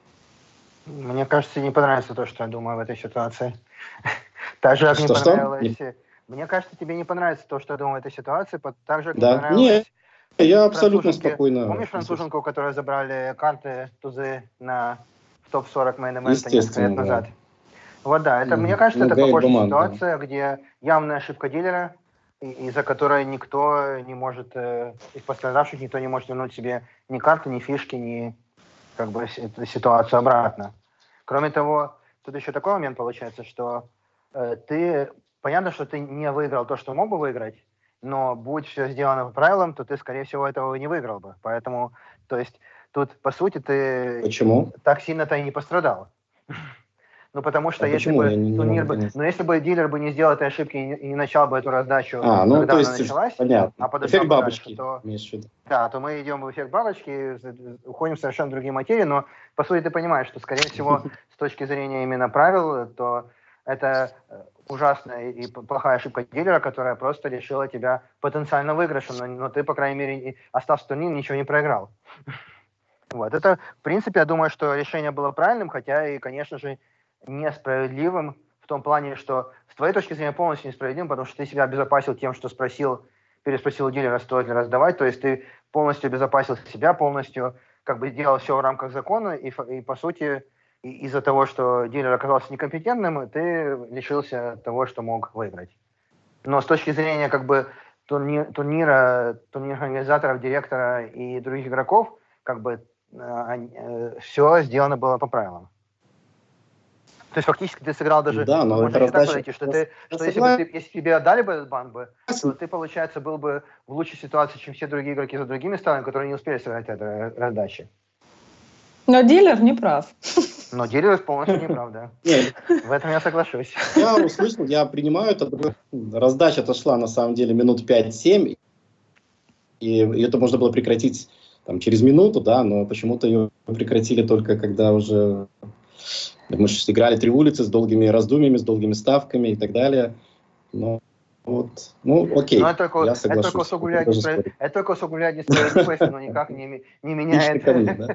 Мне кажется, не понравится то, что я думаю в этой ситуации. Так же, как не понравилось... Мне кажется, тебе не понравится то, что я думаю в этой ситуации, так же, как не понравилось...
Нет, я абсолютно спокойно...
Помнишь француженку, которая забрали карты тузы в топ-40 мейн-эвента несколько лет назад? Да. Вот да, это, мне кажется, это похожая ситуация, где явная ошибка дилера, из-за которой никто не может, из пострадавших никто не может вернуть себе ни карты, ни фишки, ни как бы ситуацию обратно. Кроме того, тут еще такой момент получается, что понятно, что ты не выиграл то, что мог бы выиграть, но будь все сделано по правилам, то ты, скорее всего, этого и не выиграл бы. Поэтому, то есть, тут, по сути, ты так сильно-то и не пострадал. Ну, потому что если бы если бы дилер бы не сделал этой ошибки и не начал бы эту раздачу, когда она началась, а подождал бабочки, то мы идем в эффект бабочки, уходим в совершенно другие материи, но, по сути, ты понимаешь, что, скорее всего, с точки зрения именно правил, то это ужасная и плохая ошибка дилера, которая просто лишила тебя потенциально выигрыша, но ты, по крайней мере, остался в турнире, ничего не проиграл. Вот. Это, в принципе, я думаю, что решение было правильным, хотя и, конечно же, несправедливым в том плане, что с твоей точки зрения полностью несправедливым, потому что ты себя обезопасил тем, что переспросил у дилера, стоит ли раздавать, то есть ты полностью обезопасил себя, полностью как бы делал все в рамках закона, и по сути из-за того, что дилер оказался некомпетентным, ты лишился того, что мог выиграть. Но с точки зрения как бы турнира, организаторов, директора и других игроков, как бы все сделано было по правилам. То есть фактически ты сыграл даже...
Да, но это раздача...
что если тебе отдали бы этот бан, то ты, получается, был бы в лучшей ситуации, чем все другие игроки за другими странами, которые не успели сыграть эту раздачу.
Но дилер не прав.
Но дилер полностью не прав, да.
Нет.
В этом я соглашусь.
Я услышал, я принимаю это. Раздача отошла, на самом деле, минут 5-7, и это можно было прекратить там, через минуту, да, но почему-то ее прекратили только когда уже... Мы же играли 3 улицы с долгими раздумьями, с долгими ставками и так далее. Но вот, окей,
я соглашусь. Это только усугубляет несправедливость, но никак не меняет...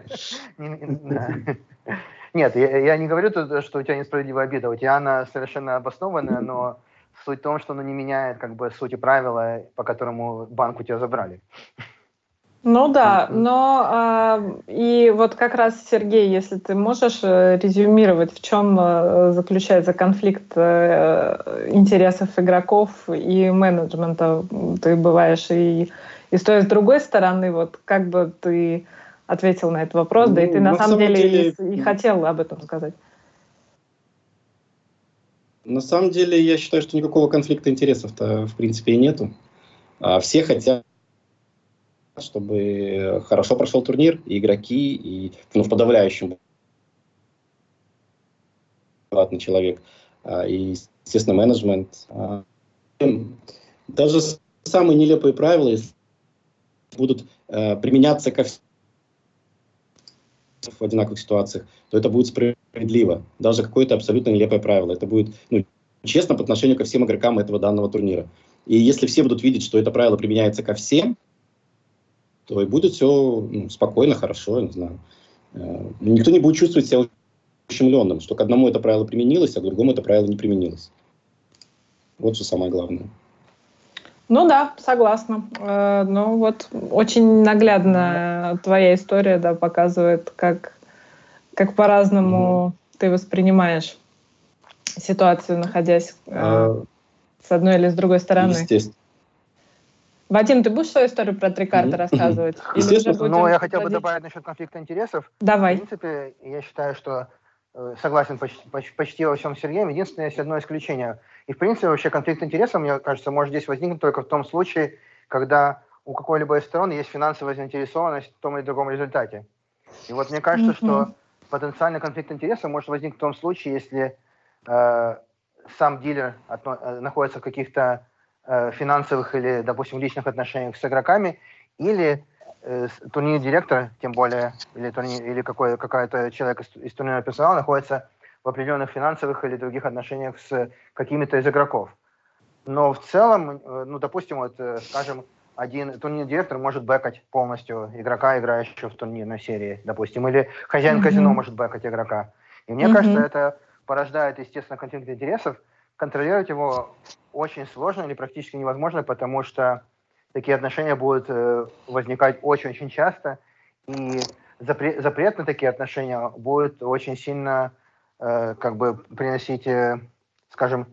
Нет, я не говорю, что у тебя несправедливая обида. У тебя она совершенно обоснованная, но суть в том, что она не меняет как бы сути правила, по которому банк у тебя забрали.
Ну да, но и вот как раз, Сергей, если ты можешь резюмировать, в чем заключается конфликт интересов игроков и менеджмента. Ты бываешь и с той, и с другой стороны, вот как бы ты ответил на этот вопрос, да и ты на самом деле и хотел об этом сказать.
На самом деле, я считаю, что никакого конфликта интересов-то в принципе и нету. Все хотят, чтобы хорошо прошел турнир, и игроки, и в подавляющем человек, и, естественно, менеджмент. Даже самые нелепые правила, если будут применяться ко всем в одинаковых ситуациях, то это будет справедливо. Даже какое-то абсолютно нелепое правило. Это будет честно по отношению ко всем игрокам этого данного турнира. И если все будут видеть, что это правило применяется ко всем, то и будет все спокойно, хорошо, я не знаю. Никто не будет чувствовать себя ущемленным, что к одному это правило применилось, а к другому это правило не применилось. Вот что самое главное.
Ну да, согласна. Ну вот очень наглядно твоя история, да, показывает, как по-разному ты воспринимаешь ситуацию, находясь с одной или с другой стороны.
Естественно.
Вадим, ты будешь свою историю про три карты рассказывать?
Ну, я хотел бы добавить насчет конфликта интересов.
Давай.
В принципе, я считаю, что согласен почти во всем с Сергеем. Единственное, есть одно исключение. И, в принципе, вообще конфликт интересов, мне кажется, может здесь возникнуть только в том случае, когда у какой-либо из сторон есть финансовая заинтересованность в том или другом результате. И вот мне кажется, что потенциальный конфликт интересов может возникнуть в том случае, если сам дилер находится в каких-то финансовых или, допустим, личных отношениях с игроками, или турнирный директор, тем более, или какой-то человек из турнирного персонала находится в определенных финансовых или других отношениях с какими-то из игроков. Но в целом, допустим, скажем, один турнирный директор может бэкать полностью игрока, играющего в турнирной серии, допустим, или хозяин казино может бэкать игрока. И мне кажется, это порождает, естественно, конфликт интересов. Контролировать его очень сложно или практически невозможно, потому что такие отношения будут возникать очень-очень часто, и запрет на такие отношения будет очень сильно приносить, скажем...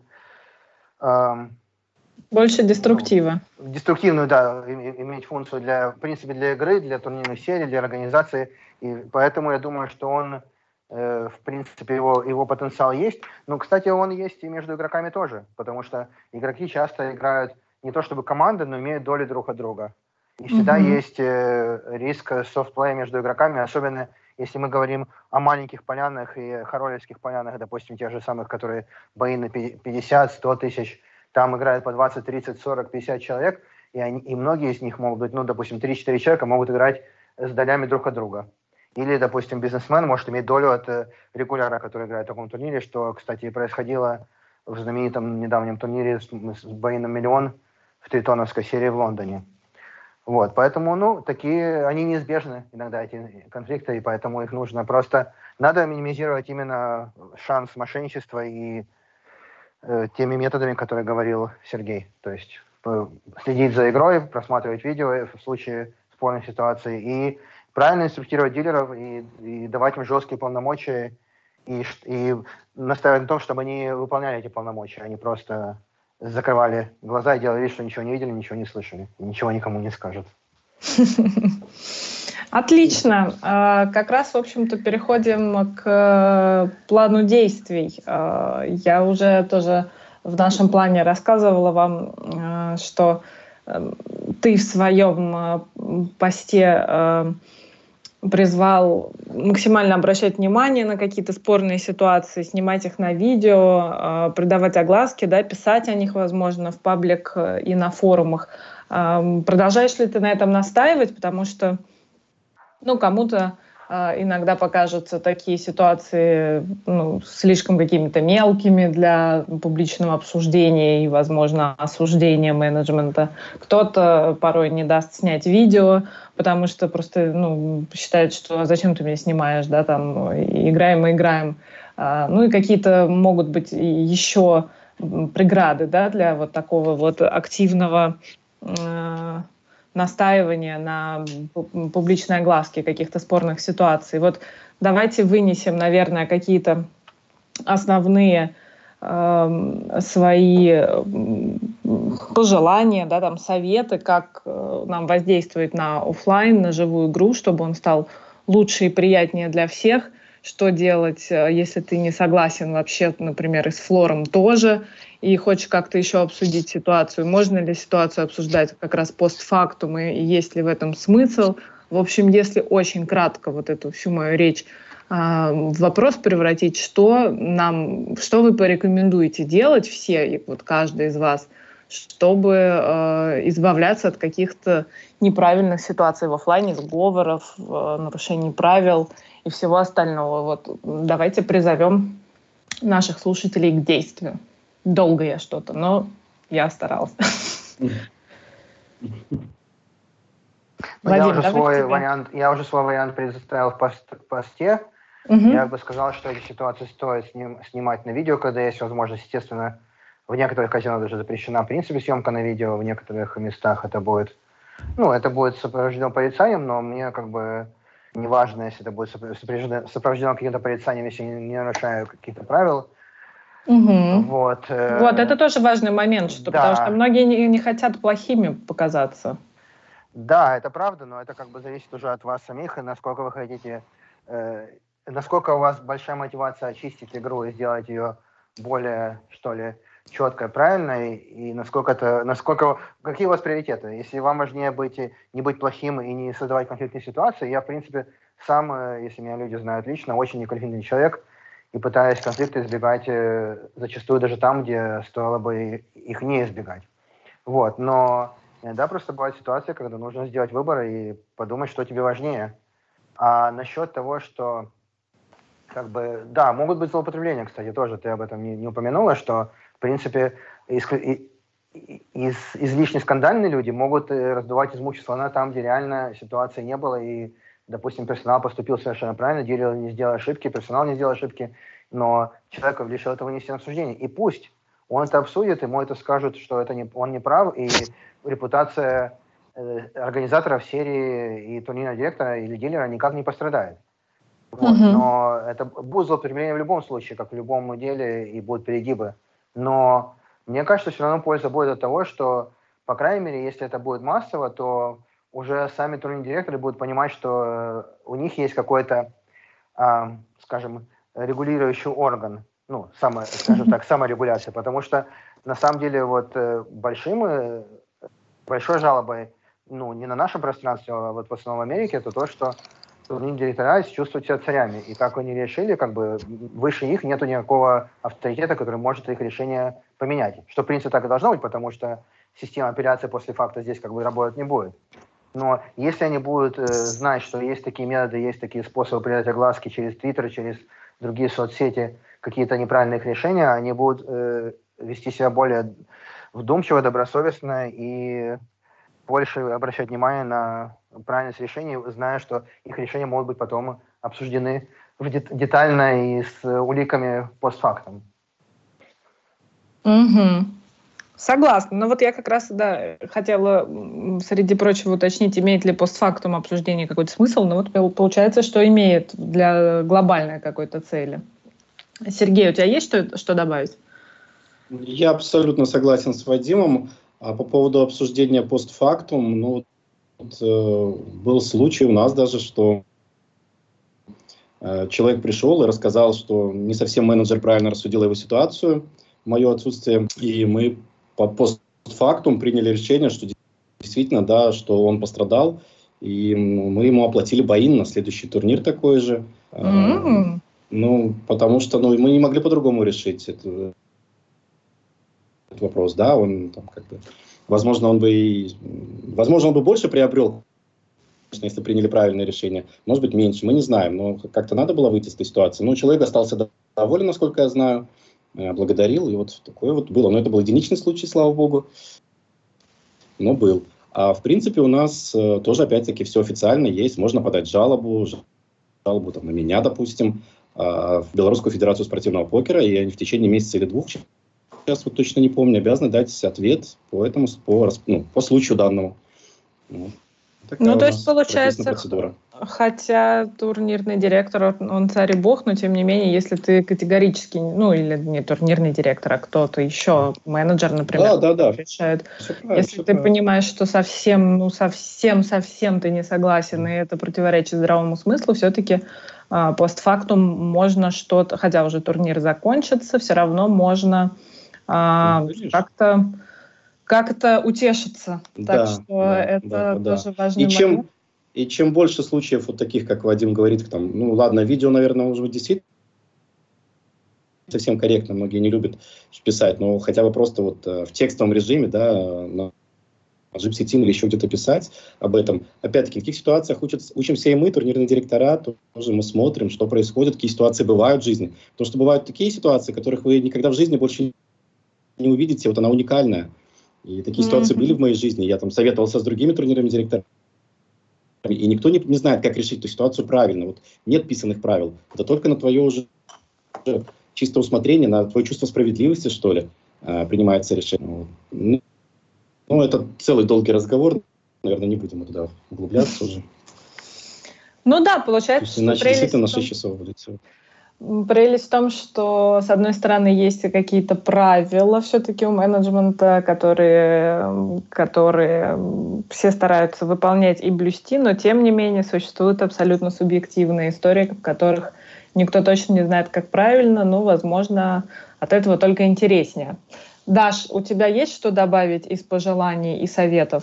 Больше деструктива.
Деструктивную, да, иметь функцию в принципе, для игры, для турнирных серий, для организации. И поэтому я думаю, что он, в принципе, его потенциал есть. Но, кстати, он есть и между игроками тоже, потому что игроки часто играют не то чтобы команды, но имеют доли друг от друга. И всегда есть риск софтплея между игроками, особенно если мы говорим о маленьких полянах и хоролевских полянах, допустим, тех же самых, которые бои на 50, 100 тысяч, там играют по 20, 30, 40, 50 человек, и многие из них могут быть, допустим, 3-4 человека могут играть с долями друг от друга. Или, допустим, бизнесмен может иметь долю от регуляра, который играет в таком турнире, что, кстати, происходило в знаменитом недавнем турнире с бои на миллион в тритоновской серии в Лондоне. Вот, поэтому, такие, они неизбежны иногда, эти конфликты, и поэтому их надо минимизировать именно шанс мошенничества и теми методами, которые говорил Сергей. То есть следить за игрой, просматривать видео в случае спорной ситуации и правильно инструктировать дилеров и давать им жесткие полномочия и настаивать на том, чтобы они выполняли эти полномочия, они просто закрывали глаза и делали вид, что ничего не видели, ничего не слышали, ничего никому не скажут.
Отлично. Как раз, в общем-то, переходим к плану действий. Я уже тоже в нашем плане рассказывала вам, что ты в своем посте призвал максимально обращать внимание на какие-то спорные ситуации, снимать их на видео, придавать огласки, да, писать о них, возможно, в паблик и на форумах. Продолжаешь ли ты на этом настаивать? Потому что кому-то иногда покажутся такие ситуации слишком какими-то мелкими для публичного обсуждения и, возможно, осуждения менеджмента. Кто-то порой не даст снять видео, потому что просто считает, что зачем ты меня снимаешь, да, там играем и играем. И какие-то могут быть еще преграды, да, для вот такого вот активного настаивание на публичной огласке каких-то спорных ситуаций. Вот давайте вынесем, наверное, какие-то основные свои пожелания, да, там, советы, как нам воздействовать на офлайн, на живую игру, чтобы он стал лучше и приятнее для всех. Что делать, если ты не согласен вообще, например, и с флором тоже, и хочешь как-то еще обсудить ситуацию. Можно ли ситуацию обсуждать как раз постфактум, и есть ли в этом смысл? В общем, если очень кратко вот эту всю мою речь в вопрос превратить, что вы порекомендуете делать все, и вот каждый из вас, чтобы избавляться от каких-то неправильных ситуаций в офлайне, сговоров, нарушений правил и всего остального. Вот давайте призовем наших слушателей к действию. Долго я что-то, но я старался.
Я уже свой вариант представил в посте. Я бы сказал, что эти ситуации стоит снимать на видео, когда есть возможность. Естественно, в некоторых казино даже запрещена, в принципе, съемка на видео, в некоторых местах это будет сопровождено порицанием, но мне как бы не важно, если это будет сопровождено каким-то порицанием, если не нарушаю каких-то правил.
Вот это тоже важный момент, потому что многие не хотят плохими показаться.
Да, это правда, но это как бы зависит уже от вас самих, и насколько вы хотите, насколько у вас большая мотивация очистить игру и сделать ее более, что ли, четкой, правильной, и какие у вас приоритеты. Если вам важнее не быть плохим и не создавать конфликтные ситуации, я, в принципе, сам, если меня люди знают лично, очень неконфликтный человек, и пытаюсь конфликты избегать зачастую даже там, где стоило бы их не избегать. Вот, но иногда просто бывают ситуации, когда нужно сделать выбор и подумать, что тебе важнее. А насчет того, что как бы, да, могут быть злоупотребления, кстати, тоже ты об этом не упомянула, что, в принципе, излишне скандальные люди могут раздувать измучие слона там, где реально ситуации не было, и, допустим, персонал поступил совершенно правильно, дерево не сделал ошибки, персонал не сделал ошибки, но человека лишил этого вынести на обсуждение. И пусть он это обсудит, ему это скажут, что он не прав, и репутация организаторов серии и турнирного директора или дилера никак не пострадает. Вот. Но это будет злоупотребление в любом случае, как в любом деле, и будут перегибы. Но мне кажется, все равно польза будет от того, что, по крайней мере, если это будет массово, то уже сами турнирные директоры будут понимать, что у них есть какой-то, скажем, регулирующий орган, саморегуляция, потому что на самом деле вот большой жалобой, не на нашем пространстве, а вот в основном в Америке, это то, что турнирные директора чувствуют себя царями, и как они решили, как бы выше них нету никакого авторитета, который может их решение поменять, что в принципе так и должно быть, потому что система апелляции после факта здесь как бы работать не будет. Но если они будут знать, что есть такие методы, есть такие способы принять огласки через Twitter, через другие соцсети, какие-то неправильные их решения, они будут вести себя более вдумчиво, добросовестно и больше обращать внимание на правильность решений, зная, что их решения могут быть потом обсуждены детально и с уликами постфактум.
Согласна. Но вот я как раз, хотела, среди прочего, уточнить, имеет ли постфактум обсуждение какой-то смысл, но вот получается, что имеет для глобальной какой-то цели. Сергей, у тебя есть что добавить?
Я абсолютно согласен с Вадимом. А по поводу обсуждения постфактум, был случай у нас даже, что человек пришел и рассказал, что не совсем менеджер правильно рассудил его ситуацию, мое отсутствие, и мы по постфактум приняли решение, что действительно, да, что он пострадал, и мы ему оплатили баин на следующий турнир такой же. Потому что мы не могли по-другому решить этот вопрос, да, он там возможно, он бы больше приобрел, если приняли правильное решение, может быть, меньше, мы не знаем, но как-то надо было выйти из этой ситуации. Человек остался доволен, насколько я знаю, благодарил, и вот такое вот было. Но это был единичный случай, слава богу, но был. А в принципе у нас тоже, опять-таки, все официально есть, можно подать жалобу там, на меня, допустим, в Белорусскую федерацию спортивного покера, и они в течение месяца или 2, сейчас вот точно не помню, обязаны дать ответ по случаю данному. Такая
Ну,
у
то
нас
есть, получается,
процедура.
хотя турнирный директор, он царь и бог, но тем не менее, если ты категорически, ну, или не турнирный директор, а кто-то еще, менеджер, например,
Да.
решает,
Все правильно,
если
все
ты
правильно.
понимаешь, что совсем ты не согласен, и это противоречит здравому смыслу, все-таки постфактум можно что-то, хотя уже турнир закончится, все равно можно как-то утешиться. Так что это тоже важный момент.
И чем больше случаев вот таких, как Вадим говорит, там, ну ладно, видео, наверное, может быть, действительно совсем корректно, многие не любят писать, но хотя бы просто вот в текстовом режиме, да, на Gypsy Team или еще где-то писать об этом. Опять-таки, в каких ситуациях учимся и мы, турнирные директора, тоже мы смотрим, что происходит, какие ситуации бывают в жизни. Потому что бывают такие ситуации, которых вы никогда в жизни больше не увидите, вот она уникальная. И такие ситуации были в моей жизни. Я там советовался с другими турнирными директорами, и никто не знает, как решить эту ситуацию правильно. Вот нет писанных правил. Это только на твое уже чисто усмотрение, на твое чувство справедливости, что ли, принимается решение. Ну, это целый долгий разговор. Наверное, не будем туда углубляться уже.
Ну да, получается, что
иначе действительно на 6 часов будет все.
Прелесть в том, что, с одной стороны, есть какие-то правила все-таки у менеджмента, которые все стараются выполнять и блюсти, но, тем не менее, существуют абсолютно субъективные истории, в которых никто точно не знает, как правильно, но, возможно, от этого только интереснее. Даш, у тебя есть что добавить из пожеланий и советов?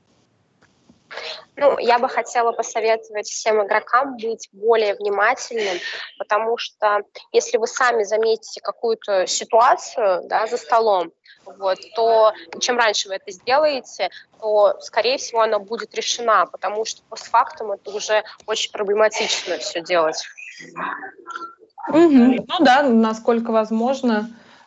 Ну, я бы хотела посоветовать всем игрокам быть более внимательным, потому что если вы сами заметите какую-то ситуацию, да, за столом, вот, то чем раньше вы это сделаете, то, скорее всего, она будет решена, потому что постфактум это уже очень проблематично все делать.
Ну да, насколько возможно,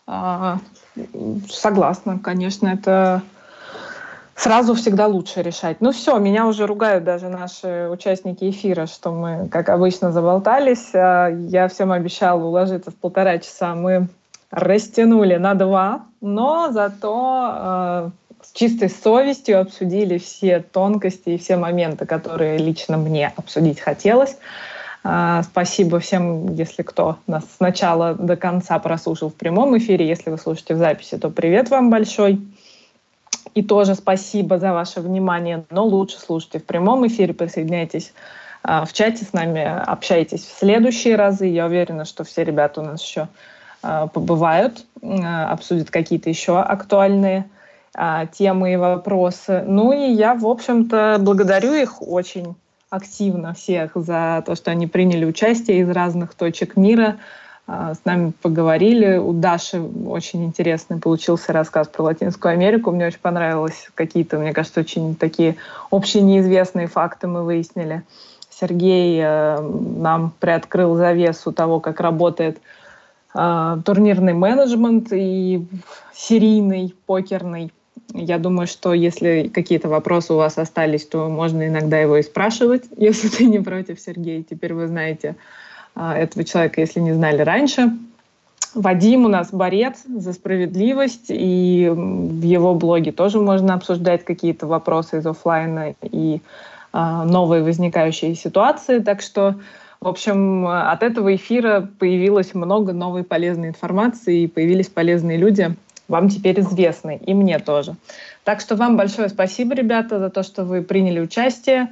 согласна, конечно, это сразу всегда лучше решать. Ну все, меня уже ругают даже наши участники эфира, что мы, как обычно, заболтались. Я всем обещала уложиться в 1,5 часа, мы растянули на 2, но зато с чистой совестью обсудили все тонкости и все моменты, которые лично мне обсудить хотелось. Спасибо всем, если кто нас с начала до конца прослушал в прямом эфире. Если вы слушаете в записи, то привет вам большой. И тоже спасибо за ваше внимание, но лучше слушайте в прямом эфире, присоединяйтесь в чате с нами, общайтесь в следующие разы. Я уверена, что все ребята у нас еще побывают, обсудят какие-то еще актуальные темы и вопросы. Ну и я, в общем-то, благодарю их очень активно всех за то, что они приняли участие из разных точек мира, с нами поговорили. У Даши очень интересный получился рассказ про Латинскую Америку. Мне очень понравилось. Какие-то, мне кажется, очень такие общенеизвестные факты мы выяснили. Сергей нам приоткрыл завесу того, как работает турнирный менеджмент и серийный, покерный. Я думаю, что если какие-то вопросы у вас остались, то можно иногда его и спрашивать, если ты не против, Сергей. Теперь вы знаете этого человека, если не знали раньше. Вадим у нас борец за справедливость, и в его блоге тоже можно обсуждать какие-то вопросы из офлайна и новые возникающие ситуации. Так что, в общем, от этого эфира появилось много новой полезной информации, и появились полезные люди, вам теперь известны, и мне тоже. Так что вам большое спасибо, ребята, за то, что вы приняли участие.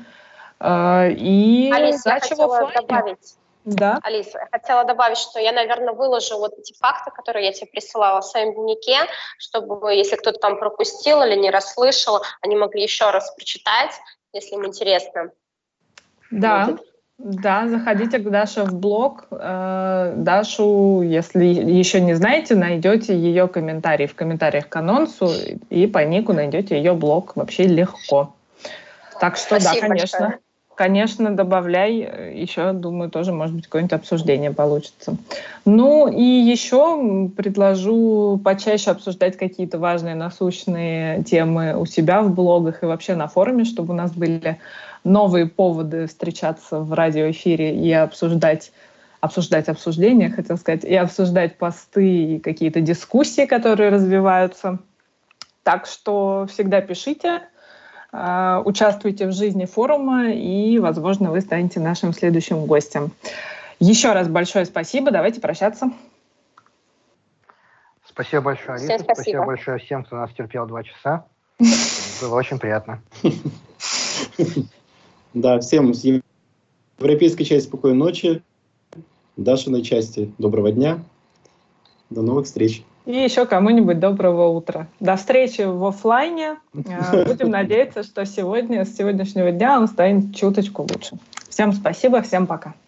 И
Алис, я хотела добавить.
Да.
Алиса, я хотела добавить, что я, наверное, выложу вот эти факты, которые я тебе присылала в своем дневнике, чтобы, если кто-то там пропустил или не расслышал, они могли еще раз прочитать, если им интересно.
Да, будет. Да, заходите к Даше в блог. Дашу, если еще не знаете, найдете ее комментарий в комментариях к анонсу, и по нику найдете ее блог вообще легко. Так что
спасибо,
да, конечно.
Большое.
Конечно, добавляй. Еще, думаю, тоже, может быть, какое-нибудь обсуждение получится. Ну и еще предложу почаще обсуждать какие-то важные насущные темы у себя в блогах и вообще на форуме, чтобы у нас были новые поводы встречаться в радиоэфире и обсуждать обсуждения, хотел сказать, и обсуждать посты и какие-то дискуссии, которые развиваются. Так что всегда пишите. участвуйте в жизни форума, и, возможно, вы станете нашим следующим гостем. Еще раз большое спасибо. Давайте прощаться.
Спасибо большое, Алиса. Спасибо большое всем, кто нас терпел 2 часа. Было очень приятно.
Да, всем с европейской части спокойной ночи, Дашиной части доброго дня. До новых встреч.
И еще кому-нибудь доброго утра. До встречи в офлайне. Будем надеяться, что с сегодняшнего дня он станет чуточку лучше. Всем спасибо, всем пока.